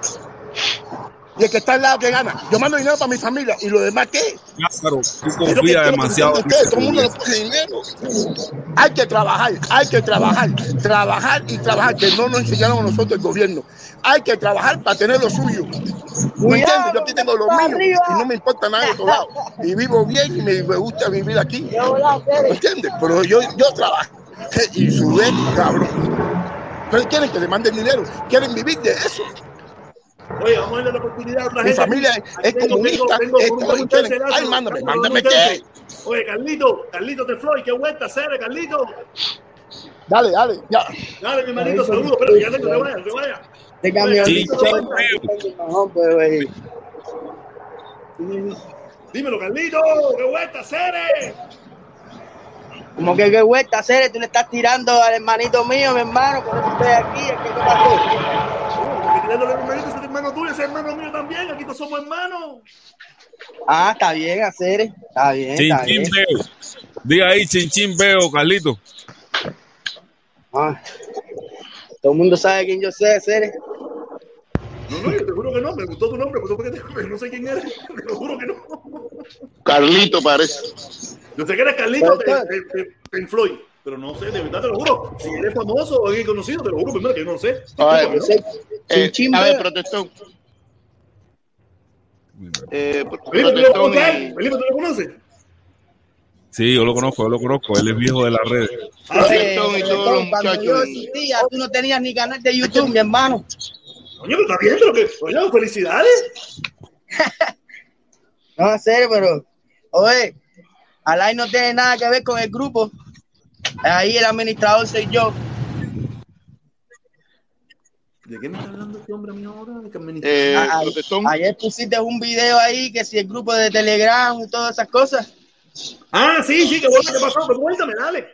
[SPEAKER 4] Y el que está al lado, ¿qué gana? Yo mando dinero para mi familia y lo demás, ¿qué?
[SPEAKER 5] Lázaro, tú confías demasiado.
[SPEAKER 4] Todo el mundo le pone dinero. Hay que trabajar, hay que trabajar, trabajar y trabajar, que no nos enseñaron a nosotros el gobierno. Hay que trabajar para tener lo suyo. ¿Me entiendes? Yo aquí tengo lo mío y no me importa nada de otro lado. Y vivo bien y me, me gusta vivir aquí. ¿Me entiendes? Pero yo, yo trabajo y sudé, cabrón. Pero quieren que le manden dinero, quieren vivir de eso.
[SPEAKER 1] Oye, vamos a darle la oportunidad a otra
[SPEAKER 4] mi
[SPEAKER 1] gente.
[SPEAKER 4] familia es, es
[SPEAKER 1] tengo,
[SPEAKER 4] comunista,
[SPEAKER 1] tengo, tengo,
[SPEAKER 4] es como quieren. Ay, mándame, mándame qué.
[SPEAKER 1] Oye, Carlito, Carlito de Floyd, qué vuelta hacer, Carlito.
[SPEAKER 4] Dale, dale, ya.
[SPEAKER 1] Dale, mi hermanito, saludos. Espérate, ya tengo, que vaya, que vaya.
[SPEAKER 6] Te cambió el
[SPEAKER 5] Sí,
[SPEAKER 6] güey.
[SPEAKER 1] Dímelo, Carlito, qué vuelta hacer.
[SPEAKER 6] Como que qué vuelta hacer, tú le estás tirando al hermanito mío, mi hermano, por eso estoy aquí, es que qué pasó.
[SPEAKER 1] Tirándole a mi hermanito, ese es hermano tuyo, ese es hermano mío también, aquí todos somos hermanos.
[SPEAKER 6] Ah, está bien, hacer, está bien,
[SPEAKER 5] Chin,
[SPEAKER 6] está
[SPEAKER 5] chin,
[SPEAKER 6] bien.
[SPEAKER 5] veo. Diga ahí, chin, chin, veo, Carlito.
[SPEAKER 6] Ah, todo el mundo sabe quién yo sé, hacer.
[SPEAKER 1] No, no, yo te juro que no, me gustó tu nombre, pues, porque te, no sé quién eres, te lo juro que no.
[SPEAKER 4] Carlito parece.
[SPEAKER 1] Yo sé que eres Carlito de, de, de, de Floyd, pero no sé, de verdad te lo juro. Si eres famoso o alguien conocido, te lo juro primero que yo no sé.
[SPEAKER 4] A ver,
[SPEAKER 6] Yo sé,
[SPEAKER 4] eh,
[SPEAKER 6] Chin Chin
[SPEAKER 4] a ver,
[SPEAKER 6] Veo.
[SPEAKER 4] protestón. Eh,
[SPEAKER 1] Felipe, ¿tú lo
[SPEAKER 4] protestón
[SPEAKER 1] conoces?
[SPEAKER 4] y...
[SPEAKER 1] Felipe, ¿tú lo conoces?
[SPEAKER 5] Sí, yo lo conozco, yo lo conozco. Él es viejo de las redes.
[SPEAKER 1] Ah, sí.
[SPEAKER 6] Oye,
[SPEAKER 4] Protestón y todos los
[SPEAKER 6] cuando
[SPEAKER 4] muchachos.
[SPEAKER 6] yo existía, tú no tenías ni canal de YouTube, mi hermano.
[SPEAKER 1] Coño, pero está bien, pero que, oye, felicidades.
[SPEAKER 6] No, en serio, pero, oye, Alain no tiene nada que ver con el grupo. Ahí el administrador soy yo.
[SPEAKER 1] ¿De qué me está hablando este hombre a mí ahora? ¿De qué administra-
[SPEAKER 4] Eh,
[SPEAKER 6] A- a-
[SPEAKER 4] protestón.
[SPEAKER 6] Ayer pusiste un video ahí que si el grupo de Telegram y todas esas cosas.
[SPEAKER 1] Ah, sí, sí, qué bueno que pasó, pero cuéntame, dale.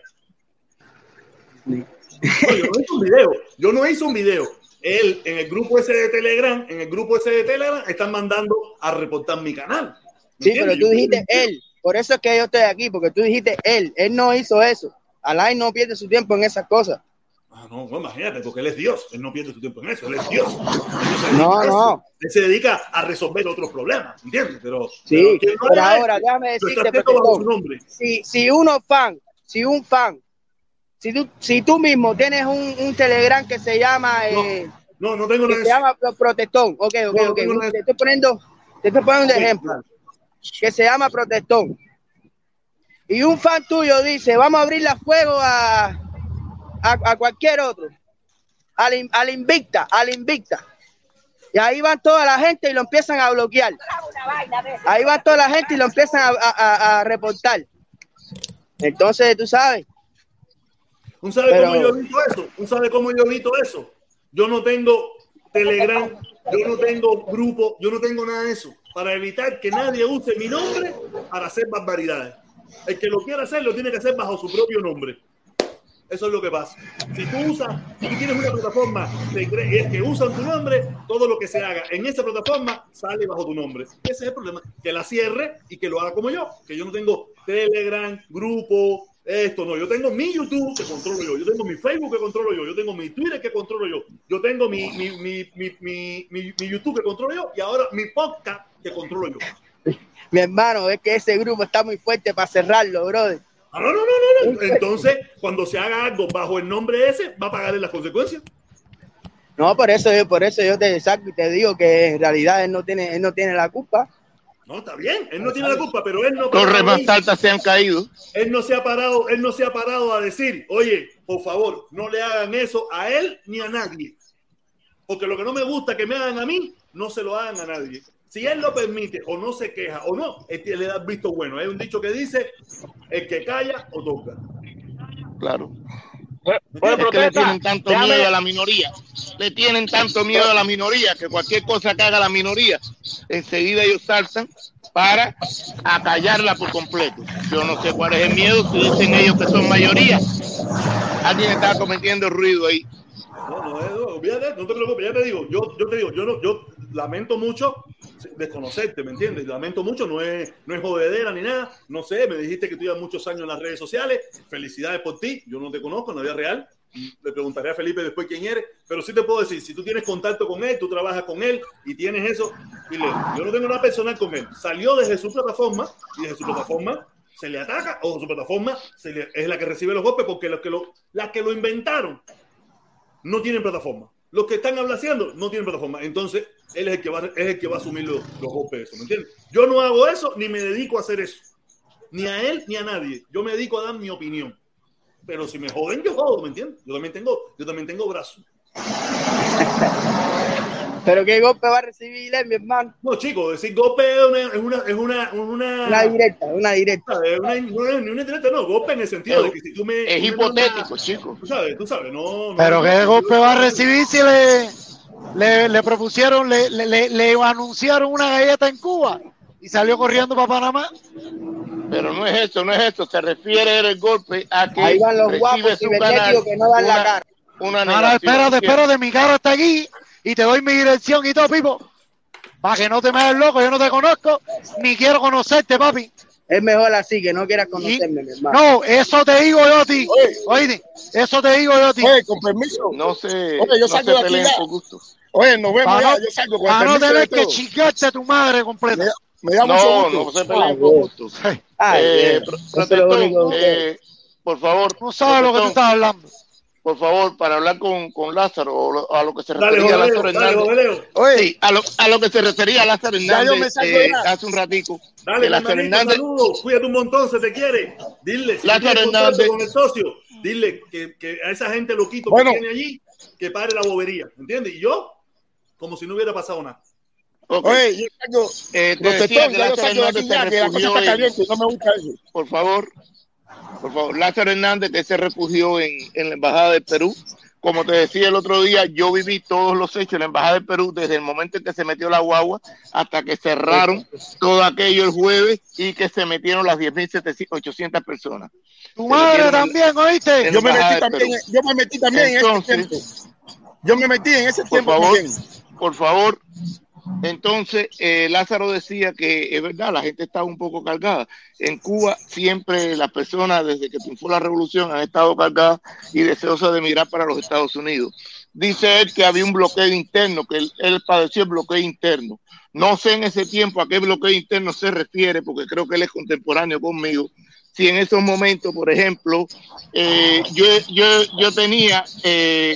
[SPEAKER 1] No, yo no hice un video, yo no hice un video. Él, en el grupo ese de Telegram, en el grupo ese de Telegram, están mandando a reportar mi canal. ¿Me
[SPEAKER 6] Sí, pero
[SPEAKER 1] entiendes?
[SPEAKER 6] tú
[SPEAKER 1] Yo-
[SPEAKER 6] dijiste él. Por eso es que yo estoy aquí, porque tú dijiste él. Él no hizo eso. Alain no pierde su tiempo en esas cosas.
[SPEAKER 1] Ah, no, no, imagínate, porque él es Dios. Él no pierde su tiempo en eso, él es Dios. Él no, se
[SPEAKER 6] No,
[SPEAKER 1] dedica a eso.
[SPEAKER 6] no.
[SPEAKER 1] Él se dedica a resolver otros problemas, ¿entiendes? Pero,
[SPEAKER 6] Sí,
[SPEAKER 1] quien no
[SPEAKER 6] pero
[SPEAKER 1] haga
[SPEAKER 6] ahora
[SPEAKER 1] eso,
[SPEAKER 6] déjame
[SPEAKER 1] lo está
[SPEAKER 6] decirte,
[SPEAKER 1] haciendo bajo su
[SPEAKER 6] protestón.
[SPEAKER 1] nombre.
[SPEAKER 6] Si, si uno fan, si un fan, si tú, si tú mismo tienes un, un Telegram que se llama, eh,
[SPEAKER 1] No, no tengo
[SPEAKER 6] que
[SPEAKER 1] nada
[SPEAKER 6] se
[SPEAKER 1] de eso.
[SPEAKER 6] llama Pro- Protestón, ok, ok,
[SPEAKER 1] No, no
[SPEAKER 6] ok,
[SPEAKER 1] tengo
[SPEAKER 6] un-
[SPEAKER 1] nada de
[SPEAKER 6] te estoy poniendo, te estoy poniendo un
[SPEAKER 1] Ok,
[SPEAKER 6] ejemplo,
[SPEAKER 1] dale.
[SPEAKER 6] que se llama Protestón. Y un fan tuyo dice, vamos a abrirle a fuego a, a, a cualquier otro, al, in- al Invicta, al Invicta. Y ahí van toda la gente y lo empiezan a bloquear. Ahí va toda la gente y lo empiezan a, a- a- a reportar. Entonces, tú sabes,
[SPEAKER 1] ¿Un sabe
[SPEAKER 6] Pero-
[SPEAKER 1] cómo yo evito eso? ¿Un sabe cómo yo evito eso? Yo no tengo Telegram, yo no tengo grupo, yo no tengo nada de eso. Para evitar que nadie use mi nombre para hacer barbaridades. El que lo quiera hacer, lo tiene que hacer bajo su propio nombre. Eso es lo que pasa. Si tú usas, si tú tienes una plataforma de cre- que usan tu nombre, todo lo que se haga en esa plataforma sale bajo tu nombre. Ese es el problema. Que la cierre y que lo haga como yo. Que yo no tengo Telegram, grupo, esto no. Yo tengo mi YouTube que controlo yo. Yo tengo mi Facebook que controlo yo. Yo tengo mi Twitter que controlo yo. Yo tengo mi, mi, mi, mi, mi, mi, mi YouTube que controlo yo. Y ahora mi podcast que controlo yo.
[SPEAKER 6] mi hermano, es que ese grupo está muy fuerte para cerrarlo, brother.
[SPEAKER 1] Ah, no, no, no, no, no. Entonces, cuando se haga algo bajo el nombre ese, va a pagarle las consecuencias.
[SPEAKER 6] No, por eso yo, por eso yo te saco y te digo que en realidad él no tiene, él no tiene la culpa.
[SPEAKER 1] No, está bien, él no tiene la culpa, pero él no
[SPEAKER 4] Torres más
[SPEAKER 1] él,
[SPEAKER 4] altas se han caído.
[SPEAKER 1] él no se ha parado, él no se ha parado a decir, oye, por favor, no le hagan eso a él ni a nadie. Porque lo que no me gusta que me hagan a mí, no se lo hagan a nadie. Si él lo permite o no se queja o no, él le da visto bueno. Hay un dicho que dice, el que calla o toca.
[SPEAKER 4] Claro.
[SPEAKER 7] Oye,
[SPEAKER 4] Es que le
[SPEAKER 7] protesta,
[SPEAKER 4] tienen tanto
[SPEAKER 7] déjame-
[SPEAKER 4] miedo a la minoría. Le tienen tanto miedo a la minoría que cualquier cosa que haga la minoría, enseguida ellos saltan para acallarla por completo. Yo no sé cuál es el miedo, si dicen ellos que son mayoría. Alguien está cometiendo ruido ahí.
[SPEAKER 1] No, no, no, olvídate, no te preocupes, ya te digo, yo, yo te digo, yo no, yo lamento mucho desconocerte, ¿me entiendes? Lamento mucho, no es, no es jodedera ni nada, no sé, me dijiste que tú llevas muchos años en las redes sociales, felicidades por ti, yo no te conozco en la vida real, le preguntaré a Felipe después quién eres, pero sí te puedo decir, si tú tienes contacto con él, tú trabajas con él y tienes eso, dile, yo no tengo nada personal con él, salió desde su plataforma y desde su plataforma se le ataca o su plataforma se le, es la que recibe los golpes porque los que lo, las que lo inventaron no tienen plataforma. Los que están hablando no tienen plataforma. Entonces, él es el que va, es el que va a asumir los, los golpes de eso, ¿me entiendes? Yo no hago eso, ni me dedico a hacer eso. Ni a él, ni a nadie. Yo me dedico a dar mi opinión. Pero si me joden, yo jodo, ¿me entiendes? Yo también tengo, yo también tengo brazos.
[SPEAKER 6] Pero qué golpe va a recibir él, mi hermano.
[SPEAKER 1] No, chicos, decir golpe es una, es una, es una, una,
[SPEAKER 6] una directa, una directa.
[SPEAKER 1] Es una, no es ni una directa, no, golpe en el sentido de que si tú me.
[SPEAKER 4] Es
[SPEAKER 1] tú
[SPEAKER 4] hipotético,
[SPEAKER 1] me
[SPEAKER 4] chico.
[SPEAKER 1] Tú sabes, tú sabes, no. no
[SPEAKER 7] Pero
[SPEAKER 1] no,
[SPEAKER 7] qué
[SPEAKER 1] no,
[SPEAKER 7] golpe
[SPEAKER 1] no,
[SPEAKER 7] va a
[SPEAKER 1] no,
[SPEAKER 7] recibir si le, le, le propusieron, le, le, le, le anunciaron una galleta en Cuba y salió corriendo para Panamá.
[SPEAKER 4] Pero no es eso, no es eso. Se refiere el golpe a que
[SPEAKER 6] ahí van los guapos cibernéticos que no dan una, la cara.
[SPEAKER 4] Una
[SPEAKER 7] Ahora espérate, espérate, mi cara está aquí y te doy mi dirección y todo, Pipo. Para que no te me hagas loco, yo no te conozco, ni quiero conocerte, papi.
[SPEAKER 6] Es mejor así, que no quieras conocerme,
[SPEAKER 7] y,
[SPEAKER 6] mi hermano.
[SPEAKER 7] No, eso te digo yo a ti. Oye, eso te digo yo a ti.
[SPEAKER 4] Oye, con permiso. No sé. Oye, yo salgo no de aquí ya. Por gusto. Oye, nos vemos
[SPEAKER 7] para
[SPEAKER 4] ya,
[SPEAKER 7] no,
[SPEAKER 4] yo salgo con
[SPEAKER 7] para
[SPEAKER 4] permiso
[SPEAKER 7] no tener
[SPEAKER 4] de
[SPEAKER 7] que
[SPEAKER 4] todo.
[SPEAKER 7] chingarte a tu madre completa.
[SPEAKER 4] Me, me da mucho no, gusto. No se peleen por gusto.
[SPEAKER 6] Ay,
[SPEAKER 4] eh, protector, eh, por favor.
[SPEAKER 7] No sabes lo que tú estás hablando.
[SPEAKER 4] Por favor, para hablar con, con Lázaro, o a lo que se
[SPEAKER 1] dale,
[SPEAKER 4] refería
[SPEAKER 1] Lázaro
[SPEAKER 4] dale,
[SPEAKER 1] Hernández.
[SPEAKER 4] Oye, sí, a, lo, a lo que se refería Lázaro Hernández eh, hace un ratico.
[SPEAKER 1] Dale, Lázaro Hernández. Saludos, cuídate un montón, se te quiere. Dile, si
[SPEAKER 4] Lázaro Hernández.
[SPEAKER 1] Con el socio, dile que, que a esa gente loquito bueno. que tiene allí, que pare la bobería, ¿entiendes? Y yo, como si no hubiera pasado nada.
[SPEAKER 4] Okay. Oye, yo salgo, eh, te decía que Lázaro Hernández se refugió en... caliente, no me gusta eso. Por favor, por favor, Lázaro Hernández que se refugió en, en la Embajada del Perú. Como te decía el otro día, yo viví todos los hechos en la Embajada del Perú desde el momento en que se metió la guagua hasta que cerraron todo aquello el jueves y que se metieron las diez mil ochocientas personas.
[SPEAKER 7] Tu madre también, ¿oíste?
[SPEAKER 4] Yo me, metí también, yo me metí también Entonces, en ese tiempo. Yo me metí en ese
[SPEAKER 7] por
[SPEAKER 4] tiempo
[SPEAKER 7] favor,
[SPEAKER 4] también. Por favor. Entonces, eh, Lázaro decía que es verdad, la gente estaba un poco cargada. En Cuba siempre las personas, desde que triunfó la revolución, han estado cargadas y deseosas de emigrar para los Estados Unidos. Dice él que había un bloqueo interno, que él, él padeció el bloqueo interno. No sé en ese tiempo a qué bloqueo interno se refiere, porque creo que él es contemporáneo conmigo. Si en esos momentos, por ejemplo, eh, yo, yo, yo tenía... Eh,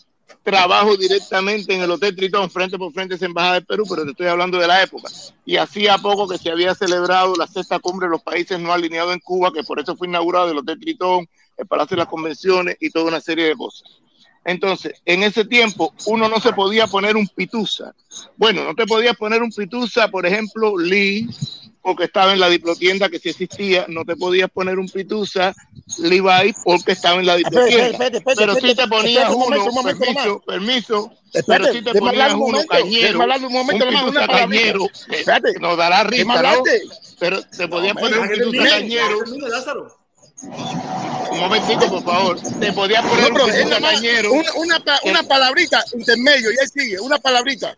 [SPEAKER 4] trabajo directamente en el Hotel Tritón, frente por frente a esa Embajada del Perú, pero te estoy hablando de la época. Y hacía poco que se había celebrado la sexta cumbre de los países no alineados en Cuba, que por eso fue inaugurado el Hotel Tritón, el Palacio de las Convenciones y toda una serie de cosas. Entonces, en ese tiempo, uno no se podía poner un pitusa. Bueno, no te podías poner un pitusa, por ejemplo, Lee, porque estaba en la diplotienda que sí existía, no te podías poner un pitusa Levi porque estaba en la diplotienda. Espérate, espérate, pero si sí te ponías espérate, uno, un momento, permiso, un permiso, espérate, pero si sí te ponías uno momento, cañero, un, momento, un pitusa cañero, que nos dará risa, ¿no? Pero te podías no, poner un pitusa cañero. Un momentito, por favor. Te podías poner no, un pitusa cañero. Una, una, una palabrita intermedio, y ahí sigue, una palabrita.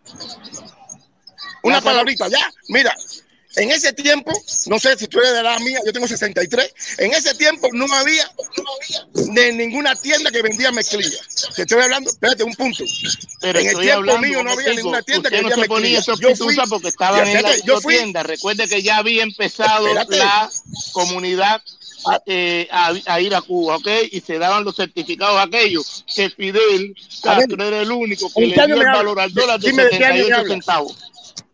[SPEAKER 4] Una palabrita, ya, mira. En ese tiempo, no sé si tú eres de la mía, yo tengo sesenta y tres, en ese tiempo no había, no había de ninguna tienda que vendía mezclilla. Te estoy hablando, espérate, un punto. Pero en el tiempo hablando, mío no había digo, ninguna tienda que vendía no mezclilla. Yo fui, porque estaban en la yo fui, tienda. Recuerde que ya había empezado espérate. la comunidad a, eh, a, a ir a Cuba, ¿ok? Y se daban los certificados aquellos que Fidel Castro era el único que le dio el valor al dólar de setenta y ocho centavos.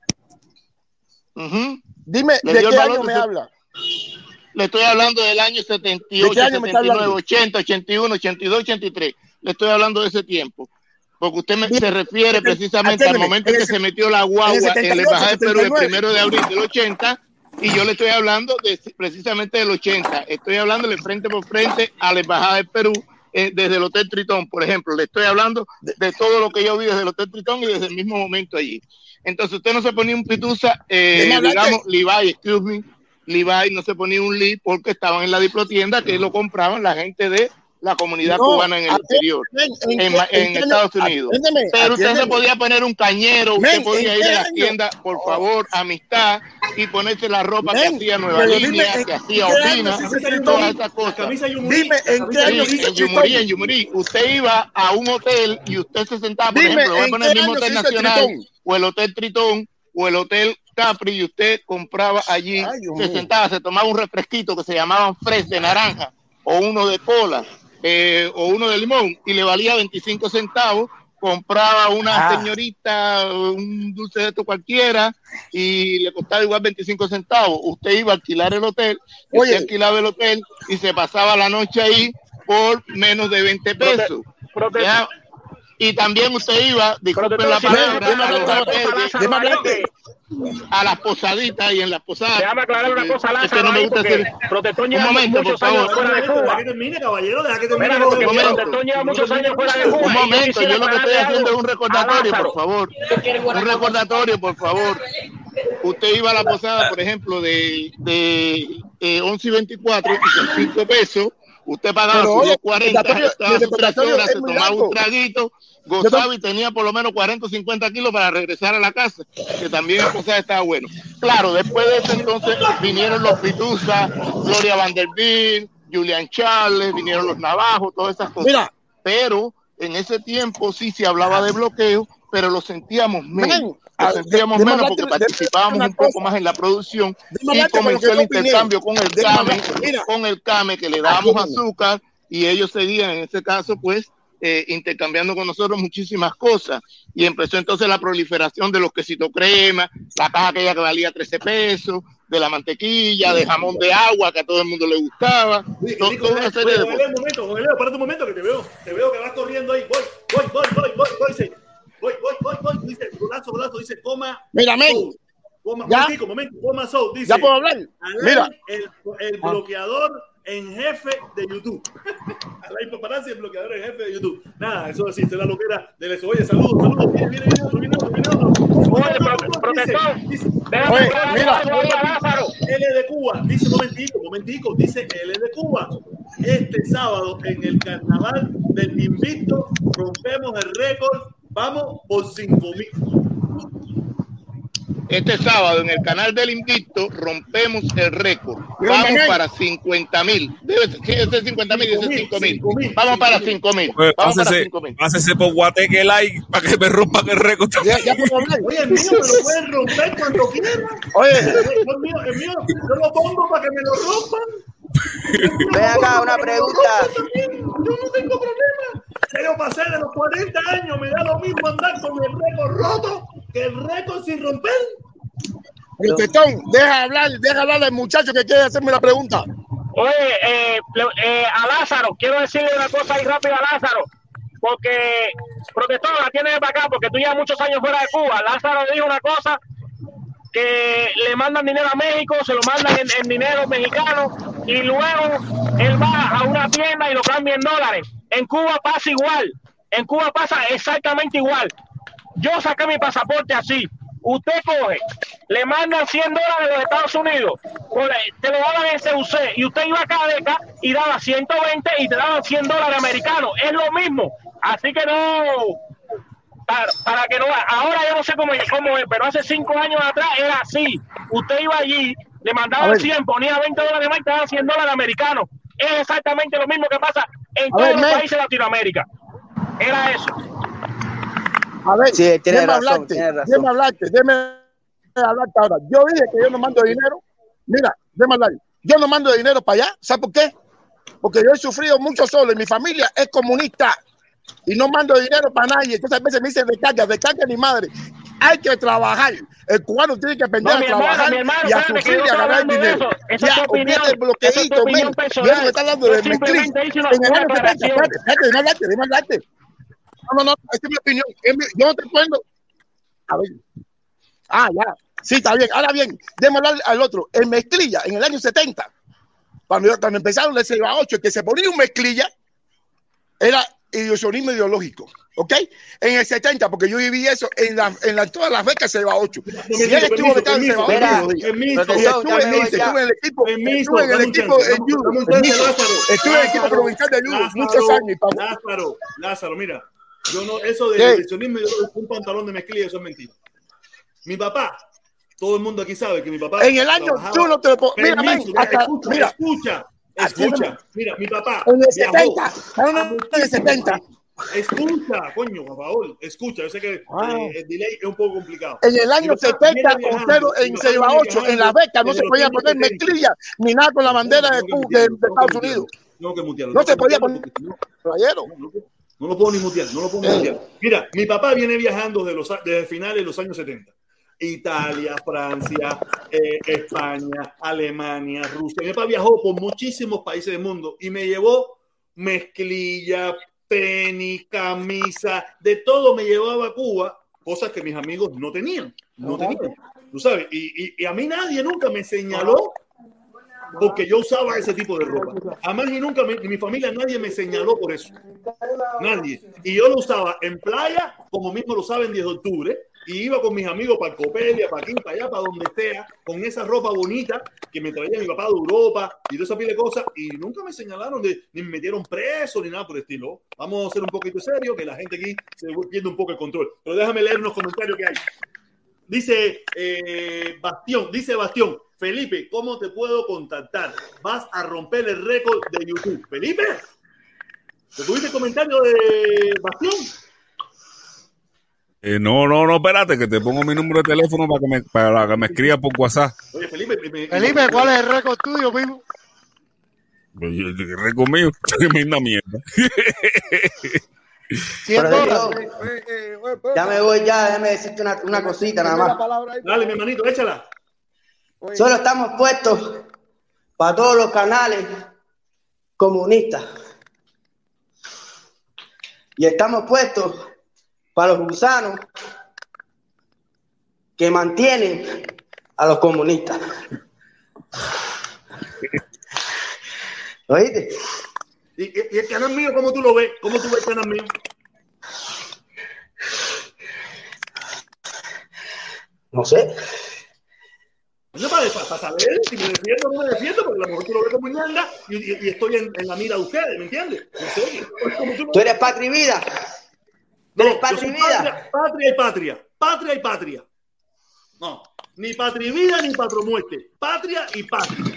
[SPEAKER 4] Uh-huh. Dime, ¿de qué año me habla? Le estoy hablando del año setenta y ocho, setenta y nueve, ochenta, ochenta y uno, ochenta y dos, ochenta y tres. Le estoy hablando de ese tiempo. Porque usted me, se refiere precisamente al momento en que se metió la guagua en la Embajada de Perú el primero de abril del ochenta. Y yo le estoy hablando de, precisamente del ochenta. Estoy hablando de frente por frente a la Embajada de Perú eh, desde el Hotel Tritón, por ejemplo. Le estoy hablando de, de todo lo que yo vi desde el Hotel Tritón y desde el mismo momento allí. Entonces usted no se ponía un pitusa, eh, digamos, Levi, excuse me, Levi no se ponía un Lee porque estaban en la diplotienda que lo compraban la gente de la comunidad no, cubana en el exterior, en, en, en, en Estados Unidos. Atiéndeme, Pero usted atiéndeme. se podía poner un cañero, usted Men, podía ir a la tienda, por favor, amistad, y ponerse la ropa Men, que hacía Nueva Línea, dime, que hacía Opina, todas esas cosas. Dime, ¿en qué año? Sí, en Yumurí, en Yumurí. Usted iba a un hotel y usted se sentaba, por dime, ejemplo, voy a poner el mismo Hotel Nacional, o el Hotel Tritón, o el Hotel Capri, y usted compraba allí, Ay, se sentaba, se tomaba un refresquito que se llamaban Fresh de naranja, o uno de cola, eh, o uno de limón, y le valía veinticinco centavos, compraba una ah. señorita, un dulce de esto cualquiera, y le costaba igual veinticinco centavos. Usted iba a alquilar el hotel, Oye. usted alquilaba el hotel, y se pasaba la noche ahí por menos de veinte pesos. Prote- Prote- y también usted iba, disculpen la palabra, a los albergues, a las posaditas y en las posadas.
[SPEAKER 8] Déjame aclarar una cosa, Lázaro.
[SPEAKER 4] Es que no me gusta hacer...
[SPEAKER 8] Protestón lleva
[SPEAKER 4] un momento,
[SPEAKER 8] muchos
[SPEAKER 4] por favor.
[SPEAKER 8] años fuera de Cuba.
[SPEAKER 1] Deja que termine, caballero, deja que termine.
[SPEAKER 8] Mira, porque Protestón lleva muchos años fuera de Cuba.
[SPEAKER 4] Un momento, yo lo que estoy haciendo es un recordatorio, por favor. Un recordatorio, por favor. Usted iba a la posada, por ejemplo, de, de eh, once y veinticuatro, y con cinco pesos, usted pagaba sus diez cuarenta, estaba sus tres horas, se tomaba un traguito, gozaba y tenía por lo menos cuarenta o cincuenta kilos para regresar a la casa, que también en posada estaba bueno. Claro, después de eso entonces vinieron los Pituza, Gloria Vanderbilt, Julian Charles, vinieron los Navajos, todas esas cosas. Mira. Pero en ese tiempo sí se hablaba de bloqueo, pero lo sentíamos menos. Lo sentíamos de, de menos porque participábamos un poco más en la producción y comenzó el intercambio con el CAME, con el CAME que le dábamos azúcar y ellos seguían en este caso pues eh, intercambiando con nosotros muchísimas cosas y empezó entonces la proliferación de los quesitos crema, la caja aquella que valía trece pesos, de la mantequilla, de jamón de agua que a todo el mundo le gustaba.
[SPEAKER 1] Sí, todo, toda una serie de cosas. Un momento, Juan Leo, espérate un momento que te veo, te veo que vas corriendo ahí, voy, voy, voy, voy, voy, voy, voy. Voy, voy, voy, voy, dice, golazo, golazo, dice, coma.
[SPEAKER 4] Mira, men.
[SPEAKER 1] Coma, momentico, momento, coma soul, dice.
[SPEAKER 4] Ya puedo hablar. Mira.
[SPEAKER 1] El, el bloqueador en jefe de YouTube. Alain Paparazzi, el bloqueador en jefe de YouTube. Nada, eso existe, la loquera del eso. Oye, saludos, saludos. Viene, viene, viene otro, viene otro, viene otro.
[SPEAKER 8] Oye, protector.
[SPEAKER 1] Oye, mira. L de Cuba, dice, momentico, momentico, dice L de Cuba. Este sábado en el carnaval del Invicto rompemos el récord. Vamos por cinco mil.
[SPEAKER 4] Este sábado en el canal del Invicto rompemos el récord. Vamos para cincuenta mil. Debe ser cincuenta mil, debe ser cinco mil. Vamos para cinco mil. Vamos para cinco mil.
[SPEAKER 5] Pásese por Guateque like para que me rompan el récord.
[SPEAKER 1] Ya, ya puedo hablar. Oye, el mío me lo pueden romper cuando quieran. Oye, el mío, el mío, yo lo pongo para que me lo rompan.
[SPEAKER 6] Ven acá, una pregunta.
[SPEAKER 1] Yo no tengo problema. Yo pasé de los cuarenta años, me da lo mismo andar con el récord roto que el récord sin romper.
[SPEAKER 4] Protestón, deja hablar, deja hablar al muchacho que quiere hacerme la pregunta.
[SPEAKER 8] Oye, eh, eh, a Lázaro, quiero decirle una cosa ahí rápida a Lázaro, porque Protestón la tiene para acá, porque tú llevas muchos años fuera de Cuba. Lázaro dijo una cosa, que le mandan dinero a México, se lo mandan en, en dinero mexicano, y luego él va a una tienda y lo cambia en dólares. En Cuba pasa igual, en Cuba pasa exactamente igual. Yo saqué mi pasaporte así. Usted coge, le mandan cien dólares de los Estados Unidos, te lo daban en C U C, y usted iba a Cadeca y daba ciento veinte y te daban cien dólares americanos. Es lo mismo. Así que no, para, para que no, ahora yo no sé cómo, cómo es, pero hace cinco años atrás era así. Usted iba allí, le mandaban cien, ponía veinte dólares más y te daban cien dólares americanos. Es exactamente lo mismo que pasa en todos los países de Latinoamérica. Era eso.
[SPEAKER 4] A ver,
[SPEAKER 6] sí, tiene
[SPEAKER 4] déjame
[SPEAKER 6] razón,
[SPEAKER 4] hablarte,
[SPEAKER 6] tiene razón.
[SPEAKER 4] déjame hablarte, déjame hablarte ahora. Yo dije que yo no mando dinero. Mira, déjame hablar. Yo no mando dinero para allá. ¿Sabes por qué? Porque yo he sufrido mucho solo y mi familia es comunista y no mando dinero para nadie. Entonces a veces me dicen descarga, descarga ni madre. Hay que trabajar. El cubano tiene que aprender
[SPEAKER 8] no,
[SPEAKER 4] a trabajar
[SPEAKER 8] hermano,
[SPEAKER 4] y a sufrir y a ganar dinero. Ya, olvídate el bloqueadito, men. Yo no me está hablando de mezclilla. En el año setenta, espérate, espérate, déjame hablarte, déjame hablarte. No, no, no, esta es mi opinión. Yo no te puedo. A ver. Ah, ya. Sí, está bien. Ahora bien, déjame hablar al otro. En mezclilla, en el año setenta, cuando, cuando empezaron el seis a ocho, el que se ponía un mezclilla era ilusionismo ideológico. ¿Ok? En el setenta, porque yo viví eso en, la, en la, todas las becas se va ocho. Si él estuvo becado en Seba ocho, y estuve en el equipo, estuve en el equipo en judo, estuve en el equipo provincial de judo muchos años.
[SPEAKER 1] Lázaro, Lázaro, mira, yo no, eso de ilusionismo y un pantalón de mezclilla, eso es mentira. Mi papá, todo el mundo aquí sabe que mi papá.
[SPEAKER 4] En el año, tú no te lo puedo. Mira, man,
[SPEAKER 1] escucha, mira, escucha, escucha. Mira, mi papá.
[SPEAKER 4] En el setenta, en el setenta.
[SPEAKER 1] Escucha, coño, por favor, escucha. Yo sé que wow. eh, el delay es un poco complicado.
[SPEAKER 4] En el año setenta, cero en seis a ocho, en la beca, no se podía poner mezclilla ni nada con la bandera de, de, de Estados Unidos.
[SPEAKER 1] No, que mutearlo.
[SPEAKER 4] No se podía poner. Caballero.
[SPEAKER 1] No lo puedo ni mutear, no lo puedo ni mutear. Mira, mi papá viene viajando desde, los, desde finales de los años setenta. Italia, Francia, eh, España, Alemania, Rusia. Mi papá viajó por muchísimos países del mundo y me llevó mezclilla, tenis, camisa, de todo me llevaba a Cuba, cosas que mis amigos no tenían, no tenían, tú sabes, y, y, y a mí nadie nunca me señaló porque yo usaba ese tipo de ropa. Además, y nunca mi, mi familia, nadie me señaló por eso. Nadie. Y yo lo usaba en playa, como mismo lo usaba en diez de octubre, y iba con mis amigos para Copelia, para aquí, para allá, para donde sea, con esa ropa bonita que me traía mi papá de Europa y toda esa pila de cosas, y nunca me señalaron, de, ni me metieron preso, ni nada por el estilo. Vamos a ser un poquito serio, que la gente aquí se pierde un poco el control. Pero déjame leer unos comentarios que hay. Dice eh, Bastión, dice Bastión, Felipe, ¿cómo te puedo contactar? Vas a romper el récord de YouTube. Felipe, ¿te tuviste el comentario de Bastión?
[SPEAKER 5] Eh, no, no, no, espérate, que te pongo mi número de teléfono para que me, para que me escriba por WhatsApp.
[SPEAKER 1] Oye, Felipe, me,
[SPEAKER 7] Felipe, ¿cuál es el récord tuyo, primo?
[SPEAKER 5] El récord mío, tremenda mierda.
[SPEAKER 6] Pero yo, ya me voy ya, déjame decirte una, una cosita nada más.
[SPEAKER 1] Dale, mi hermanito, échala.
[SPEAKER 6] Solo estamos puestos para todos los canales comunistas. Y estamos puestos para los gusanos que mantienen a los comunistas. ¿Oíste?
[SPEAKER 1] ¿Y, y, y el canal mío, cómo tú lo ves? ¿Cómo tú ves el canal mío?
[SPEAKER 6] No sé.
[SPEAKER 1] No, para, para saber si me defiendo o no me defiendo, porque a lo mejor tú lo ves como ñanga y, y, y estoy en, en la mira de ustedes, ¿me entiendes? No sé, como tú,
[SPEAKER 6] tú eres patria y vida.
[SPEAKER 1] No,
[SPEAKER 6] eres patria y vida.
[SPEAKER 1] Patria, patria y patria. Patria y patria. No, ni patria y vida ni patromuerte. Patria y patria.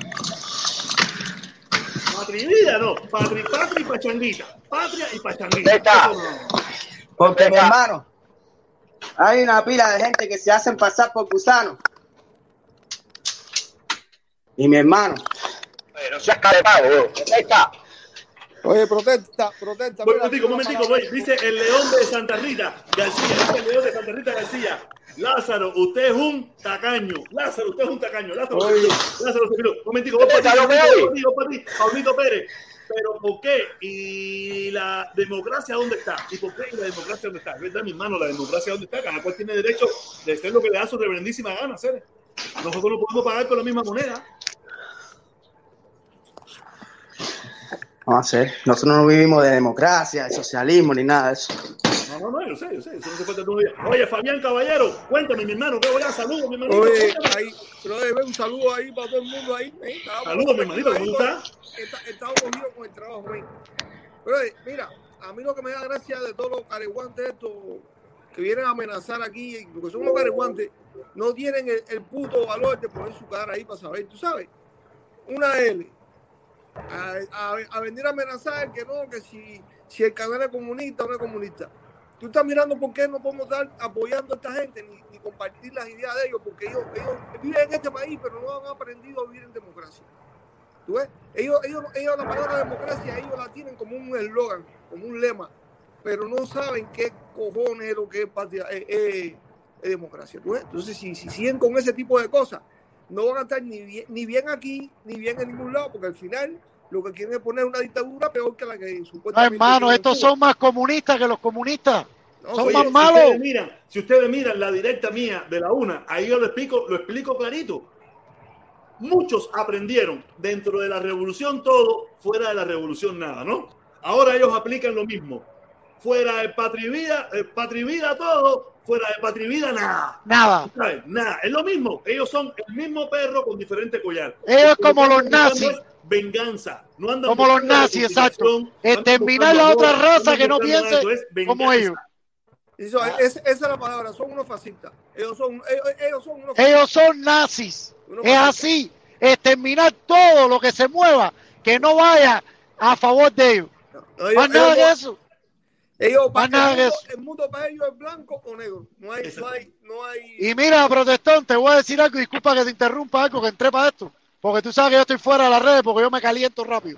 [SPEAKER 1] Patria y vida, no. Patria y patria y pachanguita. Patria y pachanguita. No.
[SPEAKER 6] Porque, mi hermano, hay una pila de gente que se hacen pasar por gusanos. Y mi hermano.
[SPEAKER 8] Oye, no seas carepago, protesta.
[SPEAKER 9] Oye, protesta, protesta.
[SPEAKER 1] Un momentico, un momentico, voy. Dice el León de Santa Rita García. Dice el León de Santa Rita García. Lázaro, usted es un tacaño. Lázaro, usted es un tacaño. Lázaro,
[SPEAKER 9] Oye.
[SPEAKER 1] Lázaro, un momentico, voy para ti, voy para ti, Pablito Pérez. Pero ¿por qué? ¿Y la democracia dónde está? ¿Y por qué? ¿Y la democracia dónde está? Es verdad, mi hermano, la democracia dónde está. Cada cual tiene derecho de hacer lo que le da su reverendísima gana hacer. Nosotros no podemos pagar con la misma moneda.
[SPEAKER 6] No sé, nosotros no vivimos de democracia, de socialismo, ni nada de eso.
[SPEAKER 1] No, no, no, yo sé, yo sé, eso no se puede todo el día. Oye, Fabián Caballero, cuéntame, mi hermano, que voy a saludos, mi hermanito.
[SPEAKER 9] Oye, ahí, pero oye, un saludo ahí para todo el mundo ahí. ¿eh?
[SPEAKER 1] Saludos, mi hermanito, ¿cómo estás?
[SPEAKER 9] Estamos cogidos con el trabajo, ¿eh? Pero oye, mira, a mí lo que me da gracia de todos los careguantes estos que vienen a amenazar aquí, porque son los careguantes, no tienen el, el puto valor de poner su cara ahí para saber, tú sabes, una L. A, a, a venir a amenazar que no, que si, si el canal es comunista o no es comunista. Tú estás mirando por qué no podemos estar apoyando a esta gente ni, ni compartir las ideas de ellos, porque ellos, ellos viven en este país, pero no han aprendido a vivir en democracia. ¿Tú ves? Ellos, ellos, ellos la palabra democracia, ellos la tienen como un eslogan, como un lema, pero no saben qué cojones es lo que es, patria, es, es, es democracia. ¿Tú ves? Entonces, si, si siguen con ese tipo de cosas, no van a estar ni bien, ni bien aquí, ni bien en ningún lado, porque al final lo que quieren es poner una dictadura peor que la que supuestamente...
[SPEAKER 7] No, hermano, estos son más comunistas que los comunistas. No, son
[SPEAKER 1] oye,
[SPEAKER 7] más
[SPEAKER 1] si
[SPEAKER 7] malos.
[SPEAKER 1] Ustedes miran, si ustedes miran la directa mía de la una, ahí yo lo explico, lo explico clarito. Muchos aprendieron dentro de la revolución todo, fuera de la revolución nada, ¿no? Ahora ellos aplican lo mismo. Fuera de patria y vida, eh, patria y vida todo, fuera de patria y vida nada.
[SPEAKER 7] Nada.
[SPEAKER 1] ¿Sabes? Nada. Es lo mismo. Ellos son el mismo perro con diferente collar.
[SPEAKER 7] Ellos como los
[SPEAKER 1] nazis.
[SPEAKER 7] nazis.
[SPEAKER 1] Venganza. No andan
[SPEAKER 7] como los nazis, exacto. Exterminar la otra raza que no piense como ellos.
[SPEAKER 9] Eso, ah. es, esa es la palabra, son unos fascistas. Ellos son, ellos, ellos son unos
[SPEAKER 7] fascistas. Ellos son nazis. Unos es fascistas. Así. Exterminar todo lo que se mueva que no vaya a favor de ellos.
[SPEAKER 9] No, no, ellos,
[SPEAKER 7] Más nada
[SPEAKER 9] ellos,
[SPEAKER 7] que eso.
[SPEAKER 9] Ellos,
[SPEAKER 7] Más nada
[SPEAKER 9] el,
[SPEAKER 7] que
[SPEAKER 9] mundo,
[SPEAKER 7] eso.
[SPEAKER 9] el mundo para ellos es blanco o negro. No hay, no hay, no hay.
[SPEAKER 7] Y mira, protestón, te voy a decir algo, disculpa que te interrumpa algo, que entré para esto. Porque tú sabes que yo estoy fuera de las redes porque yo me caliento rápido.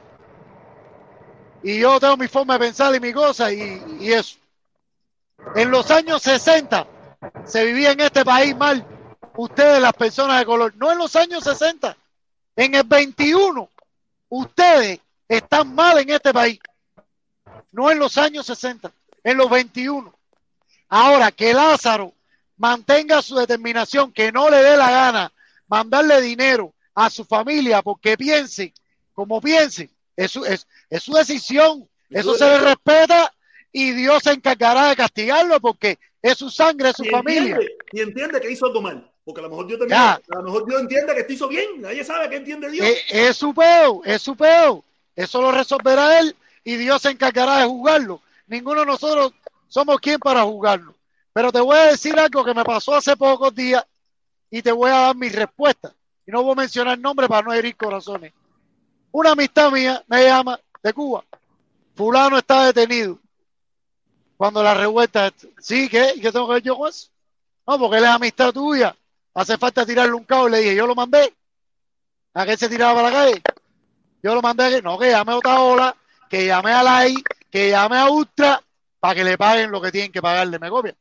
[SPEAKER 7] Y yo tengo mi forma de pensar y mi cosa y, y eso. En los años sesenta se vivía en este país mal. Ustedes, las personas de color. No en los años sesenta. En el veintiuno, ustedes están mal en este país. no en los años sesenta, en los veintiuno. Ahora, que Lázaro mantenga su determinación, que no le dé la gana mandarle dinero a su familia porque piense como piense, es su, es, es su decisión, eso se le respeta y Dios se encargará de castigarlo porque es su sangre, es su
[SPEAKER 1] y
[SPEAKER 7] familia.
[SPEAKER 1] Entiende, y entiende que hizo algo mal, porque a lo mejor Dios también,
[SPEAKER 7] Ya.
[SPEAKER 1] a lo mejor Dios entiende que esto hizo bien, nadie sabe que entiende Dios.
[SPEAKER 7] Es, es su peo, es su peo, eso lo resolverá él y Dios se encargará de juzgarlo. Ninguno de nosotros somos quien para juzgarlo. Pero te voy a decir algo que me pasó hace pocos días y te voy a dar mi respuesta. Y no voy a mencionar nombre para no herir corazones. Una amistad mía me llama de Cuba. Fulano está detenido. Cuando la revuelta, ¿sí? ¿Qué? ¿Y qué tengo que ver yo con eso? No, porque él es amistad tuya. Hace falta tirarle un cabo. Le dije, yo lo mandé. ¿A qué se tiraba para la calle? Yo lo mandé a que, no, que llame a Otaola, que llame a Lai, que llame a Ultra, para que le paguen lo que tienen que pagarle. ¿Me copia?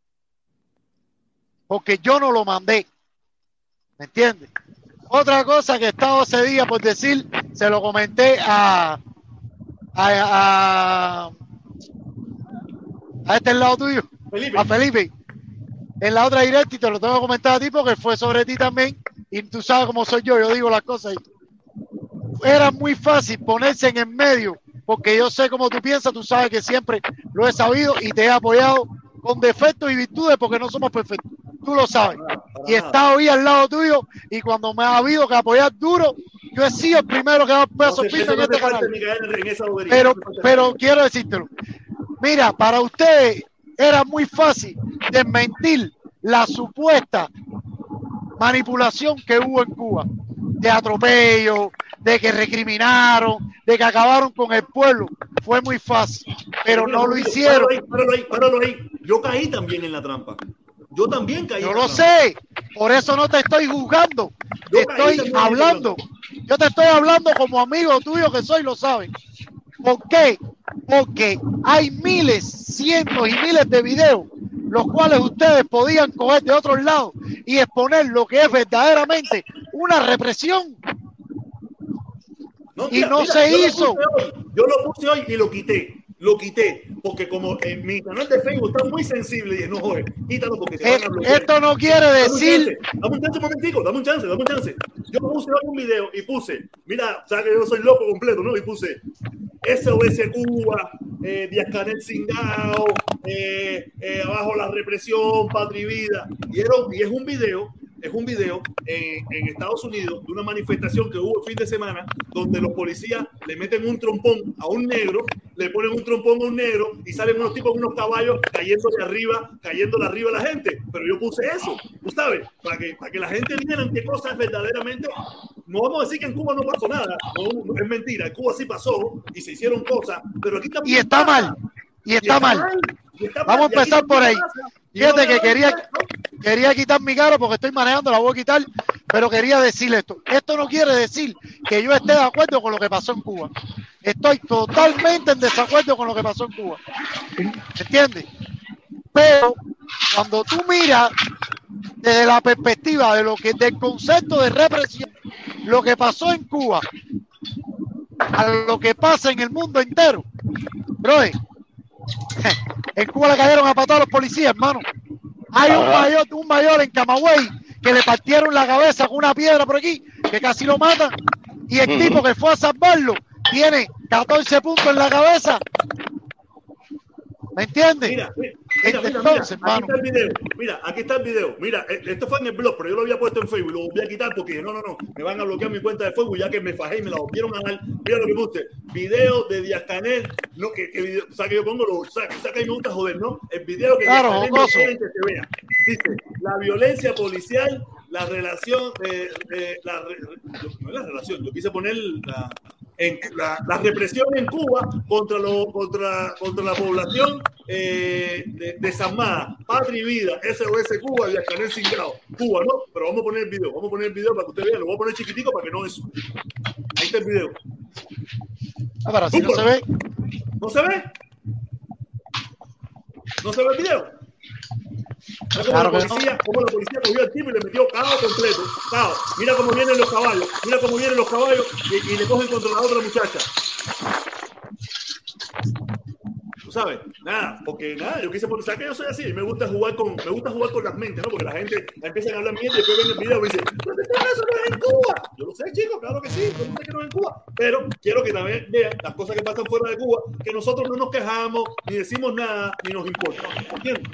[SPEAKER 7] Porque yo no lo mandé. ¿Me entiendes? Otra cosa que estaba ese día por decir, se lo comenté a a, a, a este lado tuyo,
[SPEAKER 1] Felipe.
[SPEAKER 7] a Felipe, en la otra directa, y te lo tengo que comentar a ti porque fue sobre ti también, y tú sabes cómo soy yo, yo digo las cosas. Y era muy fácil ponerse en el medio, porque yo sé cómo tú piensas, tú sabes que siempre lo he sabido y te he apoyado con defectos y virtudes porque no somos perfectos. Tú lo sabes. Y he estado ahí al lado tuyo y cuando me ha habido que apoyar duro, yo he sido el primero que ha dado peso
[SPEAKER 1] No,
[SPEAKER 7] firme en
[SPEAKER 1] no
[SPEAKER 7] este
[SPEAKER 1] te falta
[SPEAKER 7] canal.
[SPEAKER 1] ni caer en esa bobería,
[SPEAKER 7] Pero,
[SPEAKER 1] no te falta
[SPEAKER 7] pero
[SPEAKER 1] caer.
[SPEAKER 7] quiero decírtelo. Mira, para ustedes era muy fácil desmentir la supuesta manipulación que hubo en Cuba, de atropello, de que recriminaron, de que acabaron con el pueblo. Fue muy fácil, pero
[SPEAKER 1] Mira,
[SPEAKER 7] no lo
[SPEAKER 1] Rodrigo,
[SPEAKER 7] hicieron.
[SPEAKER 1] Páralo ahí, páralo ahí, páralo ahí. Yo caí también en la trampa. Yo también caí
[SPEAKER 7] Yo
[SPEAKER 1] en la
[SPEAKER 7] lo
[SPEAKER 1] trampa.
[SPEAKER 7] sé, por eso no te estoy juzgando, te
[SPEAKER 1] Yo caí
[SPEAKER 7] estoy
[SPEAKER 1] también en
[SPEAKER 7] hablando. Yo te estoy hablando como amigo tuyo que soy, lo sabes. ¿Por qué? Porque hay miles, cientos y miles de videos, los cuales ustedes podían coger de otros lados y exponer lo que es verdaderamente una represión.
[SPEAKER 1] No,
[SPEAKER 7] Y
[SPEAKER 1] mira,
[SPEAKER 7] no
[SPEAKER 1] mira,
[SPEAKER 7] se
[SPEAKER 1] yo lo
[SPEAKER 7] hizo.
[SPEAKER 1] puse hoy, yo lo puse hoy y lo quité. Lo quité. Porque como en mi canal de Facebook está muy sensible, y dije, no, joder, quítalo porque te
[SPEAKER 7] Eh,
[SPEAKER 1] van a bloquear.
[SPEAKER 7] esto no quiere
[SPEAKER 1] Dame un
[SPEAKER 7] decir.
[SPEAKER 1] chance, Dame un chance un momentico, dame un chance, dame un chance. Yo puse hoy un video y puse, mira, sabes que yo soy loco completo, ¿no? Y puse S O S Cuba, eh, Díaz Canel Cingao, eh, eh, abajo la represión, patria y vida. Y, era, y es un video, es un video en, en Estados Unidos de una manifestación que hubo el fin de semana donde los policías le meten un trompón a un negro, le ponen un trompón a un negro y salen unos tipos con unos caballos cayendo de arriba, cayendo de arriba a la gente. Pero yo puse eso, tú sabes, para que, para que la gente viera qué cosas verdaderamente. No vamos a decir que en Cuba no pasó nada, no, no, es mentira, en Cuba sí pasó y se hicieron cosas, pero aquí también
[SPEAKER 7] Y está
[SPEAKER 1] pasa.
[SPEAKER 7] mal. Y está mal.
[SPEAKER 1] y está mal,
[SPEAKER 7] Vamos a
[SPEAKER 1] y aquí
[SPEAKER 7] empezar por ahí.
[SPEAKER 1] también pasa. Y
[SPEAKER 7] Fíjate
[SPEAKER 1] no
[SPEAKER 7] que
[SPEAKER 1] me
[SPEAKER 7] quería,
[SPEAKER 1] da ¿no?
[SPEAKER 7] quería quitar mi cara porque estoy manejando, la voy a quitar, pero quería decirle esto. Esto no quiere decir que yo esté de acuerdo con lo que pasó en Cuba. Estoy totalmente en desacuerdo con lo que pasó en Cuba. ¿Entiendes? Pero cuando tú miras desde la perspectiva de lo que del concepto de represión, lo que pasó en Cuba a lo que pasa en el mundo entero, bro, en Cuba le cayeron a patar a los policías, hermano. Hay un mayor, un mayor en Camagüey que le partieron la cabeza con una piedra por aquí, que casi lo matan, y el tipo que fue a salvarlo tiene catorce puntos en la cabeza. ¿Me entiendes?
[SPEAKER 1] Mira, mira, mira, mira,
[SPEAKER 7] Entonces,
[SPEAKER 1] mira, aquí
[SPEAKER 7] hermano.
[SPEAKER 1] está el video. Mira, aquí está el video. Mira, eh, esto fue en el blog, pero yo lo había puesto en Facebook. Lo voy a quitar porque no, no, no. Me van a bloquear mi cuenta de Facebook ya que me fajé y me la volvieron a dar. Mira lo que puse. Video de Díaz Canel. No, que, que video, o sea, que yo pongo lo. O sea, que saca y me gusta joder, ¿no? El video que
[SPEAKER 7] Claro,
[SPEAKER 1] Díaz Canel no
[SPEAKER 7] jocoso.
[SPEAKER 1] quieren que se vea. Dice: la violencia policial, la relación. Eh, eh, la, re- no es la relación, yo quise poner la. En la, la represión en Cuba contra, lo, contra, contra la población eh, de, desarmada, patria y vida, S O S Cuba, Díaz Canel Cingao, Cuba, ¿no? Pero vamos a poner el video, vamos a poner el video para que ustedes vean, lo voy a poner chiquitico para que no eso. Ahí está el video.
[SPEAKER 7] Ah, pero así no se ve.
[SPEAKER 1] ¿No se ve? ¿No se ve el video? Mira cómo,
[SPEAKER 7] Claro
[SPEAKER 1] la
[SPEAKER 7] que
[SPEAKER 1] policía, cómo la policía cogió al tipo y le metió caos completo. Caos. Mira cómo vienen los caballos. Mira cómo vienen los caballos y, y le cogen contra la otra muchacha. sabes, nada, porque nada, yo quise poner, ¿sabes que yo soy así? Y me gusta jugar con, me gusta jugar con las mentes, ¿no? Porque la gente empieza a hablar mierda y después ven el video y me dice, ¿pero eso no es en Cuba? Yo lo sé, chicos, claro que sí, yo no sé que no es en Cuba, pero quiero que también vean las cosas que pasan fuera de Cuba, que nosotros no nos quejamos, ni decimos nada, ni nos importa, ¿entiendes?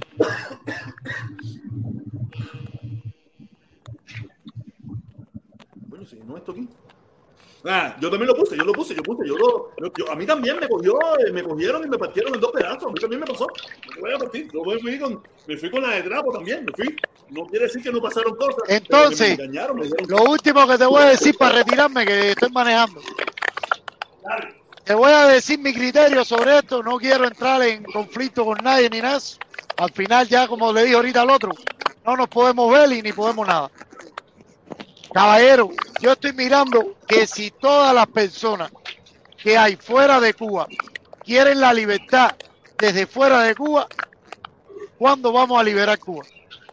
[SPEAKER 1] Bueno, si no esto aquí. Ah, yo también lo puse, yo lo puse, yo puse, yo lo, yo, yo, a mí también me cogió, me cogieron y me partieron en dos pedazos, a mí también me pasó, me voy a partir, yo me fui con, me fui con la de trapo también, me fui, no quiere decir que no pasaron cosas.
[SPEAKER 7] Entonces,
[SPEAKER 1] me engañaron, me dijeron,
[SPEAKER 7] lo último que te voy a decir para retirarme, que estoy manejando,
[SPEAKER 1] dale.
[SPEAKER 7] Te voy a decir mi criterio sobre esto, no quiero entrar en conflicto con nadie ni nada, al final ya como le dije ahorita al otro, no nos podemos ver y ni podemos nada. Caballero, yo estoy mirando que si todas las personas que hay fuera de Cuba quieren la libertad desde fuera de Cuba, ¿cuándo vamos a liberar Cuba?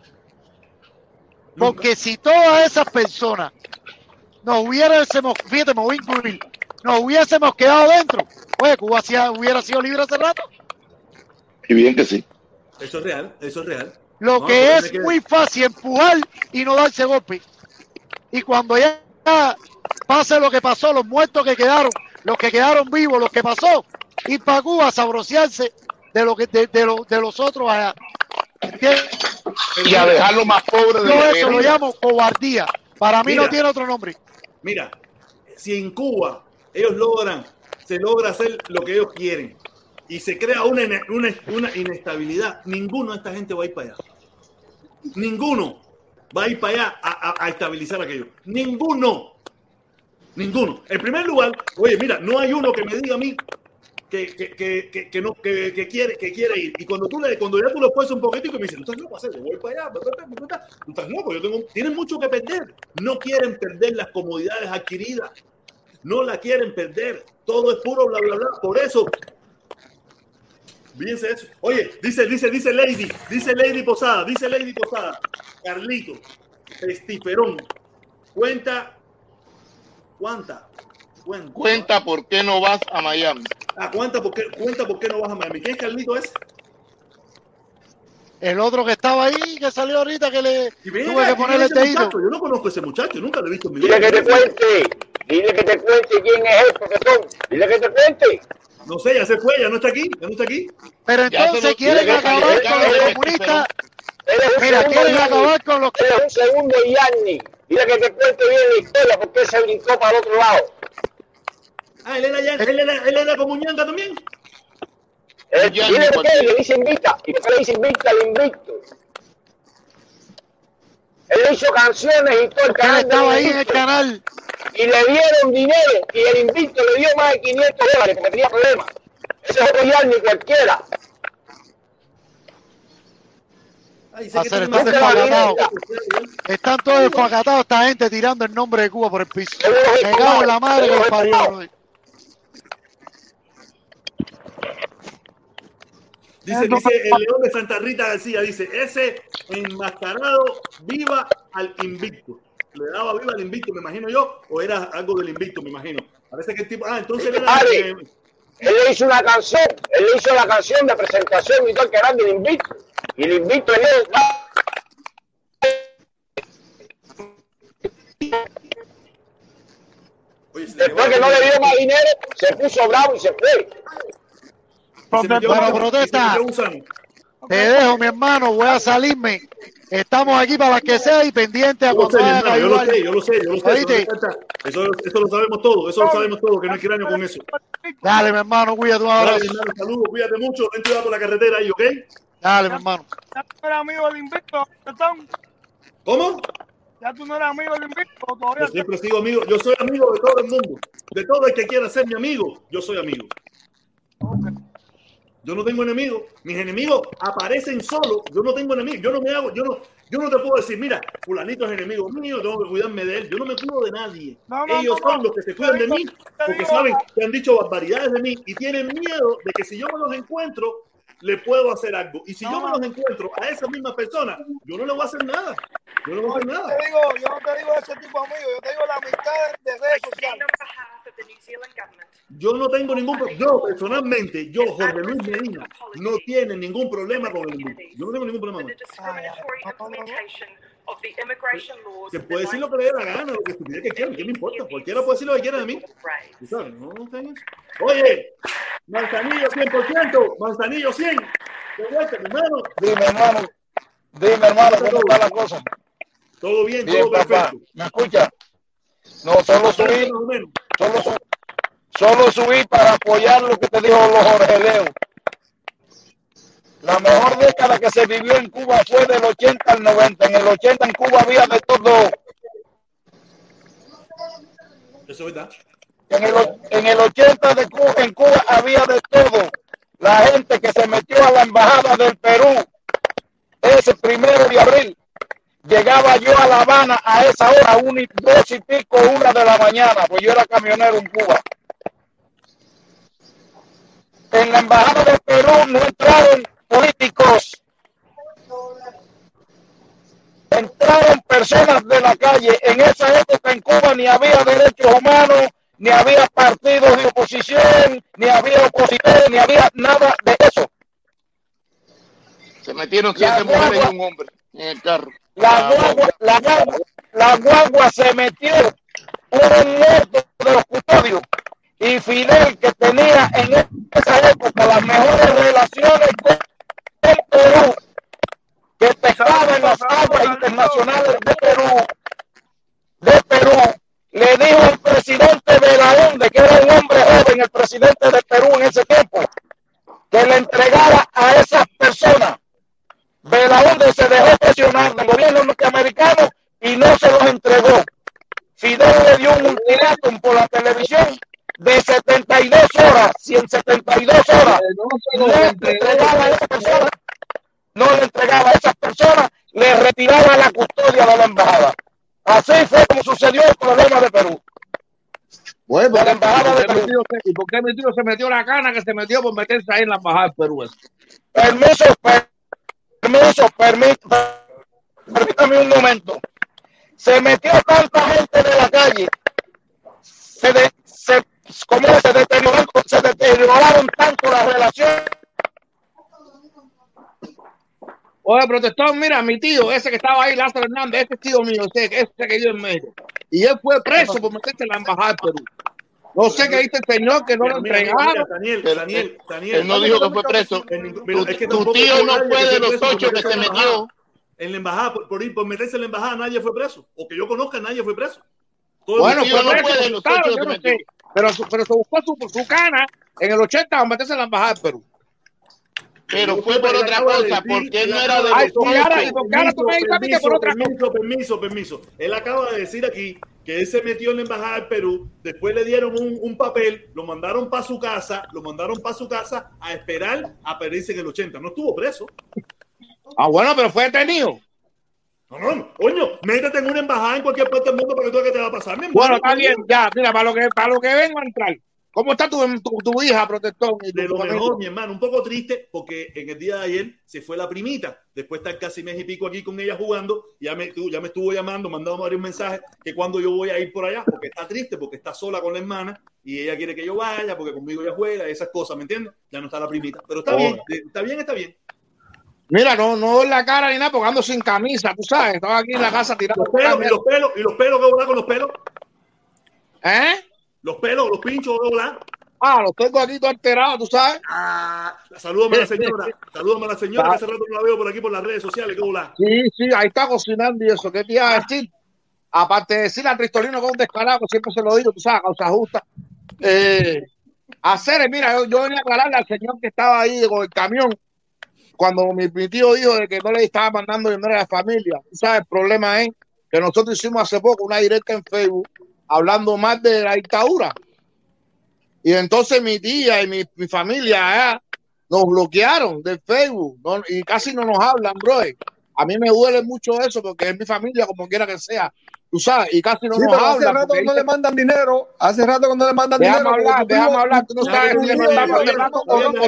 [SPEAKER 7] Porque si todas esas personas nos hubiésemos, fíjate, me voy a incluir, nos hubiésemos quedado dentro, pues Cuba sí hubiera sido libre hace rato.
[SPEAKER 4] Y bien que sí.
[SPEAKER 1] Eso es real, eso es real.
[SPEAKER 7] Lo
[SPEAKER 1] No,
[SPEAKER 7] que es
[SPEAKER 1] que...
[SPEAKER 7] muy fácil empujar y no darse golpe. Y cuando ya pase lo que pasó, los muertos que quedaron, los que quedaron vivos, los que pasó, ir para Cuba a saborearse de lo que de, de, lo, de los otros allá.
[SPEAKER 4] Y a dejarlo más pobre de
[SPEAKER 7] Yo
[SPEAKER 4] lo que
[SPEAKER 7] eso
[SPEAKER 4] era.
[SPEAKER 7] lo llamo cobardía. Para mí
[SPEAKER 1] Mira,
[SPEAKER 7] no tiene otro nombre.
[SPEAKER 1] Mira, si en Cuba ellos logran, se logra hacer lo que ellos quieren y se crea una, una, una inestabilidad, ninguno de esta gente va a ir para allá. Ninguno va a ir para allá a, a, a estabilizar aquello. Ninguno. Ninguno. En primer lugar, oye, mira, no hay uno que me diga a mí que, que, que, que, que no, que, que, quiere, que quiere ir. Y cuando tú le, cuando ya tú lo fuerzas un poquitico y me dicen, tú estás loco, hacer, yo voy para allá, tú estás loco, yo tengo, tienen mucho que perder. No quieren perder las comodidades adquiridas. No la quieren perder. Todo es puro bla, bla, bla. Por eso, fíjense eso. Oye, dice, dice, dice Lady, dice Lady Posada, dice Lady Posada, Carlito, Estiferón, cuenta, ¿cuánta? Cuenta.
[SPEAKER 4] Cuenta por qué no vas a Miami.
[SPEAKER 1] Ah, cuenta por qué, cuenta por qué no vas a Miami. ¿Quién es Carlito ese?
[SPEAKER 7] El otro que estaba ahí, que salió ahorita, que le
[SPEAKER 1] Venga,
[SPEAKER 7] tuve que ponerle el dedito.
[SPEAKER 1] Yo no conozco a ese muchacho, nunca lo he visto en mi vida.
[SPEAKER 10] Dile que te cuente, dile que te cuente quién es él, profesor. Dile que te cuente.
[SPEAKER 1] No sé, ya se fue, ya no está aquí, ya no está aquí.
[SPEAKER 7] Pero entonces quieren acabar con los comunistas. Mira, quieren acabar con los...
[SPEAKER 10] Él es un segundo Yanni. Dile que te cuente bien la historia, porque él se brincó para el otro lado.
[SPEAKER 1] Ah, él era, él era, él era como Ñanga también.
[SPEAKER 10] Él, dile por qué le dice invicta. ¿Y por qué le dice invicta al invicto? Él hizo canciones y todo el
[SPEAKER 7] Porque él
[SPEAKER 10] canal.
[SPEAKER 7] estaba ahí en el canal.
[SPEAKER 10] Y le dieron dinero. Y el invicto le dio más de quinientos dólares porque tenía problemas. Ese es otro Yanni cualquiera.
[SPEAKER 1] Ay,
[SPEAKER 7] Va a ser, están desfacatados. Están todos desfacatados esta gente tirando el nombre de Cuba por el piso. Me cago en la madre que los parió.
[SPEAKER 1] Dice, dice el León de Santa Rita García, dice, ese enmascarado viva al invicto. Le daba viva al invicto, me imagino yo, o era algo del invicto, me imagino. Parece que el tipo, ah, entonces él era...
[SPEAKER 10] Ale,
[SPEAKER 1] Eh,
[SPEAKER 10] él le hizo una canción, él le hizo la canción de presentación y todo el canal del invicto. Y el invicto es él.
[SPEAKER 1] oye, se
[SPEAKER 10] Después
[SPEAKER 1] le
[SPEAKER 10] que
[SPEAKER 1] va-
[SPEAKER 10] no le dio más dinero, se puso bravo y se fue.
[SPEAKER 1] se metió-
[SPEAKER 7] Bueno,
[SPEAKER 1] se
[SPEAKER 7] protesta.
[SPEAKER 1] metió gusano.
[SPEAKER 7] Te dejo, mi hermano, voy a salirme. Estamos aquí para las que sea y pendientes a
[SPEAKER 1] Yo lo sé,
[SPEAKER 7] cuando
[SPEAKER 1] mi
[SPEAKER 7] vayan a
[SPEAKER 1] hermano, yo lo
[SPEAKER 7] ayudar.
[SPEAKER 1] sé, yo lo sé, yo lo sé.
[SPEAKER 7] ¿Oíste?
[SPEAKER 1] Eso, eso, eso lo sabemos todo, eso lo sabemos todo, que no hay cráneo con eso.
[SPEAKER 7] Dale, mi hermano, cuídate, un
[SPEAKER 1] Dale,
[SPEAKER 7] abrazo.
[SPEAKER 1] mi hermano, saludos, cuídate mucho, ten cuidado por la carretera ahí, ¿ok?
[SPEAKER 7] Dale, mi hermano.
[SPEAKER 11] Ya tú no eres amigo del invicto, Tom.
[SPEAKER 1] ¿Cómo?
[SPEAKER 11] Ya tú no eres amigo del invicto, todavía.
[SPEAKER 1] Yo siempre sigo amigo, yo soy amigo de todo el mundo, de todo el que quiera ser mi amigo, yo soy amigo. Yo no tengo enemigos, mis enemigos aparecen solos, yo no tengo enemigos, yo no me hago, yo no, yo no te puedo decir, mira, fulanito es enemigo mío, tengo que cuidarme de él, yo no me cuido de nadie.
[SPEAKER 11] No, no,
[SPEAKER 1] Ellos
[SPEAKER 11] no,
[SPEAKER 1] son
[SPEAKER 11] no.
[SPEAKER 1] los que se cuidan de mí,
[SPEAKER 11] Te
[SPEAKER 1] porque
[SPEAKER 11] digo-
[SPEAKER 1] saben que han dicho barbaridades de mí y tienen miedo de que si yo me los encuentro, le puedo hacer algo. Y si yo me los encuentro a esa misma persona, yo no le voy a hacer nada. Yo no le voy a hacer
[SPEAKER 11] Yo
[SPEAKER 1] nada.
[SPEAKER 11] te digo, yo no te digo ese tipo de amigos, yo te digo la amistad de redes sociales.
[SPEAKER 1] Yo no tengo ningún problema. Yo, personalmente, yo, Jorge Luis Medina, no tiene ningún problema con el invito. Yo no tengo ningún problema con eso. Que puede decir lo que le dé la gana, lo que estupidez que quiera, ¿qué me importa? Cualquiera puede decir lo que quiera de mí. ¿Sabes? No, no tengo eso. Oye, Manzanillo cien por ciento, Manzanillo cien. ¿Qué vuelta, mi hermano?
[SPEAKER 10] Dime, hermano. Dime, hermano, ¿cómo está la cosa?
[SPEAKER 1] Todo bien,
[SPEAKER 10] bien
[SPEAKER 1] todo perfecto.
[SPEAKER 10] Papá. ¿Me escucha? No, solo subí, solo, subí, solo subí para apoyar lo que te dijo los Jorge Leo. La mejor década que se vivió en Cuba fue del ochenta al noventa. En el ochenta en Cuba había de todo.
[SPEAKER 1] Eso es verdad.
[SPEAKER 10] En el, en el ochenta de Cuba, en Cuba había de todo. La gente que se metió a la embajada del Perú ese primero de abril. Llegaba yo a La Habana a esa hora, una y dos y pico, una de la mañana, pues yo era camionero en Cuba. En la embajada del Perú no entraron políticos, entraron personas de la calle. En esa época en Cuba ni había derechos humanos, ni había partidos de oposición, ni había opositores, ni había nada de eso.
[SPEAKER 4] Se metieron siete mujeres y un hombre en el carro.
[SPEAKER 10] La guagua, la, guagua, la guagua se metió un muerto de los custodios. Y Fidel, que tenía en esa época las mejores relaciones con el Perú, que pescaba en las aguas internacionales de Perú, de Perú, le dijo al presidente Belaúnde, que era un hombre joven, el presidente de Perú en ese tiempo, que le entregara a esas personas. Belaúnde se dejó presionar del gobierno norteamericano y no se los entregó. Fidel le dio un ultimátum por la televisión de setenta y dos horas. Si en setenta y dos horas no le entregaba a esas personas, no le entregaba a esas personas, le retiraba la custodia de la embajada. Así fue como sucedió el problema de Perú.
[SPEAKER 3] Bueno,
[SPEAKER 10] de la embajada de Perú.
[SPEAKER 3] ¿Y por qué mi tío se metió la cana que se metió por meterse ahí en la embajada de Perú?
[SPEAKER 10] Permiso, per permiso, permiso, permítame un momento. Se metió tanta gente de la calle, se, de, se, como se deterioraron, se deterioraron tanto las relaciones.
[SPEAKER 3] Oye, protestón, mira, mi tío, ese que estaba ahí, Lázaro Hernández, ese tío mío, ese, ese que vive en México, y él fue preso por meterse en la embajada de Perú. No sé qué dice el señor, que no lo entregaron.
[SPEAKER 1] Daniel, Daniel, Daniel.
[SPEAKER 4] Él no dijo que fue preso. Tu tío no fue de los ocho que se metió.
[SPEAKER 1] En la embajada, por, por ir por meterse en la embajada, nadie fue preso. O que yo conozca, nadie fue preso.
[SPEAKER 3] Todo bueno, fue no preso, de los ocho yo no sé, pero, pero se buscó su, su cana en el ochenta para meterse en la embajada de Perú.
[SPEAKER 4] Pero fue por otra cosa, porque no era de los
[SPEAKER 1] ocho. Permiso, permiso, permiso. Él acaba de decir aquí que él se metió en la embajada de Perú, después le dieron un, un papel, lo mandaron para su casa, lo mandaron para su casa a esperar a pedirse en el ochenta. No estuvo preso.
[SPEAKER 3] Ah, bueno, pero fue detenido.
[SPEAKER 1] No, no, coño, métete en una embajada en cualquier parte del mundo para que tú veas qué te va a pasar.
[SPEAKER 3] Bueno, está bien, ya, mira, para lo que, para lo que vengo a entrar. ¿Cómo está tu, tu, tu hija, protestón? Y
[SPEAKER 1] de lo mejor, mi hermano, un poco triste porque en el día de ayer se fue la primita, después de estar casi mes y pico aquí con ella jugando, ya me, ya me estuvo llamando, mandando varios mensajes que cuando yo voy a ir por allá, porque está triste, porque está sola con la hermana y ella quiere que yo vaya, porque conmigo ella juega, esas cosas, ¿me entiendes? Ya no está la primita, pero está oh. bien, está bien, está bien.
[SPEAKER 3] Mira, no, no en la cara ni nada, porque ando sin camisa, tú sabes, estaba aquí en la casa tirando.
[SPEAKER 1] Los pelos, y los pelos, y los pelos, ¿qué volar con los pelos?
[SPEAKER 3] ¿Eh?
[SPEAKER 1] Los pelos, los pinchos, ¿qué volar?
[SPEAKER 3] Ah, los tengo aquí todo alterados, tú sabes.
[SPEAKER 1] Ah, salúdame a la señora, salúdame a la señora, que hace rato no la veo por aquí por las redes sociales, ¿qué volar?
[SPEAKER 3] Sí, sí, ahí está cocinando y eso, ¿qué te iba a decir? Aparte de decirle a Tristolino que es un descarado, que siempre se lo digo, tú sabes, causa justa. Eh, hacer, mira, yo, yo venía a aclararle al señor que estaba ahí con el camión, cuando mi, mi tío dijo de que no le estaba mandando dinero a la familia. Tú sabes, el problema es que nosotros hicimos hace poco una directa en Facebook hablando más de la dictadura. Y entonces mi tía y mi, mi familia eh, nos bloquearon de Facebook, ¿no? Y casi no nos hablan, bro. A mí me duele mucho eso porque es mi familia, como quiera que sea, tú sabes, y casi no
[SPEAKER 9] sí,
[SPEAKER 3] nos
[SPEAKER 9] pero
[SPEAKER 3] hablan.
[SPEAKER 9] Hace rato que no le mandan dinero, hace rato que no le mandan
[SPEAKER 3] déjame
[SPEAKER 9] dinero.
[SPEAKER 3] Hablar, déjame hablar, tú no sabes si le mandamos hace rato o no.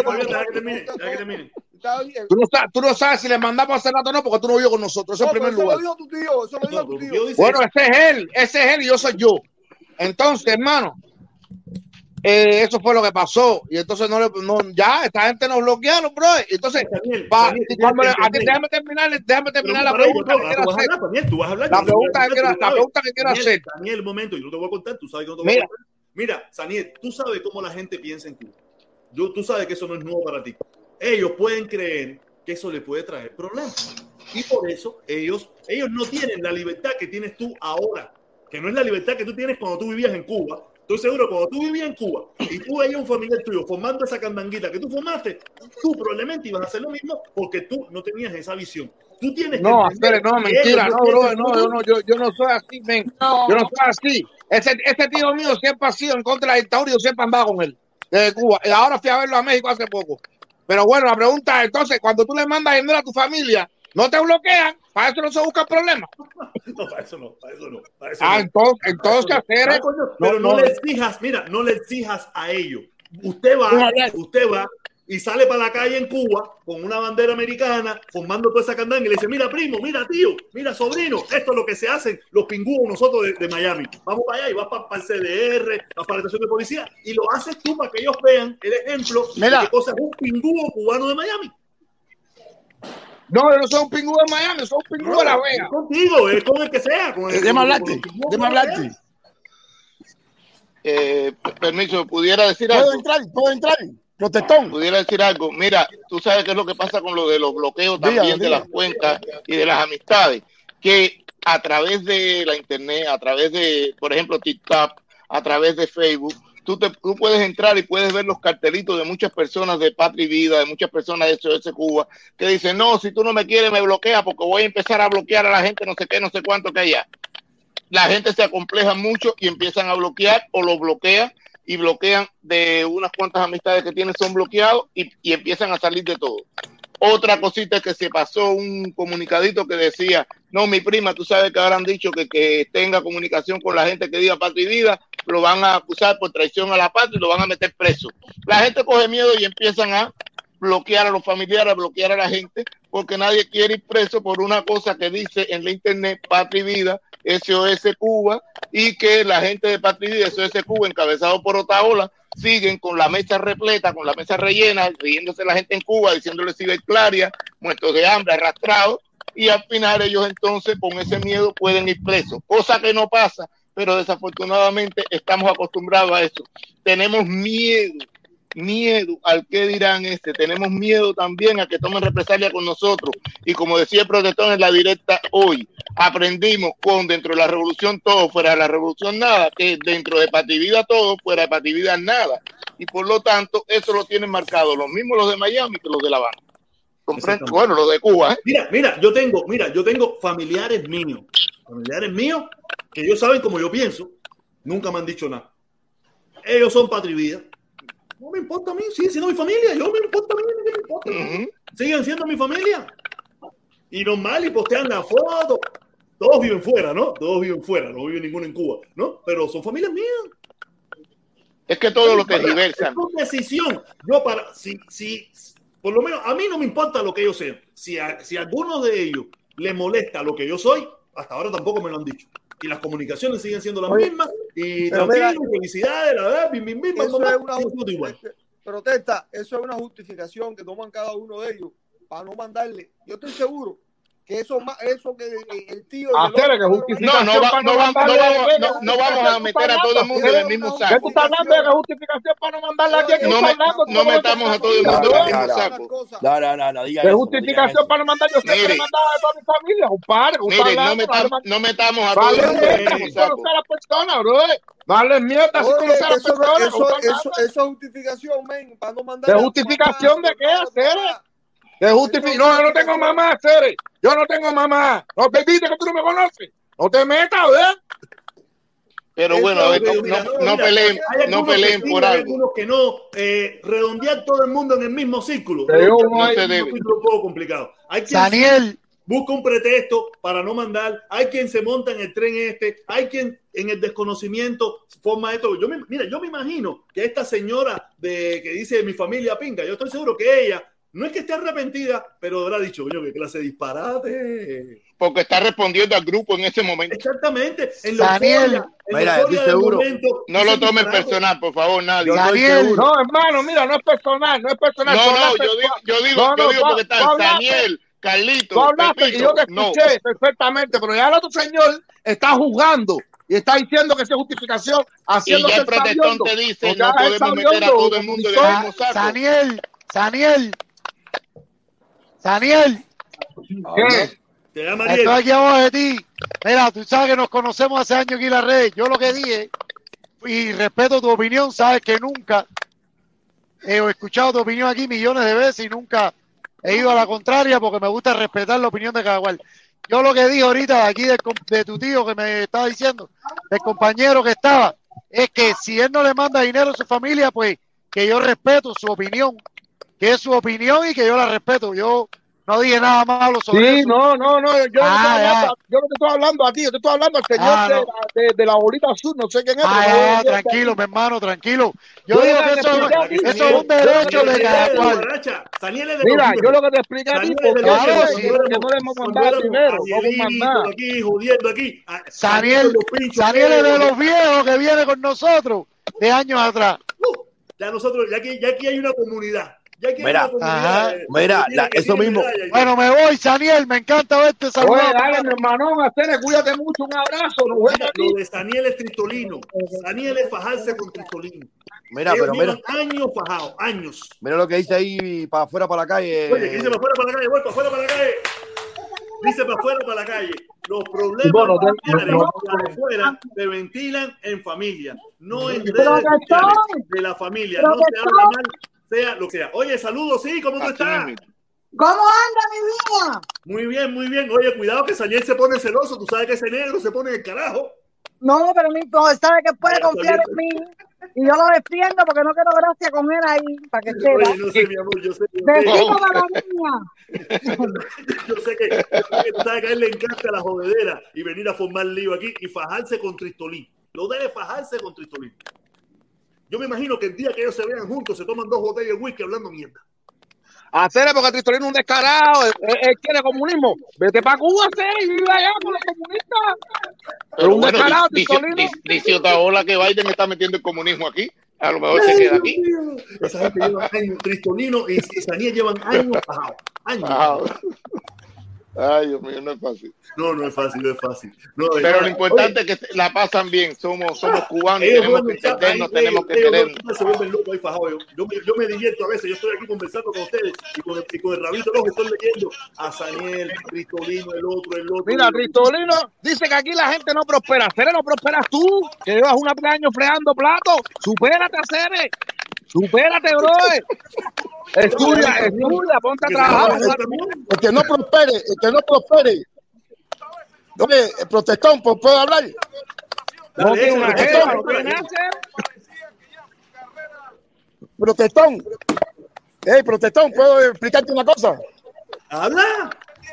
[SPEAKER 3] Tú no, sabes, tú no sabes si le mandamos hace rato o no, porque tú no vives con nosotros, eso no, en primer lugar.
[SPEAKER 9] Eso lo dijo tu tío, eso lo dijo tu tío.
[SPEAKER 3] Bueno, ese es él, ese es él y yo soy yo. Entonces, hermano,
[SPEAKER 10] Eh, eso fue lo que pasó y entonces no le no, ya esta gente nos bloquearon, bro. Entonces
[SPEAKER 1] Daniel,
[SPEAKER 10] pa,
[SPEAKER 1] Daniel,
[SPEAKER 10] cuando le-
[SPEAKER 1] Daniel,
[SPEAKER 10] a ti, déjame terminar, déjame terminar la
[SPEAKER 1] Pero,
[SPEAKER 10] pregunta
[SPEAKER 1] no,
[SPEAKER 10] que
[SPEAKER 1] no,
[SPEAKER 10] quiero
[SPEAKER 1] tú vas a
[SPEAKER 10] hacer.
[SPEAKER 1] hablar, Daniel, tú vas a hablar.
[SPEAKER 10] La
[SPEAKER 1] yo no te voy a
[SPEAKER 10] pregunta que
[SPEAKER 1] contar,
[SPEAKER 10] quiero,
[SPEAKER 1] tú
[SPEAKER 10] la
[SPEAKER 1] sabes.
[SPEAKER 10] pregunta que quiero
[SPEAKER 1] Daniel,
[SPEAKER 10] hacer.
[SPEAKER 1] Daniel, un momento, yo no te voy a contar, tú sabes que no te voy a
[SPEAKER 10] Mira,
[SPEAKER 1] contar. Mira, Daniel, tú sabes cómo la gente piensa en Cuba. Yo, tú sabes que eso no es nuevo para ti. Ellos pueden creer que eso les puede traer problemas. Y por eso ellos, ellos no tienen la libertad que tienes tú ahora, que no es la libertad que tú tienes cuando tú vivías en Cuba. Estoy seguro, cuando tú vivías en Cuba y tú veías un familiar tuyo formando esa candanguita que tú formaste, tú probablemente ibas a hacer lo mismo porque tú no tenías esa visión. Tú tienes que
[SPEAKER 10] no,
[SPEAKER 1] entender
[SPEAKER 10] hacer, no,
[SPEAKER 1] que
[SPEAKER 10] mentira,
[SPEAKER 1] ellos
[SPEAKER 10] no, bro,
[SPEAKER 1] piensan
[SPEAKER 10] no,
[SPEAKER 1] como
[SPEAKER 10] yo
[SPEAKER 1] tú.
[SPEAKER 10] no, yo, yo no soy así, men. Yo no soy así. Ese, ese tío mío siempre ha sido en contra de la dictadura y yo siempre andaba con él, desde Cuba. Y ahora fui a verlo a México hace poco. Pero bueno, la pregunta es, entonces, cuando tú le mandas dinero a tu familia, ¿no te bloquean? ¿Para eso no se busca problema?
[SPEAKER 1] No, para eso no, para eso no, para eso
[SPEAKER 10] Ah,
[SPEAKER 1] no.
[SPEAKER 10] entonces,
[SPEAKER 1] Para
[SPEAKER 10] entonces
[SPEAKER 1] eso no.
[SPEAKER 10] hacer
[SPEAKER 1] Ah,
[SPEAKER 10] es-
[SPEAKER 1] coño,
[SPEAKER 10] no,
[SPEAKER 1] pero no,
[SPEAKER 10] no,
[SPEAKER 1] le exijas, mira, no le exijas a ellos. Usted va,
[SPEAKER 10] Deja hablar.
[SPEAKER 1] usted va y sale para la calle en Cuba con una bandera americana, formando toda esa candanga y le dice, mira primo, mira tío, mira sobrino, esto es lo que se hacen los pingüos nosotros de, de Miami. Vamos para allá y vas para, para el C D R, vas para la estación de policía y lo haces tú para que ellos vean el ejemplo
[SPEAKER 10] Mira.
[SPEAKER 1] de qué cosa es un pingüo cubano de Miami.
[SPEAKER 10] No, yo no soy un pingüe de Miami, soy un pingüe de La Vega.
[SPEAKER 1] Es contigo, es con el que sea. Con el,
[SPEAKER 10] Déjame
[SPEAKER 1] con-
[SPEAKER 10] hablarte,
[SPEAKER 1] con los pingüos
[SPEAKER 10] déjame
[SPEAKER 1] que
[SPEAKER 10] hablarte.
[SPEAKER 1] sea.
[SPEAKER 12] Eh, permiso, ¿pudiera decir
[SPEAKER 4] ¿Puedo
[SPEAKER 12] algo?
[SPEAKER 4] entrar? ¿Puedo entrar? Protestón.
[SPEAKER 12] Pudiera decir algo. Mira, tú sabes qué es lo que pasa con lo de los bloqueos
[SPEAKER 4] Dígame,
[SPEAKER 12] también de
[SPEAKER 4] dígame.
[SPEAKER 12] las cuentas y de las amistades, que a través de la internet, a través de, por ejemplo, TikTok, a través de Facebook, tú, te, tú puedes entrar y puedes ver los cartelitos de muchas personas de Patria y Vida, de muchas personas de S O S Cuba, que dicen, no, si tú no me quieres me bloquea porque voy a empezar a bloquear a la gente, no sé qué, no sé cuánto que haya. La gente se acompleja mucho y empiezan a bloquear o lo bloquean y bloquean de unas cuantas amistades que tienen, son bloqueados y, y empiezan a salir de todo. Otra cosita es que se pasó un comunicadito que decía, no, mi prima, tú sabes que ahora han dicho que, que tenga comunicación con la gente que diga Patria y Vida, lo van a acusar por traición a la patria y lo van a meter preso. La gente coge miedo y empiezan a bloquear a los familiares, a bloquear a la gente, porque nadie quiere ir preso por una cosa que dice en la internet Patria y Vida, S O S Cuba, y que la gente de Patria y Vida, S O S Cuba, encabezado por Otaola, siguen con la mesa repleta, con la mesa rellena, riéndose la gente en Cuba, diciéndole ciberclaria, muertos de hambre, arrastrados, y al final ellos entonces con ese miedo pueden ir presos, cosa que no pasa, pero desafortunadamente estamos acostumbrados a eso. Tenemos miedo, miedo al que dirán este, tenemos miedo también a que tomen represalia con nosotros, y como decía el protector en la directa hoy, aprendimos con dentro de la revolución todo, fuera de la revolución nada, que dentro de Patria y Vida todo, fuera de Patria y Vida nada, y por lo tanto eso lo tienen marcado los mismos los de Miami que los de La Habana. ¿Comprende? Bueno, los de Cuba, ¿eh?
[SPEAKER 1] Mira, mira, yo tengo, mira, yo tengo familiares míos, familiares míos que ellos saben como yo pienso, nunca me han dicho nada. Ellos son Patria y Vida. No me importa a mí, siguen siendo mi familia, yo me importa a mí, no me importa. Uh-huh. Siguen siendo mi familia. Y normal, y postean la foto. Todos viven fuera, ¿no? Todos viven fuera, no vive ninguno en Cuba, ¿no? Pero son familias mías.
[SPEAKER 12] Es que todo lo tergiversan.
[SPEAKER 1] Es una decisión. Yo para, si, si, por lo menos a mí no me importa lo que ellos sean. Si a, si a alguno de ellos le molesta lo que yo soy, hasta ahora tampoco me lo han dicho. Y las comunicaciones siguen siendo las Oye, mismas. Y tranquilo, felicidades, la verdad, bim, bim, bim,
[SPEAKER 9] eso
[SPEAKER 1] bim,
[SPEAKER 9] es una
[SPEAKER 1] igual.
[SPEAKER 9] Protesta, eso es una justificación que toman cada uno de ellos para no mandarle. Yo estoy seguro que eso más eso que el tío
[SPEAKER 12] ah,
[SPEAKER 9] que
[SPEAKER 12] que no no va, no, va, no, vamos, no, no vamos a meter a todo el mundo en el mismo saco.
[SPEAKER 10] ¿Qué tú estás hablando de justificación para no mandarla aquí?
[SPEAKER 12] No, me, no metamos a todo el mundo en el mismo saco.
[SPEAKER 10] No, no, no, no diga eso. ¿Qué justificación para no mandar? Yo siempre he mandado a toda mi familia, un padre, un
[SPEAKER 12] Mire, no, metam, no metamos a todo el mundo en el mismo saco.
[SPEAKER 10] No a las personas, bro. Dale mierda, así conocer a las personas.
[SPEAKER 9] Eso, eso, eso es justificación, men, para no mandar.
[SPEAKER 10] ¿De justificación de qué hacer? De justificación. No, yo no tengo mamá, Cere. Yo no tengo mamá. No te dices que tú no me conoces. No te metas, ¿verdad?
[SPEAKER 12] Pero bueno, a ver, no, no, no, no peleen, no peleen por
[SPEAKER 1] sí,
[SPEAKER 12] algo.
[SPEAKER 1] Hay algunos que no, eh, redondear todo el mundo en el mismo círculo.
[SPEAKER 12] Pero no,
[SPEAKER 1] no
[SPEAKER 12] se debe.
[SPEAKER 1] Es un poco complicado. Hay quien
[SPEAKER 7] Daniel.
[SPEAKER 1] busca un pretexto para no mandar. Hay quien se monta en el tren este. Hay quien en el desconocimiento forma esto. Yo me, mira, yo me imagino que esta señora de que dice mi familia pinga, yo estoy seguro que ella no es que esté arrepentida, pero habrá dicho, coño, qué clase de disparate.
[SPEAKER 12] porque está respondiendo al grupo en ese momento.
[SPEAKER 1] Exactamente. En
[SPEAKER 7] Daniel,
[SPEAKER 13] mira, estoy seguro.
[SPEAKER 1] Momento,
[SPEAKER 12] no lo tomen personal, por favor, nadie.
[SPEAKER 7] Daniel,
[SPEAKER 10] no, hermano, mira, no es personal, no es personal.
[SPEAKER 12] No, no, yo digo, yo digo,
[SPEAKER 10] no, no,
[SPEAKER 12] yo digo
[SPEAKER 10] tú,
[SPEAKER 12] porque están Daniel, Carlito,
[SPEAKER 10] tú hablaste
[SPEAKER 12] Pepito,
[SPEAKER 10] y yo te
[SPEAKER 12] no.
[SPEAKER 10] escuché perfectamente, pero ya el otro señor está juzgando y está diciendo que esa justificación haciendo
[SPEAKER 12] y ya el protestón te dice, no podemos meter a todo el mundo en el mismo saco.
[SPEAKER 7] Daniel, Daniel, Daniel.
[SPEAKER 10] ¿Qué?
[SPEAKER 1] Te llama
[SPEAKER 7] Estoy aquí abajo de ti. Mira, tú sabes que nos conocemos hace años aquí en la red. Yo lo que dije, y respeto tu opinión, sabes que nunca he escuchado tu opinión aquí millones de veces y nunca he ido a la contraria porque me gusta respetar la opinión de cada cual. Yo lo que dije ahorita de aquí de, de tu tío que me estaba diciendo, del compañero que estaba, es que si él no le manda dinero a su familia, pues que yo respeto su opinión, que es su opinión y que yo la respeto. Yo no dije nada malo sobre
[SPEAKER 10] Sí,
[SPEAKER 7] eso.
[SPEAKER 10] no, no, no, yo,
[SPEAKER 7] Ah,
[SPEAKER 10] no estoy
[SPEAKER 7] ya.
[SPEAKER 10] hablando, yo no te estoy hablando a ti, yo te estoy hablando al señor
[SPEAKER 7] Ah,
[SPEAKER 10] de,
[SPEAKER 7] no.
[SPEAKER 10] la, de, de la bolita azul, no sé quién es.
[SPEAKER 7] Ah,
[SPEAKER 10] pero
[SPEAKER 7] ya,
[SPEAKER 10] yo-
[SPEAKER 7] tranquilo, mi hermano, tranquilo. Yo
[SPEAKER 10] Yo
[SPEAKER 7] digo
[SPEAKER 10] lo
[SPEAKER 7] que
[SPEAKER 10] que
[SPEAKER 7] eso,
[SPEAKER 10] te expliqué a ti,
[SPEAKER 7] eso es un derecho de cada cual.
[SPEAKER 1] Daniel es de
[SPEAKER 10] Mira,
[SPEAKER 1] los
[SPEAKER 10] yo lo que te expliqué a ti,
[SPEAKER 1] Daniel es de
[SPEAKER 10] porque
[SPEAKER 1] los
[SPEAKER 7] Claro,
[SPEAKER 10] es
[SPEAKER 7] sí.
[SPEAKER 10] que no le hemos
[SPEAKER 1] cuando
[SPEAKER 10] mandado
[SPEAKER 1] éramos
[SPEAKER 10] dinero, no hemos
[SPEAKER 1] Arielito
[SPEAKER 10] mandado.
[SPEAKER 1] aquí, jodiendo aquí. a-
[SPEAKER 7] Daniel,
[SPEAKER 1] los pinchos,
[SPEAKER 7] Daniel es de
[SPEAKER 1] eh,
[SPEAKER 7] los viejos que viene con nosotros de años atrás.
[SPEAKER 1] uh, ya nosotros, ya aquí, ya aquí hay una comunidad. Ya aquí hay
[SPEAKER 13] Mira,
[SPEAKER 1] una comunidad.
[SPEAKER 7] ajá.
[SPEAKER 1] eh,
[SPEAKER 13] Mira,
[SPEAKER 1] que tiene-
[SPEAKER 13] la-
[SPEAKER 1] que
[SPEAKER 13] eso
[SPEAKER 1] tiene
[SPEAKER 13] mismo.
[SPEAKER 1] medalla y todo.
[SPEAKER 7] Bueno, me voy, Daniel, me encanta verte
[SPEAKER 10] Oye,
[SPEAKER 7] saludar.
[SPEAKER 10] dale, mi hermanón, Acere, cuídate mucho, un abrazo, nos vemos
[SPEAKER 1] Mira,
[SPEAKER 10] aquí.
[SPEAKER 1] lo de Daniel es Tristolino. Daniel es fajarse con Tristolino.
[SPEAKER 13] Mira,
[SPEAKER 1] Ellos
[SPEAKER 13] pero mira,
[SPEAKER 1] llevan años fajados, años.
[SPEAKER 13] mira lo que dice ahí para afuera, para la calle.
[SPEAKER 1] Oye, que dice para afuera, para la calle, voy para afuera, para la calle. Dice para afuera, para la calle. Los problemas
[SPEAKER 10] Bueno, te-
[SPEAKER 1] familiares
[SPEAKER 10] no,
[SPEAKER 1] de afuera se ventilan en familia, no en
[SPEAKER 14] Pero
[SPEAKER 1] redes
[SPEAKER 14] Gastón,
[SPEAKER 1] sociales de la familia. No se
[SPEAKER 14] Gastón.
[SPEAKER 1] habla mal, sea lo que sea. Oye, saludos, sí, ¿cómo tú
[SPEAKER 12] Así
[SPEAKER 1] estás?
[SPEAKER 12] mismo.
[SPEAKER 14] ¿cómo anda mi vida?
[SPEAKER 1] Muy bien, muy bien. Oye, cuidado que Saniel se pone celoso. Tú sabes que ese negro se pone el carajo.
[SPEAKER 14] No, pero mi hijo sabe que puede
[SPEAKER 1] Ay,
[SPEAKER 14] confiar en mí y yo lo defiendo porque no quiero gracia con él ahí, para que sepa.
[SPEAKER 1] Oye, no sé, mi amor, yo sé. Yo sé,
[SPEAKER 14] Besito para la niña.
[SPEAKER 1] yo sé que, yo sé que tú sabes que a él le encanta la jodedera y venir a formar lío aquí y fajarse con Tristolín. Lo debe fajarse con Tristolín. Yo me imagino que el día que ellos se vean juntos se toman dos botellas de whisky hablando mierda.
[SPEAKER 10] Acere, porque Tristolino es un descarado, él, él- él quiere comunismo. Vete para Cuba, Acere, y vive allá con los comunistas.
[SPEAKER 12] Pero
[SPEAKER 10] un
[SPEAKER 12] bueno,
[SPEAKER 10] descarado,
[SPEAKER 12] dice,
[SPEAKER 10] Tristolino.
[SPEAKER 12] dice, dice Otaola que Biden está metiendo el comunismo aquí. A lo mejor se
[SPEAKER 1] Ay,
[SPEAKER 12] queda
[SPEAKER 1] Dios
[SPEAKER 12] aquí.
[SPEAKER 1] mío. Esa gente lleva años, Tristolino y, y Saniel llevan años fajados. Años.
[SPEAKER 12] Ah, ay, Dios mío, no es fácil.
[SPEAKER 1] No, no es fácil, no es fácil. No, de
[SPEAKER 12] Pero
[SPEAKER 1] verdad.
[SPEAKER 12] lo importante es que la pasan bien. Somos, somos cubanos,
[SPEAKER 1] Ellos
[SPEAKER 12] tenemos
[SPEAKER 1] duermen,
[SPEAKER 12] que entendernos,
[SPEAKER 1] ahí,
[SPEAKER 12] tenemos que
[SPEAKER 1] ellos- ellos
[SPEAKER 12] querernos.
[SPEAKER 1] duermen, se vuelven locos ahí fajados. Yo, yo, me, yo me divierto a veces, yo estoy aquí conversando con ustedes y con el, y con el rabito rojo estoy leyendo a Saniel, Tristolino, el otro, el otro.
[SPEAKER 10] Mira,
[SPEAKER 1] el otro.
[SPEAKER 10] Tristolino dice que aquí la gente no prospera. Acere, no prosperas tú, que llevas una años fregando platos. Supérate, Acere. Supérate, bro. Estudia, estudia, ponte a
[SPEAKER 1] Que se
[SPEAKER 10] trabajar.
[SPEAKER 1] trabaja también.
[SPEAKER 4] El que no prospere, el que no prospere. Oye, el protestón, ¿puedo puedo hablar?
[SPEAKER 10] No
[SPEAKER 1] Dale,
[SPEAKER 10] tiene
[SPEAKER 1] échale,
[SPEAKER 10] una
[SPEAKER 1] échale,
[SPEAKER 10] jeva,
[SPEAKER 1] échale,
[SPEAKER 10] no tiene
[SPEAKER 1] échale.
[SPEAKER 10] nada.
[SPEAKER 4] Protestón. Hey, protestón, ¿puedo explicarte una cosa?
[SPEAKER 1] Habla.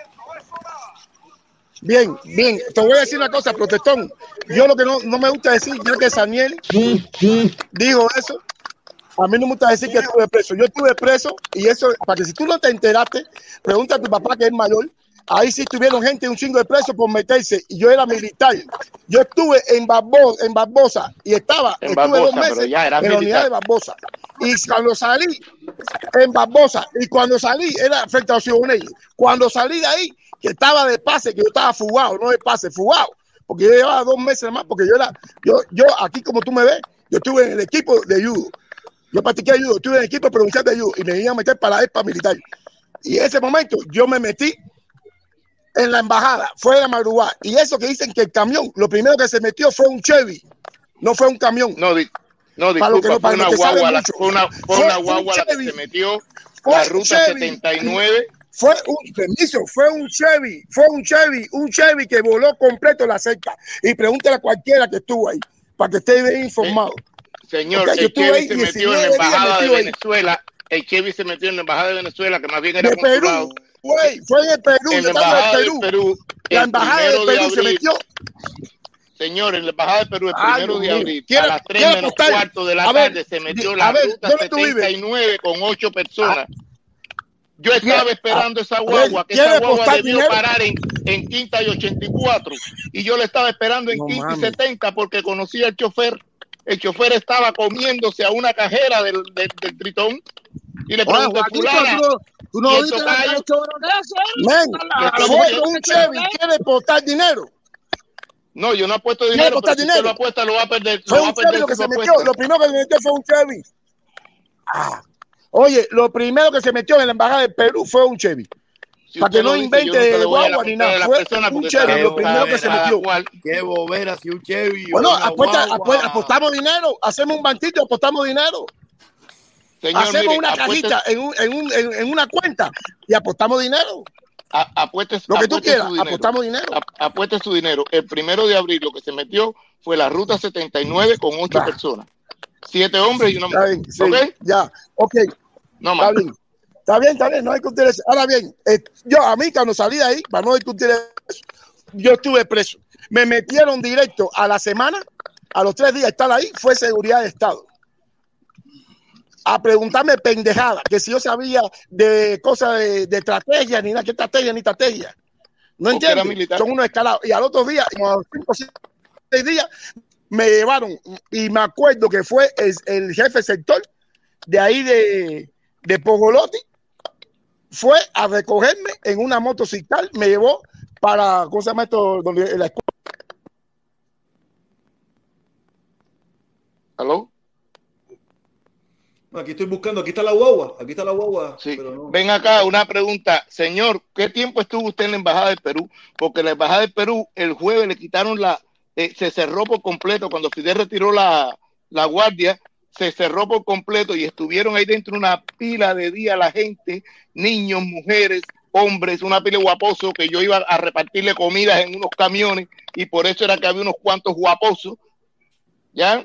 [SPEAKER 4] Bien, bien, te voy a decir una cosa, protestón. Yo lo que no, no me gusta decir, ya que Saniel dijo eso, a mí no me gusta decir que estuve preso. Yo estuve preso y eso, para que si tú no te enteraste, pregunta a tu papá que es mayor. Ahí sí tuvieron gente, un chingo de presos por meterse y yo era militar. Yo estuve en Barbosa, en Barbosa y estaba,
[SPEAKER 12] En
[SPEAKER 4] estuve
[SPEAKER 12] Barbosa,
[SPEAKER 4] dos
[SPEAKER 12] pero
[SPEAKER 4] meses
[SPEAKER 12] ya era
[SPEAKER 4] en la unidad
[SPEAKER 12] militar.
[SPEAKER 4] de Barbosa. Y cuando salí en Barbosa, y cuando salí era frente a los ciudadanos. Cuando salí de ahí, que estaba de pase, que yo estaba fugado, no de pase, fugado, porque yo llevaba dos meses más, porque yo era, yo, yo aquí como tú me ves, yo estuve en el equipo de judo. Yo practiqué judo, estuve en el equipo provincial de judo y me iban a meter para la ESPA militar. Y en ese momento yo me metí en la embajada, fue de la madrugada. Y eso que dicen que el camión, lo primero que se metió fue un Chevy, no fue un camión.
[SPEAKER 12] No, di- no
[SPEAKER 4] Para lo que
[SPEAKER 12] disculpa,
[SPEAKER 4] no- para
[SPEAKER 12] fue
[SPEAKER 4] lo
[SPEAKER 12] una
[SPEAKER 4] que sabe
[SPEAKER 12] guagua, la-
[SPEAKER 4] mucho.
[SPEAKER 12] fue una, fue
[SPEAKER 4] Fue
[SPEAKER 12] una
[SPEAKER 4] un
[SPEAKER 12] guagua la que
[SPEAKER 4] Chevy.
[SPEAKER 12] se metió
[SPEAKER 4] Fue
[SPEAKER 12] la
[SPEAKER 4] un
[SPEAKER 12] ruta
[SPEAKER 4] Chevy.
[SPEAKER 12] setenta y nueve.
[SPEAKER 4] Fue un permiso, fue un Chevy, fue un Chevy, un Chevy que voló completo la cerca. Y pregúntale a cualquiera que estuvo ahí, para que esté bien informado.
[SPEAKER 12] Señor,
[SPEAKER 4] Ok, yo
[SPEAKER 12] el
[SPEAKER 4] estuve
[SPEAKER 12] Chevy
[SPEAKER 4] ahí
[SPEAKER 12] se metió en
[SPEAKER 4] diecinueve
[SPEAKER 12] la
[SPEAKER 4] días
[SPEAKER 12] embajada de
[SPEAKER 4] metido ahí.
[SPEAKER 12] Venezuela. El Chevy se metió en la embajada de Venezuela, que más bien era
[SPEAKER 4] De Perú,
[SPEAKER 12] consulado.
[SPEAKER 4] güey, fue en el Perú,
[SPEAKER 12] En
[SPEAKER 4] yo
[SPEAKER 12] la
[SPEAKER 4] estaba
[SPEAKER 12] embajada
[SPEAKER 4] en
[SPEAKER 12] del
[SPEAKER 4] Perú.
[SPEAKER 12] Perú,
[SPEAKER 4] La
[SPEAKER 12] el
[SPEAKER 4] embajada de
[SPEAKER 12] primero de
[SPEAKER 4] Perú se
[SPEAKER 12] abril.
[SPEAKER 4] metió.
[SPEAKER 12] Señor, en la embajada de Perú, el
[SPEAKER 4] Ay,
[SPEAKER 12] primero
[SPEAKER 4] Dios
[SPEAKER 12] de
[SPEAKER 4] mío.
[SPEAKER 12] abril, a
[SPEAKER 4] ¿Quiere-
[SPEAKER 12] las tres
[SPEAKER 4] quiere
[SPEAKER 12] menos
[SPEAKER 4] apostar?
[SPEAKER 12] cuarto de la
[SPEAKER 4] A ver,
[SPEAKER 12] tarde, se metió
[SPEAKER 4] di-
[SPEAKER 12] la
[SPEAKER 4] a ver,
[SPEAKER 12] ruta
[SPEAKER 4] ¿dónde tú vives?
[SPEAKER 12] setenta y nueve con ocho personas. Yo estaba
[SPEAKER 4] ¿Quiere-
[SPEAKER 12] esperando esa
[SPEAKER 4] a ver,
[SPEAKER 12] guagua, que
[SPEAKER 4] ¿quiere
[SPEAKER 12] esa guagua
[SPEAKER 4] apostar
[SPEAKER 12] debió
[SPEAKER 4] dinero?
[SPEAKER 12] parar en en Quinta y ochenta y cuatro y yo le estaba esperando en
[SPEAKER 4] No
[SPEAKER 12] Quinta y
[SPEAKER 4] mames.
[SPEAKER 12] setenta porque conocía al chofer. El chofer estaba comiéndose a una cajera del, del, del Tritón y le
[SPEAKER 4] Oye,
[SPEAKER 12] pregunté,
[SPEAKER 4] Juanito,
[SPEAKER 12] fulana,
[SPEAKER 4] tú, tú
[SPEAKER 12] ¿y
[SPEAKER 4] no
[SPEAKER 12] el
[SPEAKER 4] viste la
[SPEAKER 12] tocayo?
[SPEAKER 4] cara choro que hace. Men,
[SPEAKER 12] Le
[SPEAKER 4] fue
[SPEAKER 12] pregunté,
[SPEAKER 4] un Chevy, quiere postar dinero.
[SPEAKER 12] no, yo no apuesto
[SPEAKER 4] Quiere
[SPEAKER 12] dinero,
[SPEAKER 4] postar
[SPEAKER 12] pero si usted
[SPEAKER 4] dinero.
[SPEAKER 12] lo apuesta, lo va a perder.
[SPEAKER 4] Fue
[SPEAKER 12] Lo va
[SPEAKER 4] un
[SPEAKER 12] a perder
[SPEAKER 4] Chevy lo que
[SPEAKER 12] si
[SPEAKER 4] se
[SPEAKER 12] lo
[SPEAKER 4] metió.
[SPEAKER 12] apuesta.
[SPEAKER 4] Lo primero que se metió fue un Chevy. Ah. Oye, lo primero que se metió en la embajada de Perú fue un Chevy.
[SPEAKER 12] Si
[SPEAKER 4] Para que
[SPEAKER 12] usted
[SPEAKER 4] no
[SPEAKER 12] lo dice, yo
[SPEAKER 4] invente
[SPEAKER 12] nunca le voy a la
[SPEAKER 4] guagua ni
[SPEAKER 12] contra de
[SPEAKER 4] nada.
[SPEAKER 12] la
[SPEAKER 4] Fue
[SPEAKER 12] persona
[SPEAKER 4] un
[SPEAKER 12] porque
[SPEAKER 4] Chevy,
[SPEAKER 12] cada,
[SPEAKER 4] lo primero que se
[SPEAKER 12] cada
[SPEAKER 4] metió.
[SPEAKER 12] cual.
[SPEAKER 13] Qué bobera, si un Chevy o
[SPEAKER 4] Bueno,
[SPEAKER 13] una
[SPEAKER 4] apuesta, apuesta,
[SPEAKER 13] guagua.
[SPEAKER 4] apostamos dinero, hacemos un banquito, apostamos dinero.
[SPEAKER 12] Señor,
[SPEAKER 4] Hacemos
[SPEAKER 12] mire,
[SPEAKER 4] una
[SPEAKER 12] apueste,
[SPEAKER 4] cajita en, un, en, un, en, en una cuenta y apostamos dinero.
[SPEAKER 12] a- apueste,
[SPEAKER 4] Lo que tú
[SPEAKER 12] apueste
[SPEAKER 4] quieras,
[SPEAKER 12] su dinero.
[SPEAKER 4] apostamos dinero.
[SPEAKER 12] A- apueste su dinero. El primero de abril lo que se metió fue la ruta setenta y nueve con ocho
[SPEAKER 4] Va.
[SPEAKER 12] personas. Siete hombres y una
[SPEAKER 4] Está
[SPEAKER 12] mujer.
[SPEAKER 4] bien, sí,
[SPEAKER 12] ¿Ok?
[SPEAKER 4] ya, ok,
[SPEAKER 12] No
[SPEAKER 4] está
[SPEAKER 12] más.
[SPEAKER 4] bien. Está bien, está bien, no hay que discutir eso. Ahora bien, eh, yo a mí cuando salí de ahí, para no discutir eso, yo estuve preso. Me metieron directo a la semana, a los tres días de estar ahí, fue seguridad de Estado. A preguntarme pendejada, que si yo sabía de cosas de, de estrategia, ni nada, qué estrategia, ni estrategia. No
[SPEAKER 12] Porque era
[SPEAKER 4] entiendes,
[SPEAKER 12] militar.
[SPEAKER 4] son unos escalados. Y al otro día, como a los cinco o seis días, me llevaron, y me acuerdo que fue el, el jefe sector de ahí de, de Pogolotti, fue a recogerme en una motocicleta, me llevó para, ¿cómo se llama esto? Donde, la escuela.
[SPEAKER 12] ¿Aló?
[SPEAKER 1] Aquí estoy buscando, aquí está la guagua, aquí está la guagua.
[SPEAKER 12] Sí.
[SPEAKER 1] Pero no.
[SPEAKER 12] Ven acá, una pregunta. Señor, ¿qué tiempo estuvo usted en la Embajada de Perú? Porque la Embajada de Perú el jueves le quitaron la, eh, se cerró por completo. Cuando Fidel retiró la, la guardia, se cerró por completo y estuvieron ahí dentro una pila de día la gente, niños, mujeres, hombres, una pila de guaposos que yo iba a repartirle comidas en unos camiones y por eso era que había unos cuantos guaposos, ¿ya?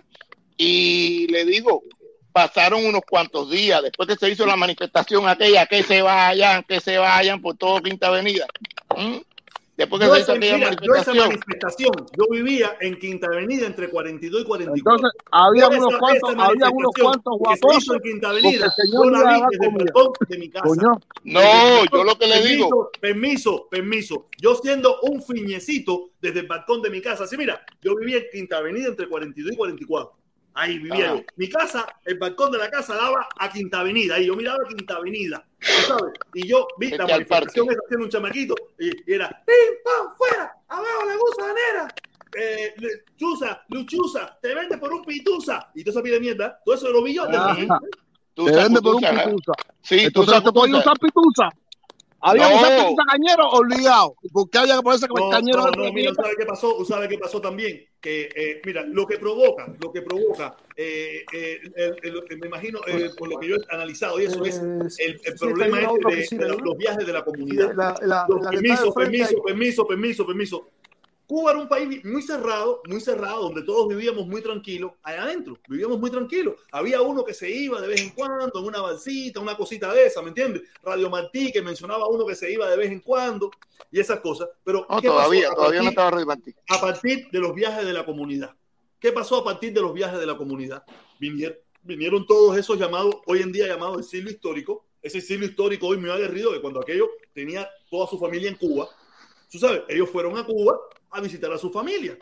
[SPEAKER 12] Y le digo, pasaron unos cuantos días después que se hizo la manifestación aquella, que se vayan, que se vayan por todo Quinta Avenida. ¿Mm? Después que
[SPEAKER 1] Yo
[SPEAKER 12] se hizo
[SPEAKER 1] esa,
[SPEAKER 12] aquella
[SPEAKER 1] mira, yo esa
[SPEAKER 12] manifestación.
[SPEAKER 1] manifestación, yo vivía en Quinta Avenida entre cuarenta y dos y cuarenta y cuatro.
[SPEAKER 4] Entonces, había
[SPEAKER 1] Yo
[SPEAKER 4] unos
[SPEAKER 1] esa-
[SPEAKER 4] cuantos,
[SPEAKER 1] esa
[SPEAKER 4] había unos
[SPEAKER 1] manifestación
[SPEAKER 4] cuantos
[SPEAKER 1] que se hizo
[SPEAKER 4] guaposos,
[SPEAKER 1] en Quinta
[SPEAKER 4] porque
[SPEAKER 1] Avenida,
[SPEAKER 4] el señor
[SPEAKER 1] yo
[SPEAKER 4] iba
[SPEAKER 1] la
[SPEAKER 4] a
[SPEAKER 1] vi
[SPEAKER 4] dar
[SPEAKER 1] desde el
[SPEAKER 4] comida.
[SPEAKER 1] balcón de mi casa.
[SPEAKER 4] Coño.
[SPEAKER 12] No,
[SPEAKER 1] Desde el balcón,
[SPEAKER 12] yo lo que le
[SPEAKER 1] permiso,
[SPEAKER 12] digo,
[SPEAKER 1] Permiso, permiso. Yo siendo un fiñecito desde el balcón de mi casa. Así, mira, yo vivía en Quinta Avenida entre cuarenta y dos y cuarenta y cuatro. Ahí vivía
[SPEAKER 12] Ajá.
[SPEAKER 1] yo. Mi casa, el balcón de la casa daba a Quinta Avenida. Ahí yo miraba Quinta Avenida. ¿Tú sabes? Y yo vi la
[SPEAKER 12] Este al
[SPEAKER 1] manifestación
[SPEAKER 12] parque.
[SPEAKER 1] esa haciendo un chamaquito y, y era ¡pim, pam, fuera! ¡Abajo la gusanera! Eh, le- chusa, luchusa, te vende por un pitusa. Y todo eso pide mierda. Todo eso lo vi yo.
[SPEAKER 4] Ah,
[SPEAKER 1] desde-
[SPEAKER 12] tú
[SPEAKER 4] te
[SPEAKER 12] usas
[SPEAKER 4] vende por un
[SPEAKER 12] cutusa, ¿eh?
[SPEAKER 4] pitusa.
[SPEAKER 12] Sí, tú
[SPEAKER 4] Entonces
[SPEAKER 12] usas
[SPEAKER 4] no te podía
[SPEAKER 12] cutusa.
[SPEAKER 4] usar pitusa. Había
[SPEAKER 12] No.
[SPEAKER 4] usar pitusa cañero obligado. Porque había que ponerse con el
[SPEAKER 1] No,
[SPEAKER 4] cañero.
[SPEAKER 1] no,
[SPEAKER 4] de
[SPEAKER 1] no, mira, ¿sabe qué pasó? ¿Sabe qué pasó también? Que, eh, mira, lo que provoca, lo que provoca, eh, eh, el- el- el- me imagino, eh, por lo que yo he analizado, y eso es el, el problema este de, de la- los viajes de la comunidad.
[SPEAKER 2] La, la,
[SPEAKER 1] Los
[SPEAKER 2] la que está de
[SPEAKER 1] permiso,
[SPEAKER 2] frente
[SPEAKER 1] permiso,
[SPEAKER 2] ahí.
[SPEAKER 1] permiso, permiso, permiso. Cuba era un país muy cerrado, muy cerrado, donde todos vivíamos muy tranquilos. Allá adentro, vivíamos muy tranquilos. Había uno que se iba de vez en cuando, en una balsita, una cosita de esa, ¿me entiendes? Radio Martí, que mencionaba uno que se iba de vez en cuando, y esas cosas. Pero,
[SPEAKER 12] No,
[SPEAKER 1] ¿qué
[SPEAKER 12] todavía,
[SPEAKER 1] pasó a
[SPEAKER 12] todavía no
[SPEAKER 1] partir,
[SPEAKER 12] estaba Radio Martí.
[SPEAKER 1] a partir de los viajes de la comunidad? ¿Qué pasó a partir de los viajes de la comunidad? Vinieron, vinieron todos esos llamados, hoy en día llamados exilio histórico. Ese exilio histórico hoy me ha aguerrido que cuando aquello tenía toda su familia en Cuba, tú sabes, ellos fueron a Cuba a visitar a su familia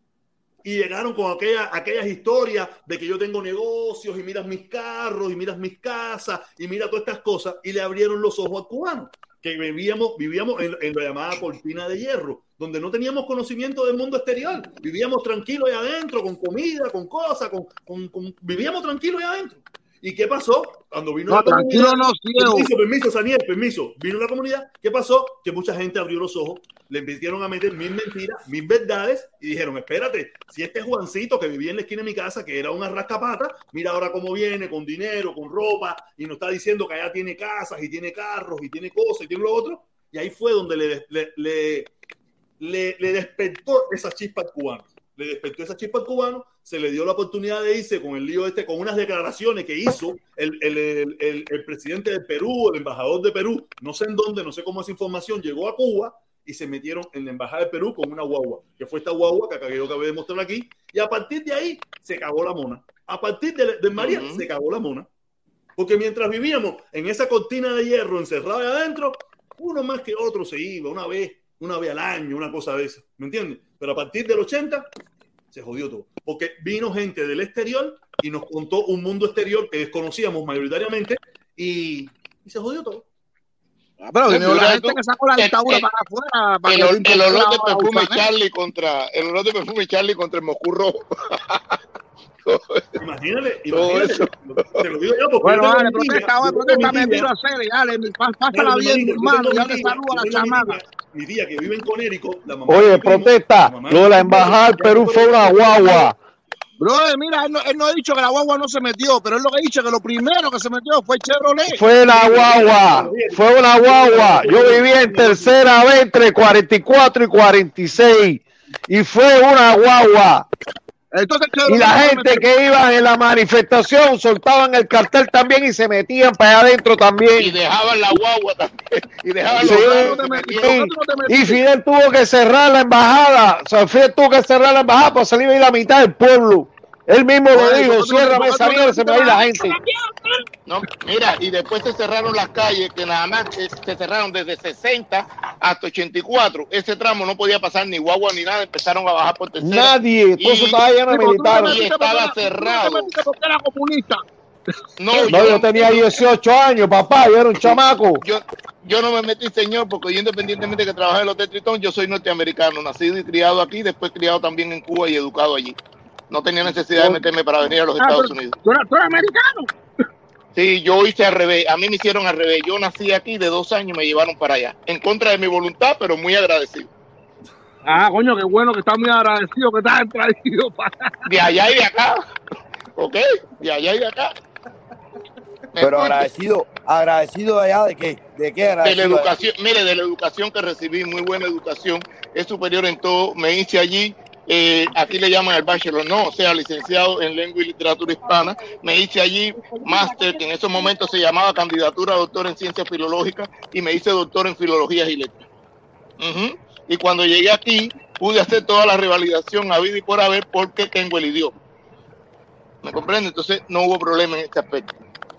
[SPEAKER 1] y llegaron con aquella, aquellas historias de que yo tengo negocios y miras mis carros y miras mis casas y mira todas estas cosas y le abrieron los ojos al cubano que vivíamos, vivíamos en, en la llamada cortina de hierro, donde no teníamos conocimiento del mundo exterior, vivíamos tranquilos ahí adentro, con comida, con cosas, con, con, con, vivíamos tranquilos ahí adentro. ¿Y qué pasó? Cuando vino
[SPEAKER 4] No,
[SPEAKER 1] la
[SPEAKER 4] tranquilo,
[SPEAKER 1] comunidad,
[SPEAKER 4] no, ciego.
[SPEAKER 1] permiso, permiso, Saniel, permiso, vino la comunidad, ¿qué pasó? Que mucha gente abrió los ojos, le empezaron a meter mil mentiras, mil verdades, y dijeron, espérate, si este Juancito que vivía en la esquina de mi casa, que era una rascapata, mira ahora cómo viene, con dinero, con ropa, y nos está diciendo que allá tiene casas, y tiene carros, y tiene cosas, y tiene lo otro, y ahí fue donde le, le, le, le, le despertó esa chispa al cubano. Le despertó esa chispa al cubano, se le dio la oportunidad de irse con el lío este, con unas declaraciones que hizo el, el, el, el, el presidente de Perú, el embajador de Perú, no sé en dónde, no sé cómo esa información llegó a Cuba y se metieron en la embajada de Perú con una guagua, que fue esta guagua que acabo que acabé de mostrar aquí, y a partir de ahí se cagó la mona. A partir de, de María uh-huh. se cagó la mona. Porque mientras vivíamos en esa cortina de hierro encerrado ahí adentro, uno más que otro se iba, una vez una vez al año, una cosa de esa, ¿me entiendes? Pero a partir del ochenta se jodió todo, porque vino gente del exterior y nos contó un mundo exterior que desconocíamos mayoritariamente y, y se jodió todo.
[SPEAKER 10] Ah, pero
[SPEAKER 12] Sí,
[SPEAKER 10] la
[SPEAKER 12] mira,
[SPEAKER 10] gente
[SPEAKER 12] tú,
[SPEAKER 10] que sacó la
[SPEAKER 12] el,
[SPEAKER 10] dictadura
[SPEAKER 12] el,
[SPEAKER 10] para afuera, para
[SPEAKER 12] el,
[SPEAKER 10] que
[SPEAKER 12] ol-
[SPEAKER 10] se
[SPEAKER 12] el
[SPEAKER 10] incorporara
[SPEAKER 12] olor de
[SPEAKER 10] a
[SPEAKER 12] perfume
[SPEAKER 10] Usané.
[SPEAKER 12] Charlie contra el olor de perfume Charlie contra el Moscú rojo.
[SPEAKER 1] Imagínate,
[SPEAKER 12] Todo
[SPEAKER 1] imagínate,
[SPEAKER 12] eso.
[SPEAKER 1] te lo digo yo porque
[SPEAKER 10] Bueno,
[SPEAKER 1] yo tengo
[SPEAKER 10] dale,
[SPEAKER 1] mi tía,
[SPEAKER 10] protesta, oye,
[SPEAKER 1] yo tengo
[SPEAKER 10] protesta,
[SPEAKER 1] mi
[SPEAKER 10] me
[SPEAKER 1] tía,
[SPEAKER 10] tiro a hacer, dale, mi- pá-
[SPEAKER 1] dale,
[SPEAKER 10] pásala
[SPEAKER 1] mi
[SPEAKER 10] bien, mi
[SPEAKER 1] hermanito, yo
[SPEAKER 10] hermano,
[SPEAKER 1] tengo
[SPEAKER 10] ya
[SPEAKER 1] mi
[SPEAKER 10] le
[SPEAKER 1] tía,
[SPEAKER 10] saludo a
[SPEAKER 1] yo
[SPEAKER 10] la
[SPEAKER 1] tengo mi
[SPEAKER 10] chamaca.
[SPEAKER 1] tía, mi tía que vive en Conérico, la mamá de
[SPEAKER 3] Oye,
[SPEAKER 1] mi primo, la
[SPEAKER 3] protesta,
[SPEAKER 1] mamá
[SPEAKER 3] lo
[SPEAKER 1] de
[SPEAKER 3] de la
[SPEAKER 1] mi primo,
[SPEAKER 3] embajada del
[SPEAKER 1] ya
[SPEAKER 3] Perú
[SPEAKER 1] por
[SPEAKER 3] fue
[SPEAKER 1] el
[SPEAKER 3] una
[SPEAKER 1] otro lado,
[SPEAKER 3] guagua.
[SPEAKER 10] Brother, mira, él no, él no ha dicho que la guagua no se metió, pero él lo que ha dicho que lo primero que se metió fue Chevrolet.
[SPEAKER 3] Fue la
[SPEAKER 1] sí, pero mira,
[SPEAKER 3] guagua,
[SPEAKER 1] pero fíjate,
[SPEAKER 3] fue una
[SPEAKER 1] yo no
[SPEAKER 3] guagua.
[SPEAKER 1] yo
[SPEAKER 3] Yo
[SPEAKER 1] no
[SPEAKER 3] vivía en
[SPEAKER 1] yo no
[SPEAKER 3] tercera vez entre cuarenta y cuatro y cuarenta y seis y fue una guagua.
[SPEAKER 10] Entonces
[SPEAKER 3] Y
[SPEAKER 10] Chevrolet
[SPEAKER 3] la
[SPEAKER 10] no se
[SPEAKER 3] gente
[SPEAKER 10] metió.
[SPEAKER 3] que iba en la manifestación soltaban el cartel también y se metían para allá adentro
[SPEAKER 12] Y
[SPEAKER 3] también.
[SPEAKER 12] dejaban la guagua también. Y dejaban
[SPEAKER 3] Sí,
[SPEAKER 12] los
[SPEAKER 10] ¿Por qué
[SPEAKER 12] carros
[SPEAKER 10] no te
[SPEAKER 12] se
[SPEAKER 10] metiste? ¿Por qué
[SPEAKER 12] metieron.
[SPEAKER 10] tú no te
[SPEAKER 3] y
[SPEAKER 10] metiste?
[SPEAKER 3] Fidel tuvo que cerrar la embajada. O sea, Fidel tuvo que cerrar la embajada para salir ahí la mitad del pueblo. Él mismo lo
[SPEAKER 10] Oye,
[SPEAKER 3] dijo,
[SPEAKER 10] ¿por qué tú no te,
[SPEAKER 3] ciérrame
[SPEAKER 10] por qué
[SPEAKER 3] esa
[SPEAKER 10] tú no te
[SPEAKER 3] mierda, se
[SPEAKER 10] metiste
[SPEAKER 3] me va a ir
[SPEAKER 10] para
[SPEAKER 3] la
[SPEAKER 10] adentro
[SPEAKER 3] gente.
[SPEAKER 10] también?
[SPEAKER 12] No, mira, y después se cerraron las calles, que nada más eh, se cerraron desde sesenta hasta ochenta y cuatro. Ese tramo no podía pasar ni guagua ni nada, empezaron a bajar por tercera.
[SPEAKER 3] Nadie, todo eso
[SPEAKER 12] Y,
[SPEAKER 3] estaba lleno
[SPEAKER 10] Sí,
[SPEAKER 3] de
[SPEAKER 10] pero tú no te
[SPEAKER 3] militares.
[SPEAKER 12] y
[SPEAKER 10] metiste porque
[SPEAKER 12] estaba
[SPEAKER 10] era, tú no te
[SPEAKER 12] cerrado.
[SPEAKER 10] metiste porque era comunista.
[SPEAKER 12] No,
[SPEAKER 3] No,
[SPEAKER 12] yo
[SPEAKER 3] yo
[SPEAKER 12] no,
[SPEAKER 3] tenía
[SPEAKER 12] yo,
[SPEAKER 3] dieciocho años, papá, yo era un chamaco.
[SPEAKER 12] yo, yo no me metí, señor, porque yo independientemente de que trabajé en el Hotel Tritón, yo soy norteamericano, nacido y criado aquí, después criado también en Cuba y educado allí. No tenía necesidad de meterme para venir a los
[SPEAKER 10] Ah, pero
[SPEAKER 12] Estados Unidos.
[SPEAKER 10] tú eres, tú eres americano.
[SPEAKER 12] Sí, yo hice al revés. A mí me hicieron al revés. Yo nací aquí, de dos años me llevaron para allá. En contra de mi voluntad, pero muy agradecido.
[SPEAKER 10] Ah, coño, qué bueno que estás muy agradecido que estás traído para.
[SPEAKER 12] De allá y de acá. ¿Ok? De allá y de acá. ¿Me
[SPEAKER 13] Pero
[SPEAKER 12] escuchas?
[SPEAKER 13] agradecido, agradecido allá de qué, de qué
[SPEAKER 12] De la
[SPEAKER 13] agradecido allá.
[SPEAKER 12] educación, mire, de la educación que recibí, muy buena educación. Es superior en todo. Me hice allí. Eh, aquí le llaman el bachelor, no, o sea, licenciado en lengua y literatura hispana. Me hice allí máster, que en esos momentos se llamaba candidatura a doctor en ciencias filológicas, y me hice doctor en filologías y letras. Ujú. Y cuando llegué aquí, pude hacer toda la revalidación a vida y por haber porque tengo el idioma. ¿Me comprende? Entonces no hubo problema en este aspecto.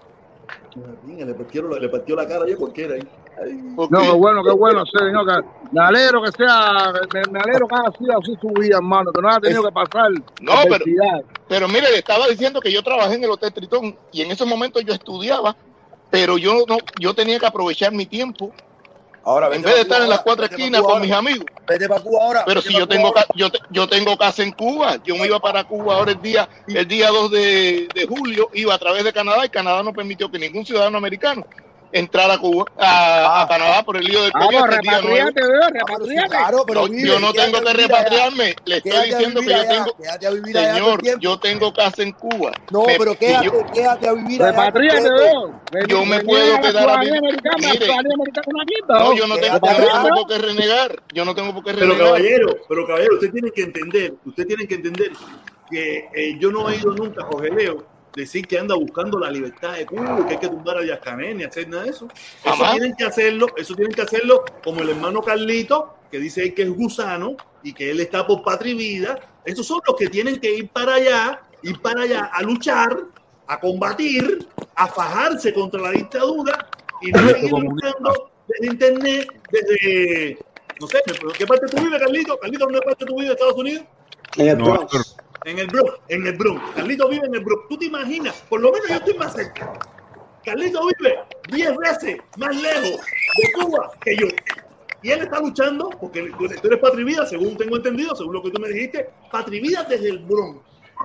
[SPEAKER 1] Le partió, le partió la cara a cualquiera ahí. Ay.
[SPEAKER 12] Porque,
[SPEAKER 10] No, qué bueno, qué bueno, sí, no, que me alegro que sea, me, me alegro que haya sido así su vida, hermano, que no haya tenido que pasar
[SPEAKER 12] no, pero,
[SPEAKER 10] adversidad.
[SPEAKER 12] pero mire, le estaba diciendo que yo trabajé en el Hotel Tritón y en esos momentos yo estudiaba, pero yo no, yo tenía que aprovechar mi tiempo
[SPEAKER 13] Ahora,
[SPEAKER 12] en
[SPEAKER 13] vete
[SPEAKER 12] vez de
[SPEAKER 13] para
[SPEAKER 12] estar
[SPEAKER 13] Cuba
[SPEAKER 12] en las
[SPEAKER 13] ahora,
[SPEAKER 12] cuatro
[SPEAKER 13] vete para
[SPEAKER 12] esquinas
[SPEAKER 13] Cuba
[SPEAKER 12] con mis
[SPEAKER 13] ahora,
[SPEAKER 12] amigos.
[SPEAKER 13] vete para Cuba ahora,
[SPEAKER 12] Pero
[SPEAKER 13] vete
[SPEAKER 12] si
[SPEAKER 13] para
[SPEAKER 12] yo
[SPEAKER 13] Cuba
[SPEAKER 12] tengo
[SPEAKER 13] ahora.
[SPEAKER 12] ca- yo, te- yo tengo casa en Cuba, yo me iba para Cuba ahora el día el día dos de, de julio, iba a través de Canadá y Canadá no permitió que ningún ciudadano americano entrara a Cuba, a, a
[SPEAKER 13] Ah,
[SPEAKER 12] Canadá por el lío del
[SPEAKER 10] Vamos,
[SPEAKER 12] COVID hasta el día nueve.
[SPEAKER 10] repatriate, bebé,
[SPEAKER 13] ah, pero sí,
[SPEAKER 10] repatriate.
[SPEAKER 13] claro, pero
[SPEAKER 12] No,
[SPEAKER 13] vive,
[SPEAKER 12] yo no
[SPEAKER 13] quédate
[SPEAKER 12] tengo
[SPEAKER 13] a
[SPEAKER 12] que
[SPEAKER 13] vivir allá,
[SPEAKER 12] repatriarme, le estoy
[SPEAKER 13] quédate a
[SPEAKER 12] diciendo
[SPEAKER 13] vivir
[SPEAKER 12] que yo
[SPEAKER 13] allá,
[SPEAKER 12] tengo,
[SPEAKER 13] quédate a vivir allá todo el
[SPEAKER 12] señor,
[SPEAKER 13] tiempo.
[SPEAKER 12] yo tengo casa en Cuba.
[SPEAKER 13] No,
[SPEAKER 12] Me-
[SPEAKER 13] pero
[SPEAKER 12] si yo,
[SPEAKER 13] quédate, quédate a vivir allá
[SPEAKER 10] Repatriate,
[SPEAKER 13] completo.
[SPEAKER 10] bebé.
[SPEAKER 12] yo me
[SPEAKER 10] Vení
[SPEAKER 12] puedo
[SPEAKER 10] a la
[SPEAKER 12] quedar a
[SPEAKER 10] ciudadanía
[SPEAKER 12] vivir.
[SPEAKER 10] americana, la
[SPEAKER 12] Mire,
[SPEAKER 10] ciudadanía americana una quinta,
[SPEAKER 12] no,
[SPEAKER 10] ¿no?
[SPEAKER 12] yo no tengo,
[SPEAKER 13] Quédate
[SPEAKER 12] yo no
[SPEAKER 13] allá.
[SPEAKER 12] tengo por qué renegar, yo no tengo por qué
[SPEAKER 1] Pero
[SPEAKER 12] renegar.
[SPEAKER 1] caballero, pero caballero, usted tiene que entender, usted tiene que entender que eh, yo no he oído nunca a Jorge Leo decir que anda buscando la libertad de Cuba, que hay que tumbar a Díaz Canel ni hacer nada de eso. Eso
[SPEAKER 12] Jamás.
[SPEAKER 1] tienen que hacerlo, eso tienen que hacerlo como el hermano Carlito, que dice ahí que es gusano y que él está por patria y vida. Esos son los que tienen que ir para allá, ir para allá a luchar, a combatir, a fajarse contra la dictadura y no seguir luchando desde internet, desde, no sé, ¿qué parte tú vives, Carlito? Carlito, ¿dónde parte tú vives de Estados Unidos?
[SPEAKER 2] En el
[SPEAKER 5] Nueva
[SPEAKER 2] Bronx.
[SPEAKER 5] York.
[SPEAKER 1] En el Bronx, en el Bronx. Carlito vive en el Bronx. ¿Tú te imaginas? Por lo menos yo estoy más cerca. Carlito vive diez veces más lejos de Cuba que yo. Y él está luchando, porque tú eres patria y vida, según tengo entendido, según lo que tú me dijiste, patria y vida desde el Bronx.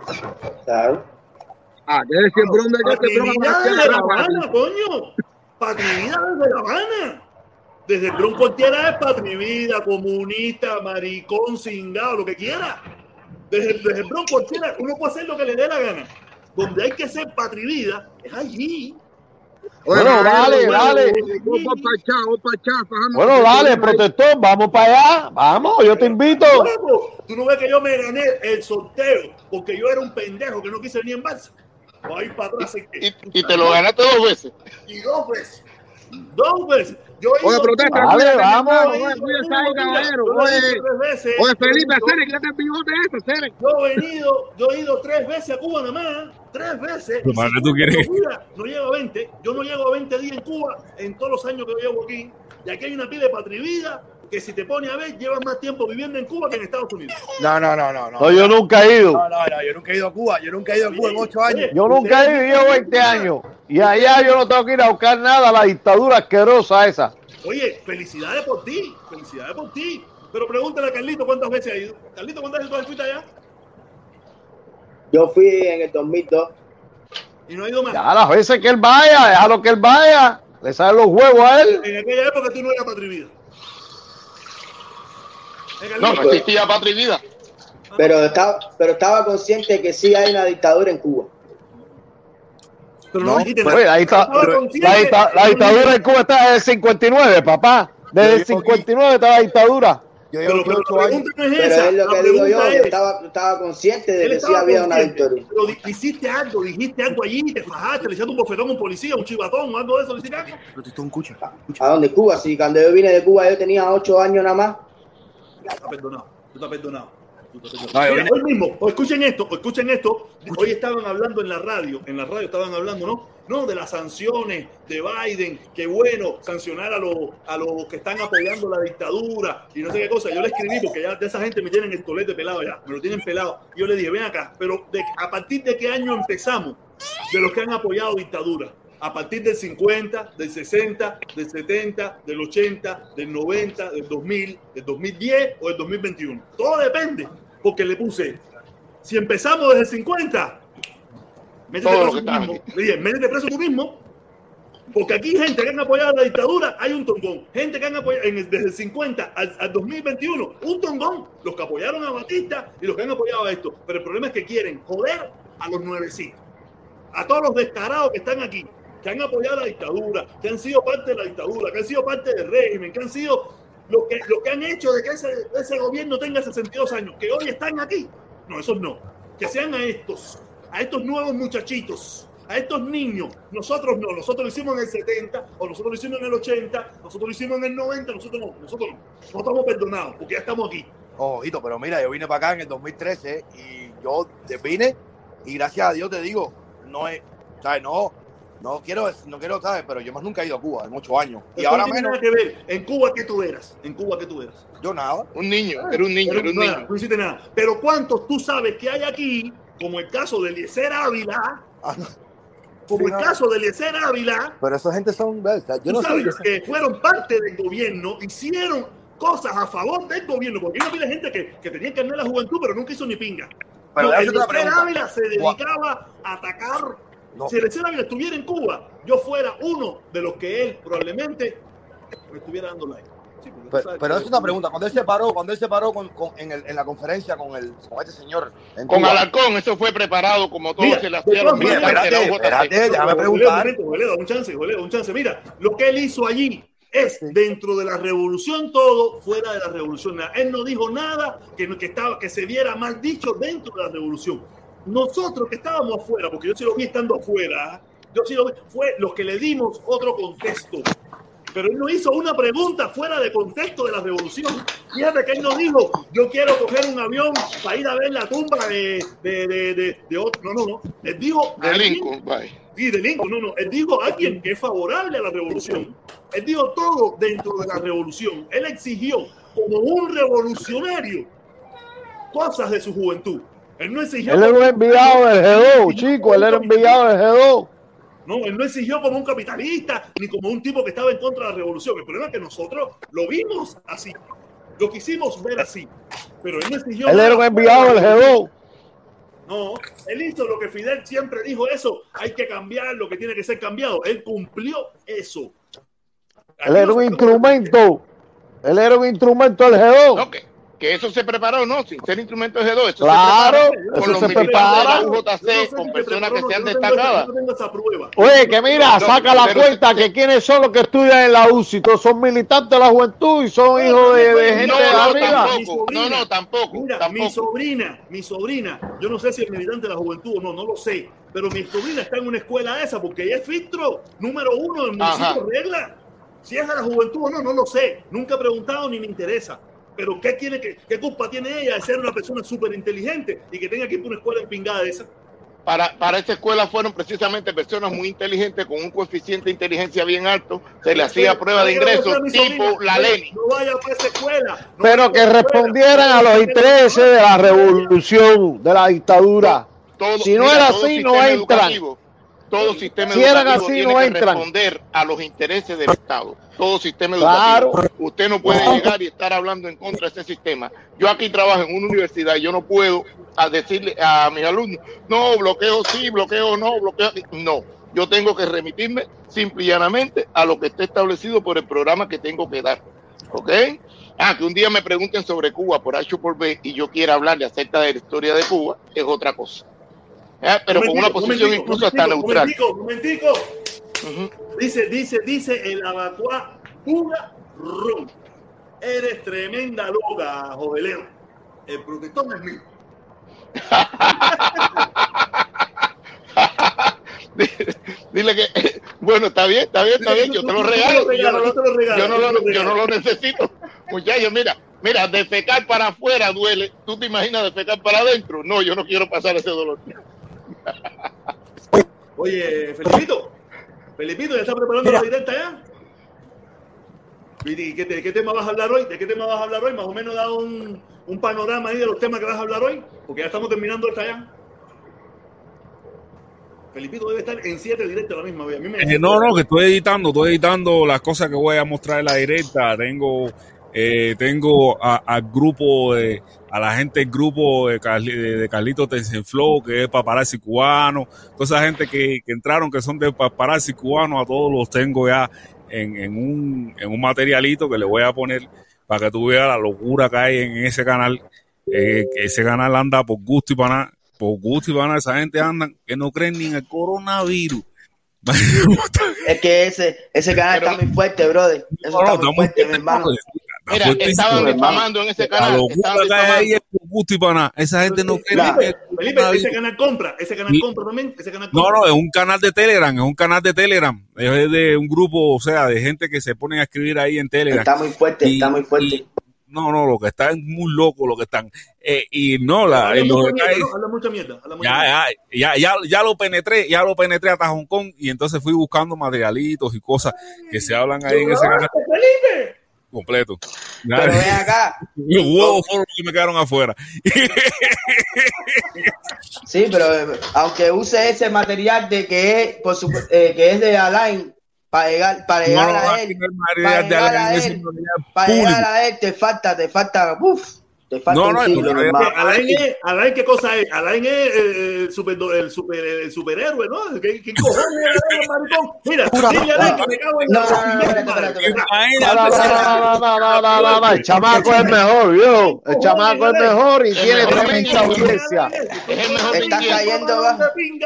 [SPEAKER 2] Claro.
[SPEAKER 10] Ah, que es que el Bronx de que
[SPEAKER 1] Patria
[SPEAKER 10] este
[SPEAKER 1] y
[SPEAKER 10] Bronx
[SPEAKER 1] vida
[SPEAKER 10] no
[SPEAKER 1] desde
[SPEAKER 10] tiene
[SPEAKER 1] La
[SPEAKER 10] nada,
[SPEAKER 1] Habana, coño. Patria y vida desde La Habana. Desde el Bronx cualquiera es patria y vida, comunista, maricón, cingado, lo que quiera. Desde, desde el Bronx cualquiera, uno puede hacer lo que le dé la gana. Donde hay que ser patria y vida es allí.
[SPEAKER 10] Oye,
[SPEAKER 3] Bueno, dale,
[SPEAKER 10] bueno,
[SPEAKER 3] dale.
[SPEAKER 10] Voy para allá, voy para allá, fajando
[SPEAKER 3] Bueno,
[SPEAKER 10] con
[SPEAKER 3] dale,
[SPEAKER 10] el problema ahí.
[SPEAKER 3] protector, vamos para allá. Vamos, yo te invito.
[SPEAKER 1] Loco, tú no ves que yo me gané el sorteo porque yo era un pendejo que no quise venir en balsa. Voy a ir para atrás. así que-
[SPEAKER 12] Y, y te lo ganaste dos veces.
[SPEAKER 1] Y dos veces. Dos veces. Yo he
[SPEAKER 10] Oye,
[SPEAKER 1] ido-
[SPEAKER 10] protesta,
[SPEAKER 3] Dale,
[SPEAKER 10] cuídate,
[SPEAKER 3] vamos.
[SPEAKER 10] hermano,
[SPEAKER 1] Yo he
[SPEAKER 10] oye,
[SPEAKER 1] ido-
[SPEAKER 10] cuídate
[SPEAKER 1] yo he
[SPEAKER 10] ahí,
[SPEAKER 1] ido-
[SPEAKER 10] caballero.
[SPEAKER 1] yo he
[SPEAKER 10] Oye,
[SPEAKER 1] ido tres veces.
[SPEAKER 10] oye,
[SPEAKER 1] Yo he
[SPEAKER 10] Felipe,
[SPEAKER 1] ido-
[SPEAKER 10] Cere, quítate el bigote ese, Cere.
[SPEAKER 1] Yo he venido, yo he ido tres veces a Cuba nada más, tres veces.
[SPEAKER 5] Tu
[SPEAKER 1] y
[SPEAKER 5] madre,
[SPEAKER 1] si
[SPEAKER 5] ¿tú quieres?
[SPEAKER 1] cuento días, no llego a veinte, yo no llego a veinte días en Cuba en todos los años que llevo aquí. Y aquí hay una pila de patria y vida que que si te pones a ver, llevas más tiempo viviendo en Cuba que en Estados Unidos.
[SPEAKER 13] No, no, no, no. No,
[SPEAKER 3] No, yo nunca he ido.
[SPEAKER 13] no, no, no, yo nunca he ido a Cuba. Yo nunca he ido a Cuba en ocho años.
[SPEAKER 3] Yo nunca he ido, llevo veinte años. Y allá yo no tengo que ir a buscar nada, la dictadura asquerosa esa.
[SPEAKER 1] Oye, felicidades por ti, felicidades por ti. Pero pregúntale a Carlito cuántas veces ha ido. Carlito, ¿cuántas veces fuiste allá?
[SPEAKER 15] Yo fui en el dos mil dos.
[SPEAKER 1] Y no ha ido más.
[SPEAKER 3] Ya las veces que él vaya, déjalo que él vaya. Le salen los huevos a él.
[SPEAKER 1] En aquella época tú no eras Patria y Vida. Eh,
[SPEAKER 12] No,
[SPEAKER 1] Carlito,
[SPEAKER 12] no existía Patria y Vida.
[SPEAKER 15] Pero estaba, pero estaba consciente que sí hay una dictadura en Cuba.
[SPEAKER 1] pero no,
[SPEAKER 13] No,
[SPEAKER 1] dijiste
[SPEAKER 3] Pues,
[SPEAKER 1] nada.
[SPEAKER 3] ahí está.
[SPEAKER 1] Estaba
[SPEAKER 3] La,
[SPEAKER 1] consciente,
[SPEAKER 3] dicta- la
[SPEAKER 1] no
[SPEAKER 3] dictadura
[SPEAKER 1] dijiste
[SPEAKER 3] en Cuba está desde el cincuenta y nueve, papá. Desde el
[SPEAKER 13] Yo llevo aquí-
[SPEAKER 3] cincuenta y nueve está la dictadura.
[SPEAKER 13] Yo
[SPEAKER 1] Pero,
[SPEAKER 13] llevo
[SPEAKER 1] pero
[SPEAKER 13] ocho
[SPEAKER 1] la
[SPEAKER 13] años.
[SPEAKER 1] pregunta no es
[SPEAKER 15] Pero
[SPEAKER 1] esa.
[SPEAKER 15] es lo
[SPEAKER 1] La
[SPEAKER 15] que digo yo,
[SPEAKER 1] pregunta
[SPEAKER 15] que
[SPEAKER 1] es,
[SPEAKER 15] estaba, estaba consciente de
[SPEAKER 1] él
[SPEAKER 15] que sí
[SPEAKER 1] estaba
[SPEAKER 15] había una
[SPEAKER 1] consciente,
[SPEAKER 15] dictadura.
[SPEAKER 1] pero di- hiciste algo, dijiste algo allí, te fajaste, le hiciste un bofetón a un policía, un chivatón o algo de eso, le hiciste algo.
[SPEAKER 13] Protestón, escucha.
[SPEAKER 15] ¿A dónde? Cuba. Sí, cuando yo vine de Cuba yo tenía ocho años nada más.
[SPEAKER 1] Ya está perdonado, tú estás perdonado. Tú estás perdonado.
[SPEAKER 13] No, yo
[SPEAKER 1] Mira,
[SPEAKER 13] vine-
[SPEAKER 1] hoy mismo, o escuchen esto, o escuchen esto, hoy estaban hablando en la radio, en la radio estaban hablando, ¿no? No, de las sanciones de Biden, que bueno, sancionar a los, a los que están apoyando la dictadura y no sé qué cosa. Yo le escribí porque ya de esa gente me tienen el tolete pelado ya, me lo tienen pelado. Y yo le dije, ven acá, pero de, ¿a partir de qué año empezamos de los que han apoyado dictadura? A partir del cincuenta, del sesenta, del setenta, del ochenta, del noventa, del dos mil, del dos mil diez o del dos mil veintiuno. Todo depende, porque le puse, si empezamos desde el cincuenta, métete
[SPEAKER 12] Todo lo
[SPEAKER 1] preso
[SPEAKER 12] que
[SPEAKER 1] tú
[SPEAKER 12] está
[SPEAKER 1] mismo.
[SPEAKER 12] aquí.
[SPEAKER 1] Le dije, métete preso tú mismo, porque aquí gente que han apoyado la dictadura, hay un tongón. Gente que han apoyado en el- desde el cincuenta al, al dos mil veintiuno, un tongón. Los que apoyaron a Batista y los que han apoyado a esto. Pero el problema es que quieren joder a los nuevecitos. A todos los descarados que están aquí, que han apoyado la dictadura, que han sido parte de la dictadura, que han sido parte del régimen, que han sido los que, lo que han hecho de que ese, ese gobierno tenga sesenta y dos años, que hoy están aquí. No, esos no. Que sean a estos, a estos nuevos muchachitos, a estos niños. Nosotros no, nosotros lo hicimos en el setenta, o nosotros lo hicimos en el ochenta, nosotros lo hicimos en el noventa, nosotros no, nosotros no. No estamos perdonados, porque ya estamos aquí.
[SPEAKER 13] Ojito, pero mira, yo vine para acá en el dos mil trece y yo te vine y gracias a Dios te digo, no es, ¿sabes? No, no quiero, no quiero, ¿sabes? Pero yo más nunca he ido a Cuba en ocho años. Y
[SPEAKER 1] Eso
[SPEAKER 13] ahora
[SPEAKER 1] no tiene
[SPEAKER 13] menos,
[SPEAKER 1] nada que ver. En Cuba, ¿qué tú eras? En Cuba, ¿qué tú eras?
[SPEAKER 13] yo nada.
[SPEAKER 12] Un niño, era un niño,
[SPEAKER 1] Pero
[SPEAKER 12] era un
[SPEAKER 1] nada,
[SPEAKER 12] niño.
[SPEAKER 1] no hiciste nada. Pero ¿cuántos tú sabes que hay aquí, como el caso de Eliezer Ávila,
[SPEAKER 13] Ah, no.
[SPEAKER 1] como
[SPEAKER 13] Sí,
[SPEAKER 1] el
[SPEAKER 13] no.
[SPEAKER 1] caso de Eliezer Ávila,
[SPEAKER 13] Pero esa gente son, ¿ves? Yo
[SPEAKER 1] tú
[SPEAKER 13] no sé.
[SPEAKER 1] sabes
[SPEAKER 13] yo sé.
[SPEAKER 1] que fueron parte del gobierno, hicieron cosas a favor del gobierno, porque hay una gente que, que tenía que ganar la juventud, pero nunca hizo ni pinga.
[SPEAKER 13] Pero
[SPEAKER 1] No,
[SPEAKER 13] déjame hacerte una
[SPEAKER 1] Eliezer
[SPEAKER 13] pregunta.
[SPEAKER 1] Ávila se dedicaba a atacar.
[SPEAKER 13] No.
[SPEAKER 1] Si Eliezer Ávila estuviera en Cuba, yo fuera uno de los que él probablemente me estuviera dando like. Sí, porque tú
[SPEAKER 13] Pero,
[SPEAKER 1] sabes
[SPEAKER 13] pero
[SPEAKER 1] que-
[SPEAKER 13] es una pregunta. Cuando él se paró, cuando él se paró con, con- en, el- en la conferencia con, el, con este señor en
[SPEAKER 12] Con
[SPEAKER 13] Cuba.
[SPEAKER 12] Alarcón, eso fue preparado como todo
[SPEAKER 1] Mira,
[SPEAKER 12] se le
[SPEAKER 1] de
[SPEAKER 12] hacía a los
[SPEAKER 1] todas maneras-
[SPEAKER 12] militantes de la
[SPEAKER 13] Espérate,
[SPEAKER 12] U J C.
[SPEAKER 13] espérate, déjame
[SPEAKER 1] Goleo,
[SPEAKER 13] preguntar.
[SPEAKER 1] un momento, Goleo, un chance, Goleo, un chance. Mira, lo que él hizo allí es dentro de la revolución todo, fuera de la revolución nada. Él no dijo nada que, que, estaba, que se viera mal dicho dentro de la revolución. Nosotros que estábamos afuera, porque yo sí lo vi estando afuera, yo sí lo vi, fue los que le dimos otro contexto. Pero él no hizo una pregunta fuera de contexto de la revolución. Fíjate que él no dijo, yo quiero coger un avión para ir a ver la tumba de, de, de, de, de otro. No, no, no. Él dijo...
[SPEAKER 12] De
[SPEAKER 1] alguien-
[SPEAKER 12] Lincoln, bye.
[SPEAKER 1] Sí, de Lincoln, no, no. Él dijo a alguien que es favorable a la revolución. Él dijo todo dentro de la revolución. Él exigió, como un revolucionario, cosas de su juventud. Él no exigió...
[SPEAKER 3] Él era un enviado del G dos, chico. Él era enviado del G dos.
[SPEAKER 1] No, él no exigió como un capitalista ni como un tipo que estaba en contra de la revolución. El problema es que nosotros lo vimos así. Lo quisimos ver así. Pero él no exigió...
[SPEAKER 3] Él
[SPEAKER 1] nada
[SPEAKER 3] era un
[SPEAKER 1] fuera
[SPEAKER 3] enviado
[SPEAKER 1] de
[SPEAKER 3] del
[SPEAKER 1] la
[SPEAKER 3] G dos.
[SPEAKER 1] No, él hizo lo que Fidel siempre dijo, eso, hay que cambiar lo que tiene que ser cambiado. Él cumplió eso.
[SPEAKER 3] Él era un instrumento. Él era un instrumento del G dos.
[SPEAKER 12] No, que, que eso se preparó, no, sin ser instrumento de G dos. Eso
[SPEAKER 3] Claro,
[SPEAKER 12] se prepara con
[SPEAKER 3] eso
[SPEAKER 12] los
[SPEAKER 3] se
[SPEAKER 12] militantes
[SPEAKER 3] prepara.
[SPEAKER 12] de la U J C, con personas que sean destacadas.
[SPEAKER 1] Yo no tengo esa prueba.
[SPEAKER 3] Oye, que mira,
[SPEAKER 12] No,
[SPEAKER 3] saca la
[SPEAKER 12] pero-
[SPEAKER 3] cuenta que quiénes son los que estudian en la U C I. Todos son militantes de la juventud y son hijos de, de gente
[SPEAKER 12] No,
[SPEAKER 3] de
[SPEAKER 12] no,
[SPEAKER 3] arriba.
[SPEAKER 12] tampoco. No, no, tampoco.
[SPEAKER 1] Mira, mi
[SPEAKER 12] tampoco.
[SPEAKER 1] sobrina, mi sobrina, yo no sé si es militante de la juventud o no, no lo sé, pero mi sobrina está en una escuela esa porque ella es filtro número uno del municipio
[SPEAKER 12] Ajá.
[SPEAKER 1] regla. Si es de la juventud o no, no lo sé. Nunca he preguntado ni me interesa. Pero ¿qué, tiene que, qué culpa tiene ella de ser una persona súper inteligente y que tenga que ir por una escuela empingada de esa?
[SPEAKER 12] para, para esta escuela fueron precisamente personas muy inteligentes con un coeficiente de inteligencia bien alto. Se le hacía prueba de ingreso tipo la Leni.
[SPEAKER 1] No vaya para esa escuela. No
[SPEAKER 3] Pero que respondieran a los intereses de la revolución, de la dictadura.
[SPEAKER 12] Todo,
[SPEAKER 3] si no
[SPEAKER 12] mira,
[SPEAKER 3] era
[SPEAKER 12] todo
[SPEAKER 3] así, no
[SPEAKER 12] sistema
[SPEAKER 3] entran.
[SPEAKER 12] educativo, todo sistema
[SPEAKER 3] Si eran
[SPEAKER 12] educativo
[SPEAKER 3] así,
[SPEAKER 12] tiene
[SPEAKER 3] no
[SPEAKER 12] que
[SPEAKER 3] entran.
[SPEAKER 12] responder a los intereses del Estado. Todo sistema
[SPEAKER 3] Claro.
[SPEAKER 12] educativo. Usted no puede llegar y estar hablando en contra de ese sistema. Yo aquí trabajo en una universidad y yo no puedo a decirle a mis alumnos, no, bloqueo sí, bloqueo no, bloqueo no. Yo tengo que remitirme simple y llanamente a lo que está establecido por el programa que tengo que dar. ¿Ok? Ah, que un día me pregunten sobre Cuba por H o por B y yo quiera hablarle acerca de la historia de Cuba, es otra cosa. ¿Eh? Pero
[SPEAKER 1] momentico,
[SPEAKER 12] con una posición
[SPEAKER 1] momentico,
[SPEAKER 12] incluso hasta neutral.
[SPEAKER 1] Momentico, momentico. Uh-huh. Dice, dice, dice el abacuá pura ron. Eres tremenda loca, Joveleo. El protector es mío.
[SPEAKER 12] Dile que, bueno, está bien, está bien, está bien, yo te lo regalo, yo no lo, yo no lo, yo no lo necesito. Muchachos, mira, mira, defecar para afuera duele. ¿Tú te imaginas defecar para adentro? No, yo no quiero pasar ese dolor.
[SPEAKER 1] Oye, Felipito, Felipito, ¿ya está preparando la directa ya? ¿Y qué, qué tema vas a hablar hoy? ¿De qué tema vas a hablar hoy? Más o menos da un, un panorama ahí de los temas que vas a hablar hoy, porque ya estamos terminando esta ya. Felipito debe estar en siete directos a la misma vez. A mí me
[SPEAKER 5] eh, no, no, que estoy editando, estoy editando las cosas que voy a mostrar en la directa. Tengo, eh, tengo al grupo de, a la gente del grupo de, Carli, de, de Carlito Tensenflow, que es paparazzi cubano, toda esa gente que, que entraron, que son de paparazzi cubano, a todos los tengo ya en, en un, en un materialito que le voy a poner para que tú veas la locura que hay en ese canal. Eh, que ese canal anda por gusto y para nada. Por gusto y van, esa gente andan que no creen ni en el coronavirus.
[SPEAKER 15] Es que ese, ese canal pero, está muy fuerte, brother. Eso no, está muy fuerte, fuerte, mi hermano.
[SPEAKER 12] Mira, estaban difamando en ese canal.
[SPEAKER 5] Ahí es por gusto y para esa gente no cree
[SPEAKER 1] Felipe, ni Felipe, ese canal compra, ese canal compra también, ese canal compra.
[SPEAKER 5] No, no, es un canal de Telegram, es un canal de Telegram. Es de un grupo, o sea, de gente que se ponen a escribir ahí en Telegram.
[SPEAKER 15] Está muy fuerte, y, está muy fuerte.
[SPEAKER 5] Y, no, no, lo que están es muy loco, lo que están. Eh, y no, la.
[SPEAKER 1] Habla,
[SPEAKER 5] eh,
[SPEAKER 1] mucha
[SPEAKER 5] los
[SPEAKER 1] mierda,
[SPEAKER 5] detalles,
[SPEAKER 1] ¿no? Habla mucha mierda. Habla mucha
[SPEAKER 5] ya,
[SPEAKER 1] mierda.
[SPEAKER 5] ya, ya, ya, ya lo penetré, ya lo penetré hasta Hong Kong y entonces fui buscando materialitos y cosas que se hablan ahí en ese canal.
[SPEAKER 1] Felipe!
[SPEAKER 5] Completo.
[SPEAKER 15] Pero ven acá.
[SPEAKER 5] Los huevos fueron los que me quedaron afuera.
[SPEAKER 15] Sí, pero aunque use ese material de que es, por su, eh, que es de Alain, para llegar, para llegar
[SPEAKER 5] no,
[SPEAKER 15] a él, para llegar a él, para llegar a él, te falta, te falta, uff, te falta
[SPEAKER 5] no,
[SPEAKER 15] un
[SPEAKER 5] no,
[SPEAKER 15] siglo,
[SPEAKER 1] no,
[SPEAKER 15] hermano.
[SPEAKER 1] Alain, es, Alain, ¿qué cosa es? Alain es el, super, el, super, el superhéroe, ¿no? ¿Qué, qué cojones es Alain, maricón? Mira, dile a Alain que me cago en la...
[SPEAKER 15] No, no, no, espérate,
[SPEAKER 3] no, no, no, no, no, no, el chamaco es mejor, viejo. El chamaco es mejor y tiene tremenda audiencia.
[SPEAKER 15] Está cayendo bajo.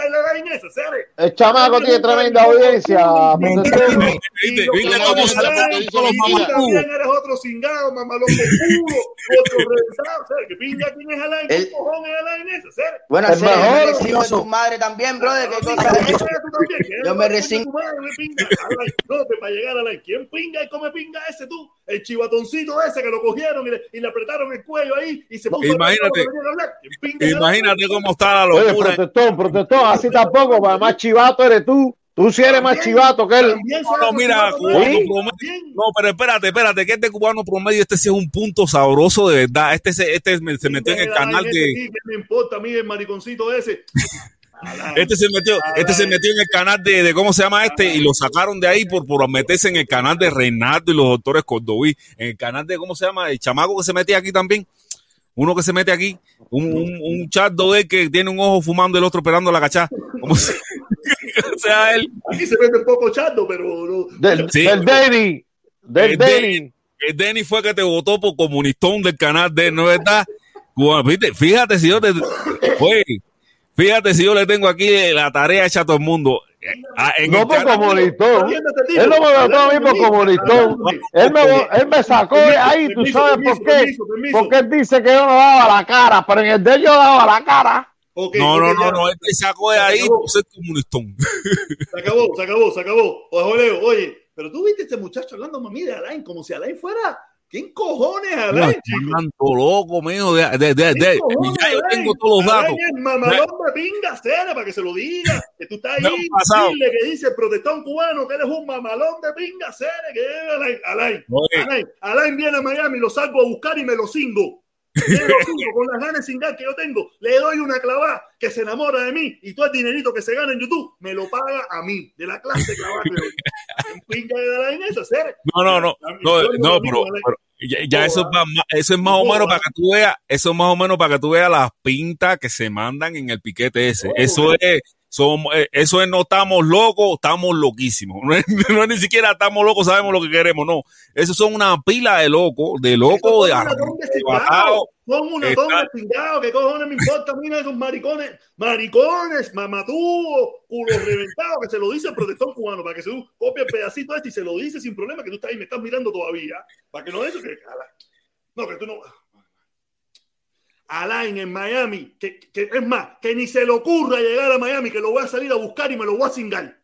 [SPEAKER 3] El chamaco tiene tremenda audiencia.
[SPEAKER 1] ¿Viste cómo se la ponen todos los mamacudos? Eres otro cingado, mamalón culo, otro reventado, ¿sabes? ¿Qué pinga tienes Alain? ¿Qué cojones Alain eso? ¿Sabes?
[SPEAKER 15] Bueno, el mejor recibo de tu madre también, brother. ¿Qué cosa es eso? Yo me recibo.
[SPEAKER 1] No, que para llegar a Alain, ¿quién pinga y come pinga ese tú? El chivatoncito ese que lo cogieron y le, y le apretaron el cuello ahí y se puso
[SPEAKER 5] imagínate,
[SPEAKER 1] a
[SPEAKER 5] imagínate cómo está la locura.
[SPEAKER 3] Oye, protestón, protestón, así tampoco, para más chivato eres tú. Tú sí eres más chivato que él.
[SPEAKER 5] No, no, mira, cubano ¿sí? promedio. No, pero espérate, espérate, que este cubano promedio, este sí es un punto sabroso de verdad. Este se, este se metió en el canal de.
[SPEAKER 1] ¿Qué me importa a mí el mariconcito ese?
[SPEAKER 5] Este se metió, este se metió en el canal de, de ¿cómo se llama este? Y lo sacaron de ahí por, por meterse en el canal de Reinaldo y los doctores Cordoví. En el canal de, ¿cómo se llama? El chamaco que se metía aquí también. Uno que se mete aquí. Un, un, un chardo de él que tiene un ojo fumando y el otro esperando la cachá. Como se, o sea, él.
[SPEAKER 1] Aquí se mete un poco chardo, pero. No.
[SPEAKER 3] Del, sí, del Denny. Del Denny.
[SPEAKER 5] El Denny fue que te votó por comunistón del canal de él, ¿no es verdad? ¿Viste? Fíjate si yo te. Oye, fíjate si yo le tengo aquí la tarea hecha a todo el mundo.
[SPEAKER 3] En no el por comunistón. Él no me votó a mí por comunistón. Él me, él me sacó de ahí, ¿tú sabes por qué? Porque él dice que yo no daba la cara, pero en el de él yo daba la cara.
[SPEAKER 5] Okay, no, no, no, no, él te sacó de ahí por ser comunistón.
[SPEAKER 1] Se acabó, se acabó, se acabó. Oye, oye, pero tú viste a este muchacho hablando, mami, de Alain, como si Alain fuera ¿Quién cojones
[SPEAKER 5] No,
[SPEAKER 1] Alain,
[SPEAKER 5] están
[SPEAKER 1] chico?
[SPEAKER 5] dando loco, mijo. De, de, de,
[SPEAKER 1] ¿Quién
[SPEAKER 5] de-
[SPEAKER 1] cojones
[SPEAKER 5] ya yo
[SPEAKER 1] Alain?
[SPEAKER 5] tengo todos los datos.
[SPEAKER 1] Alain es mamalón de pinga, cera, para que se lo diga. Que tú estás
[SPEAKER 5] Me han
[SPEAKER 1] ahí,
[SPEAKER 5] pasado.
[SPEAKER 1] dile que dice el protestón cubano que eres un mamalón de pinga, cera, que es Alain. Alain,
[SPEAKER 5] Oye.
[SPEAKER 1] Alain, Alain viene a Miami, lo salgo a buscar y me lo cingo. Me lo cingo con las ganas de cingar que yo tengo. Le doy una clavada que se enamora de mí y todo el dinerito que se gana en YouTube me lo paga a mí, de la clase de clavada que le doy. ¿En pinga de Alain eso, cera?
[SPEAKER 5] No, no, no, no, no, pero, pero ya, ya eso, es más, eso es más o menos para que tú veas, eso es más o menos para que tú veas las pintas que se mandan en el piquete ese. Eso es, somos, eso es no estamos locos, estamos loquísimos. No es, no es ni siquiera estamos locos, sabemos lo que queremos, no. Esos son una pila de locos, de locos, de arrebatados.
[SPEAKER 1] Son una
[SPEAKER 5] Está-
[SPEAKER 1] tonga cingado, ¿qué cojones me importa? Mira esos maricones, maricones, mamatúos, culos reventados, que se lo dice el protestón cubano, para que se copie el pedacito este y se lo dice sin problema, que tú estás ahí, me estás mirando todavía, para que no eso, que no, que tú no. Alain en Miami, que, que es más, que ni se le ocurra llegar a Miami, que lo voy a salir a buscar y me lo voy a cingar.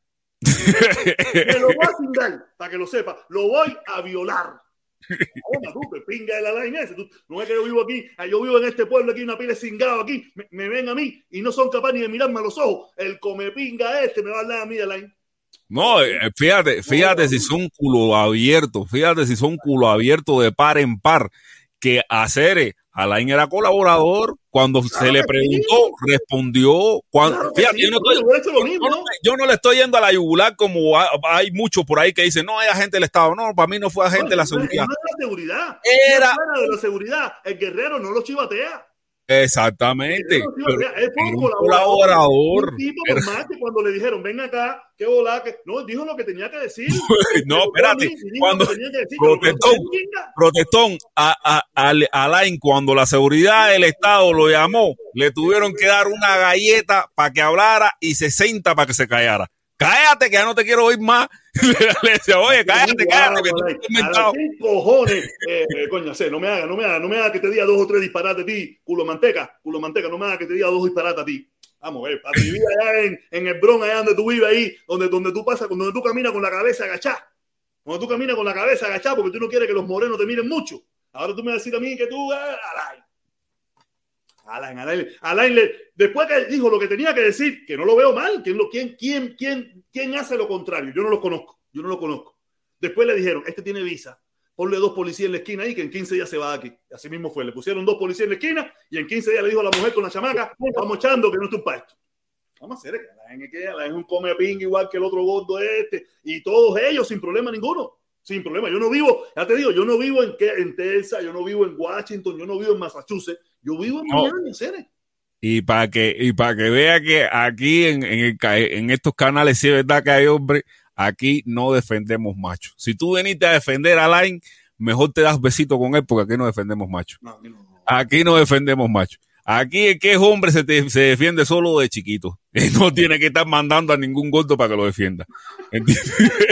[SPEAKER 1] Me lo voy a cingar, para que lo sepa, lo voy a violar. Toma tú, que pinga el Alain ese. Tú, no es que yo vivo aquí, yo vivo en este pueblo aquí, una pila de cingado aquí, me, me ven a mí y no son capaces ni de mirarme a los ojos. El come pinga este me va a hablar a mí, Alain.
[SPEAKER 5] No, eh, fíjate, fíjate si son culo abiertos, fíjate si son culo abiertos de par en par, que hacer Alain era colaborador, cuando
[SPEAKER 1] Claro
[SPEAKER 5] se le
[SPEAKER 1] que
[SPEAKER 5] preguntó, respondió, cuando,
[SPEAKER 1] Claro que
[SPEAKER 5] fíjate,
[SPEAKER 1] sí,
[SPEAKER 5] yo, no
[SPEAKER 1] yo
[SPEAKER 5] estoy,
[SPEAKER 1] hubiera hecho lo
[SPEAKER 5] yo-
[SPEAKER 1] mismo.
[SPEAKER 5] yo no, yo no le estoy yendo a la yugular como ha- hay muchos por ahí que dicen, no, es agente del Estado, no, para mí no fue agente de la
[SPEAKER 1] No,
[SPEAKER 5] seguridad.
[SPEAKER 1] no es la seguridad.
[SPEAKER 5] Era-
[SPEAKER 1] Si fuera de la seguridad, el guerrero no lo chivatea.
[SPEAKER 5] Exactamente,
[SPEAKER 1] No lo chivatea.
[SPEAKER 5] pero
[SPEAKER 1] Es por
[SPEAKER 5] era
[SPEAKER 1] un
[SPEAKER 5] un
[SPEAKER 1] colaborador.
[SPEAKER 5] colaborador.
[SPEAKER 1] Un tipo
[SPEAKER 5] Era-
[SPEAKER 1] normal que cuando le dijeron, ven acá, qué bola, que no, dijo lo que tenía que decir.
[SPEAKER 5] No, espérate, cuando
[SPEAKER 1] Tenía que decir, pero no
[SPEAKER 5] protestón,
[SPEAKER 1] se chinga.
[SPEAKER 5] protestón a, a, a Alain, cuando la seguridad del Estado lo llamó, le tuvieron que dar una galleta para que hablara y sesenta para que se callara. Cállate, que ya no te quiero oír más. Le decía, oye, cállate, cállate, que tú
[SPEAKER 1] Alain,
[SPEAKER 5] estás inventado.
[SPEAKER 1] Alain, ¿qué cojones? Eh, eh, coño, sé, no me haga, no me haga, no me haga que te diga dos o tres disparates a ti, culo manteca, culo manteca, no me haga que te diga dos disparates a ti. Vamos, eh, para vivir allá en, en el Bronx, allá donde tú vives ahí, donde, donde tú pasas, donde tú caminas con la cabeza agachada. Cuando tú caminas con la cabeza agachada porque tú no quieres que los morenos te miren mucho. Ahora tú me vas a decir a mí que tú, eh, Alain. Alain, Alain, Alain le, después que dijo lo que tenía que decir, que no lo veo mal, ¿quién, lo, quién, quién, quién, quién hace lo contrario? Yo no lo conozco, yo no lo conozco. Después le dijeron, este tiene visa, ponle dos policías en la esquina ahí que en quince días se va de aquí. Así mismo fue, le pusieron dos policías en la esquina y en quince días le dijo a la mujer con la chamaca, vamos echando que no estoy para esto. Vamos a hacer que Alain es que Alain es un come ping igual que el otro gordo este y todos ellos sin problema ninguno. Sin problema, yo no vivo, ya te digo, yo no vivo en, en Texas, yo no vivo en Washington, yo no vivo en Massachusetts, yo vivo en
[SPEAKER 5] No.
[SPEAKER 1] Miami, ¿sabes?
[SPEAKER 5] Y para que, y para que vea que aquí en, en, el ca- en estos canales, sí es verdad que hay hombres, aquí no defendemos machos. Si tú veniste a defender a Alain, mejor te das besito con él porque aquí no defendemos machos.
[SPEAKER 1] No, aquí no.
[SPEAKER 5] Aquí no defendemos machos. Aquí el que es hombre se, te- se defiende solo de chiquito. No tiene que estar mandando a ningún gordo para que lo defienda. ¿Entiendes?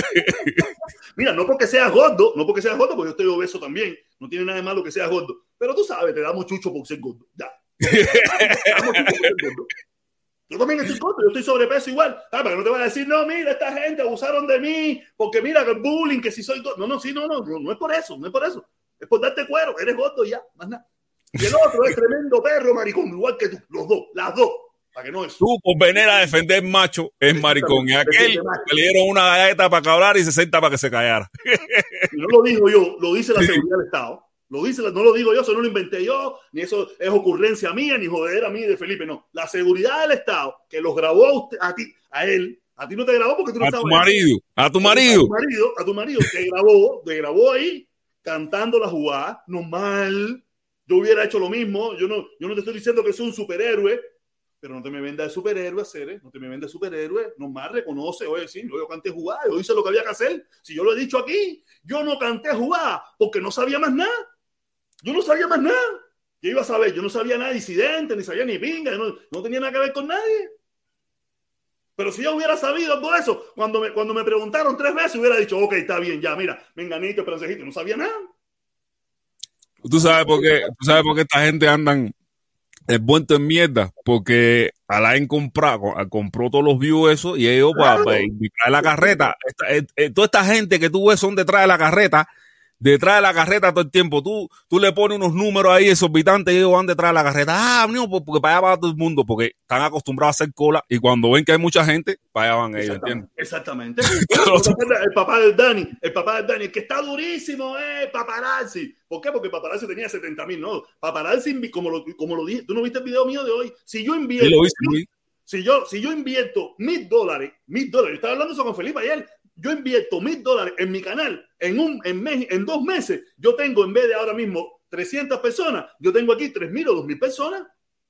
[SPEAKER 1] Mira, no porque seas gordo, no porque seas gordo, porque yo estoy obeso también. No tiene nada de malo que seas gordo. Pero tú sabes, te damos chucho por ser gordo. Ya. Te damos chucho por ser gordo. Yo también estoy gordo, yo estoy sobrepeso igual. Ah, para que no te vayas a decir, no, mira, esta gente abusaron de mí, porque mira, que el bullying, que si soy gordo. No, no, sí, no, no, no, no es por eso, no es por eso. Es por darte cuero, eres gordo y ya, más nada. Y el otro es tremendo perro, maricón, igual que tú, los dos, las dos. Para que no eso.
[SPEAKER 5] Tú, por venir a defender macho, es maricón. Y aquel le dieron una galleta para que hablara y sesenta para que se callara.
[SPEAKER 1] Y no lo digo yo, lo dice la seguridad del Estado. Lo dice, no lo digo yo, eso no lo inventé yo, ni eso es ocurrencia mía, ni joder a mí de Felipe, no. La seguridad del Estado, que los grabó a, usted, a ti, a él, a ti no te grabó porque tú no
[SPEAKER 5] A
[SPEAKER 1] estabas
[SPEAKER 5] tu
[SPEAKER 1] ahí.
[SPEAKER 5] marido, a tu
[SPEAKER 1] A
[SPEAKER 5] marido.
[SPEAKER 1] tu marido, a tu marido, te grabó, te grabó ahí, cantando la jugada, normal. Yo hubiera hecho lo mismo, yo no, yo no te estoy diciendo que soy un superhéroe, pero no te me vendas de superhéroe, Cere, no te me vendas de superhéroe, nomás reconoce, oye, sí, yo canté jugada, yo hice lo que había que hacer. Si yo lo he dicho aquí, yo no canté jugada porque no sabía más nada. Yo no sabía más nada. ¿Qué iba a saber? Yo no sabía nada de incidente, ni sabía ni pinga, no, no tenía nada que ver con nadie. Pero si yo hubiera sabido todo eso, cuando me, cuando me preguntaron tres veces, hubiera dicho, ok, está bien, ya, mira, menganito, perancejito, no sabía nada.
[SPEAKER 5] Tú sabes por qué, tú sabes por qué esta gente andan el vuelto en mierda, porque Alain compra, compró todos los views eso y ellos para
[SPEAKER 1] Claro.
[SPEAKER 5] pa, pa, la carreta. Esta, eh, eh, toda esta gente que tú ves son detrás de la carreta detrás de la carreta todo el tiempo. Tú, tú le pones unos números ahí exorbitantes y ellos van detrás de la carreta. Ah, no, porque para allá va todo el mundo, porque están acostumbrados a hacer cola y cuando ven que hay mucha gente, para allá van ellos, ¿entiendes?
[SPEAKER 1] Exactamente. El papá del Dani, el papá del Dani, el que está durísimo, eh, Paparazzi. ¿Por qué? Porque Paparazzi tenía setenta mil, no. Paparazzi, como lo, como lo dije, tú no viste el video mío de hoy. Si yo invierto,
[SPEAKER 5] sí, lo hice, lo hice.
[SPEAKER 1] Si yo, si yo invierto mil dólares, mil dólares, yo estaba hablando eso con Felipe ayer, yo invierto mil dólares en mi canal en un en, mes, en dos meses, yo tengo en vez de ahora mismo trescientas personas, yo tengo aquí tres mil o dos mil personas.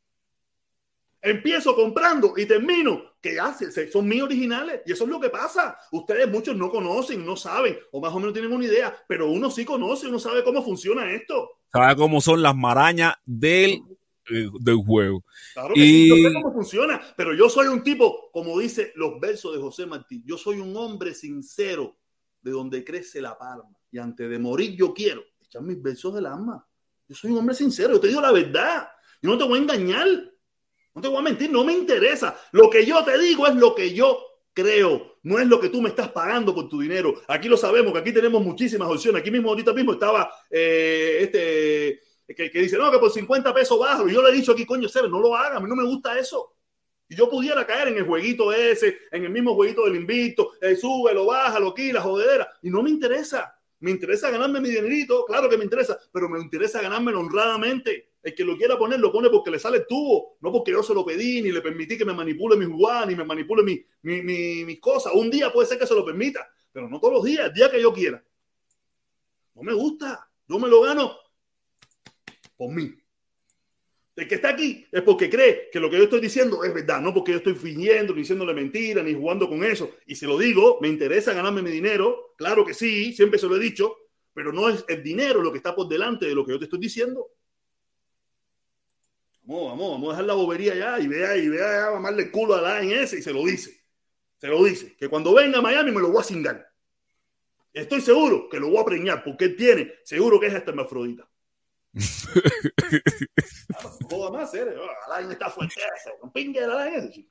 [SPEAKER 1] Empiezo comprando y termino que ya son mis originales y eso es lo que pasa. Ustedes muchos no conocen, no saben o más o menos tienen una idea, pero uno sí conoce, uno sabe cómo funciona esto.
[SPEAKER 5] Sabe cómo son las marañas del del juego.
[SPEAKER 1] Claro que y... sí, yo sé cómo funciona, pero yo soy un tipo, como dice los versos de José Martí, yo soy un hombre sincero de donde crece la palma y antes de morir yo quiero echar mis versos del alma. Yo soy un hombre sincero, yo te digo la verdad, yo no te voy a engañar, no te voy a mentir, no me interesa. Lo que yo te digo es lo que yo creo, no es lo que tú me estás pagando por tu dinero. Aquí lo sabemos, que aquí tenemos muchísimas opciones. Aquí mismo, ahorita mismo estaba eh, este... Que, que dice, no, que por cincuenta pesos bajo. Y yo le he dicho aquí, coño, Sebe, no lo haga, a mí no me gusta eso. Y yo pudiera caer en el jueguito ese, en el mismo jueguito del invicto, eh, sube, lo baja, lo aquí, la jodedera. Y no me interesa. Me interesa ganarme mi dinerito, claro que me interesa, pero me interesa ganármelo honradamente. El que lo quiera poner, lo pone porque le sale el tubo, no porque yo se lo pedí, ni le permití que me manipule mi jugada, ni me manipule mi, mi, mi, mis cosas. Un día puede ser que se lo permita, pero no todos los días, el día que yo quiera. No me gusta. Yo me lo gano por mí. El que está aquí es porque cree que lo que yo estoy diciendo es verdad, no porque yo estoy fingiendo, ni diciéndole mentiras, ni jugando con eso. Y si lo digo, me interesa ganarme mi dinero, claro que sí, siempre se lo he dicho, pero no es el dinero lo que está por delante de lo que yo te estoy diciendo. Vamos, vamos, vamos a dejar la bobería ya y vea, y vea, a mamarle el culo a la en ese y se lo dice. Se lo dice. Que cuando venga a Miami me lo voy a cingar. Estoy seguro que lo voy a preñar porque él tiene, seguro que es hasta hermafrodita. No joda más, ¿eh? Alain está fuerte. Un pingue de Alain.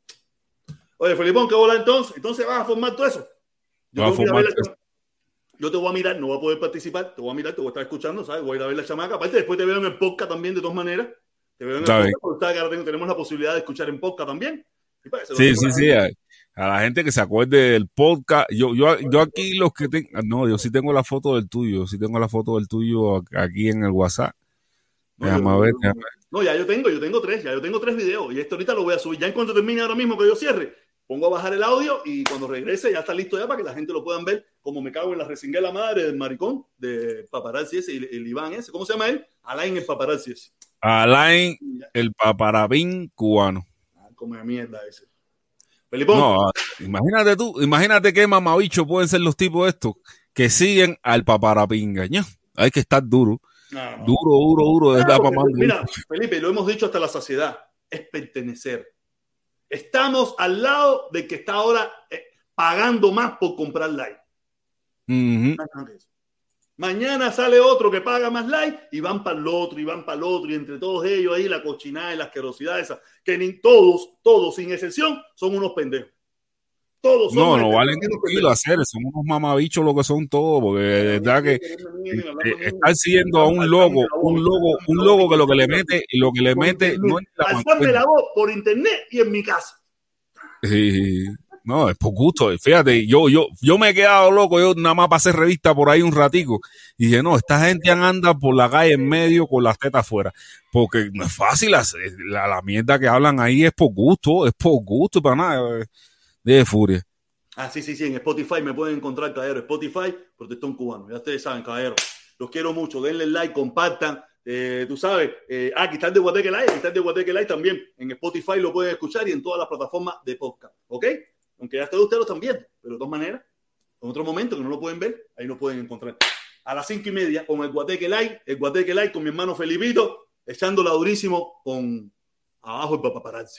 [SPEAKER 1] Oye, Felipón, ¿qué bola entonces? Entonces vas a formar todo eso. Yo,
[SPEAKER 5] a formar
[SPEAKER 1] la... yo te voy a mirar, no voy a poder participar. Te voy a mirar, te voy a estar escuchando, ¿sabes? Voy a ir a ver la chamaca. Aparte, después te veo en el podcast también, de todas maneras. Te veo en el podcast, porque ahora tengo, tenemos la posibilidad de escuchar en podcast también.
[SPEAKER 5] Sí, sí, sí. A, a la gente que se acuerde del podcast. Yo, yo, yo aquí los que tengo. No, yo sí tengo la foto del tuyo. Yo sí tengo la foto del tuyo aquí en el WhatsApp.
[SPEAKER 1] No,
[SPEAKER 5] déjame
[SPEAKER 1] yo,
[SPEAKER 5] ver,
[SPEAKER 1] no,
[SPEAKER 5] déjame.
[SPEAKER 1] no, ya yo tengo, yo tengo tres, ya yo tengo tres videos. Y esto ahorita lo voy a subir. Ya en cuanto termine ahora mismo que yo cierre, pongo a bajar el audio y cuando regrese ya está listo ya para que la gente lo puedan ver. Como me cago en la resinguela madre del maricón, de Paparazzi ese, el, el Iván ese. ¿Cómo se llama él? Alain el Paparazzi ese.
[SPEAKER 5] Alain el paparabín cubano.
[SPEAKER 1] Ah, come mierda ese. Felipón.
[SPEAKER 5] No, imagínate tú, imagínate qué mamabicho pueden ser los tipos estos que siguen al paparapingaño. Hay que estar duro. No, no. Duro, duro, duro. De
[SPEAKER 1] claro, porque, mira, Felipe, lo hemos dicho hasta la saciedad. Es pertenecer. Estamos al lado de que está ahora eh, pagando más por comprar like.
[SPEAKER 5] Uh-huh.
[SPEAKER 1] Mañana sale otro que paga más like y van para el otro y van para el otro y entre todos ellos ahí la cochinada y la asquerosidad esa, que ni todos, todos sin excepción son unos pendejos. Todos son
[SPEAKER 5] no, no valen un kilo hacer, son unos mamabichos lo que son todos, porque de verdad que eh, estar siguiendo a un logo, un logo, un logo que lo que le mete, lo que le mete no es la
[SPEAKER 1] alzarme la voz por internet y en mi casa.
[SPEAKER 5] Sí. No, es por gusto. Fíjate, yo, yo, yo me he quedado loco. Yo nada más pasé revista por ahí un ratico. Y dije, no, esta gente anda por la calle en medio con las tetas afuera. Porque no es fácil. La, la mierda que hablan ahí es por gusto. Es por gusto, para nada. De furia.
[SPEAKER 1] Ah, sí, sí, sí. En Spotify me pueden encontrar, caballero. Spotify, Protestón Cubano. Ya ustedes saben, caballero. Los quiero mucho. Denle like, compartan. Eh, tú sabes. Eh, ah, aquí está el de Guateque Live. Aquí está el de Guateque Live también. En Spotify lo pueden escuchar y en todas las plataformas de podcast. ¿Ok? Aunque ya ustedes lo están viendo, pero de todas maneras, en otro momento que no lo pueden ver, ahí nos pueden encontrar. A las cinco y media con el Guateque Live, el Guateque Live con mi hermano Felipito, echándola durísimo con abajo el paparazzi.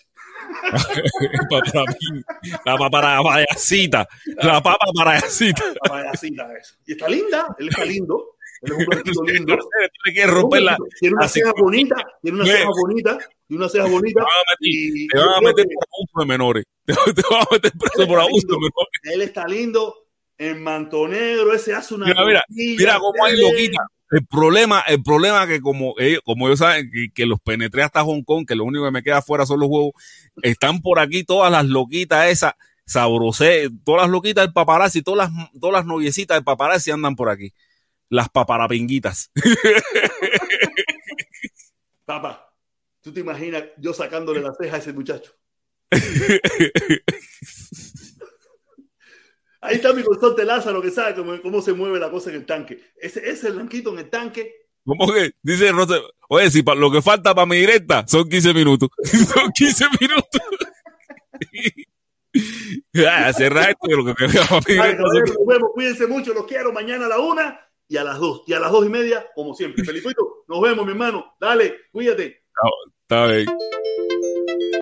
[SPEAKER 5] La paparayacita, la paparayacita.
[SPEAKER 1] La paparayacita esa. Y está linda, él está lindo. Él es un perrito lindo.
[SPEAKER 5] Tiene romperla.
[SPEAKER 1] Tiene una ceja bonita, tiene una ceja bonita, y una ceja bonita.
[SPEAKER 5] Te van a meter por abuso de menores. Te van a meter preso por abuso de menores.
[SPEAKER 1] Él está lindo. en Manto Negro, ese hace una...
[SPEAKER 5] Mira, mira, mira cómo hay loquita. El problema, el problema que como ellos, como ellos saben que, que los penetré hasta Hong Kong, que lo único que me queda afuera son los huevos, están por aquí todas las loquitas esas, sabrosé, todas las loquitas del paparazzi, todas las, todas las noviecitas del paparazzi andan por aquí. Las paparapinguitas.
[SPEAKER 1] Papá, ¿tú te imaginas yo sacándole la ceja a ese muchacho? Ahí está mi consorte Lázaro, que sabe cómo, cómo se mueve la cosa en el tanque. Ese, ese es el blanquito en el tanque.
[SPEAKER 5] ¿Cómo que? Dice Rose, oye, si pa, lo que falta para mi directa son quince minutos. Son quince minutos. Ya, cerrar esto, lo que queda para mi directa.
[SPEAKER 1] Vale, nos vemos, cuídense mucho, los quiero. Mañana a la una y a las dos. Y a las dos y media, como siempre. Felipito, nos vemos, mi hermano. Dale, cuídate.
[SPEAKER 5] Está bien.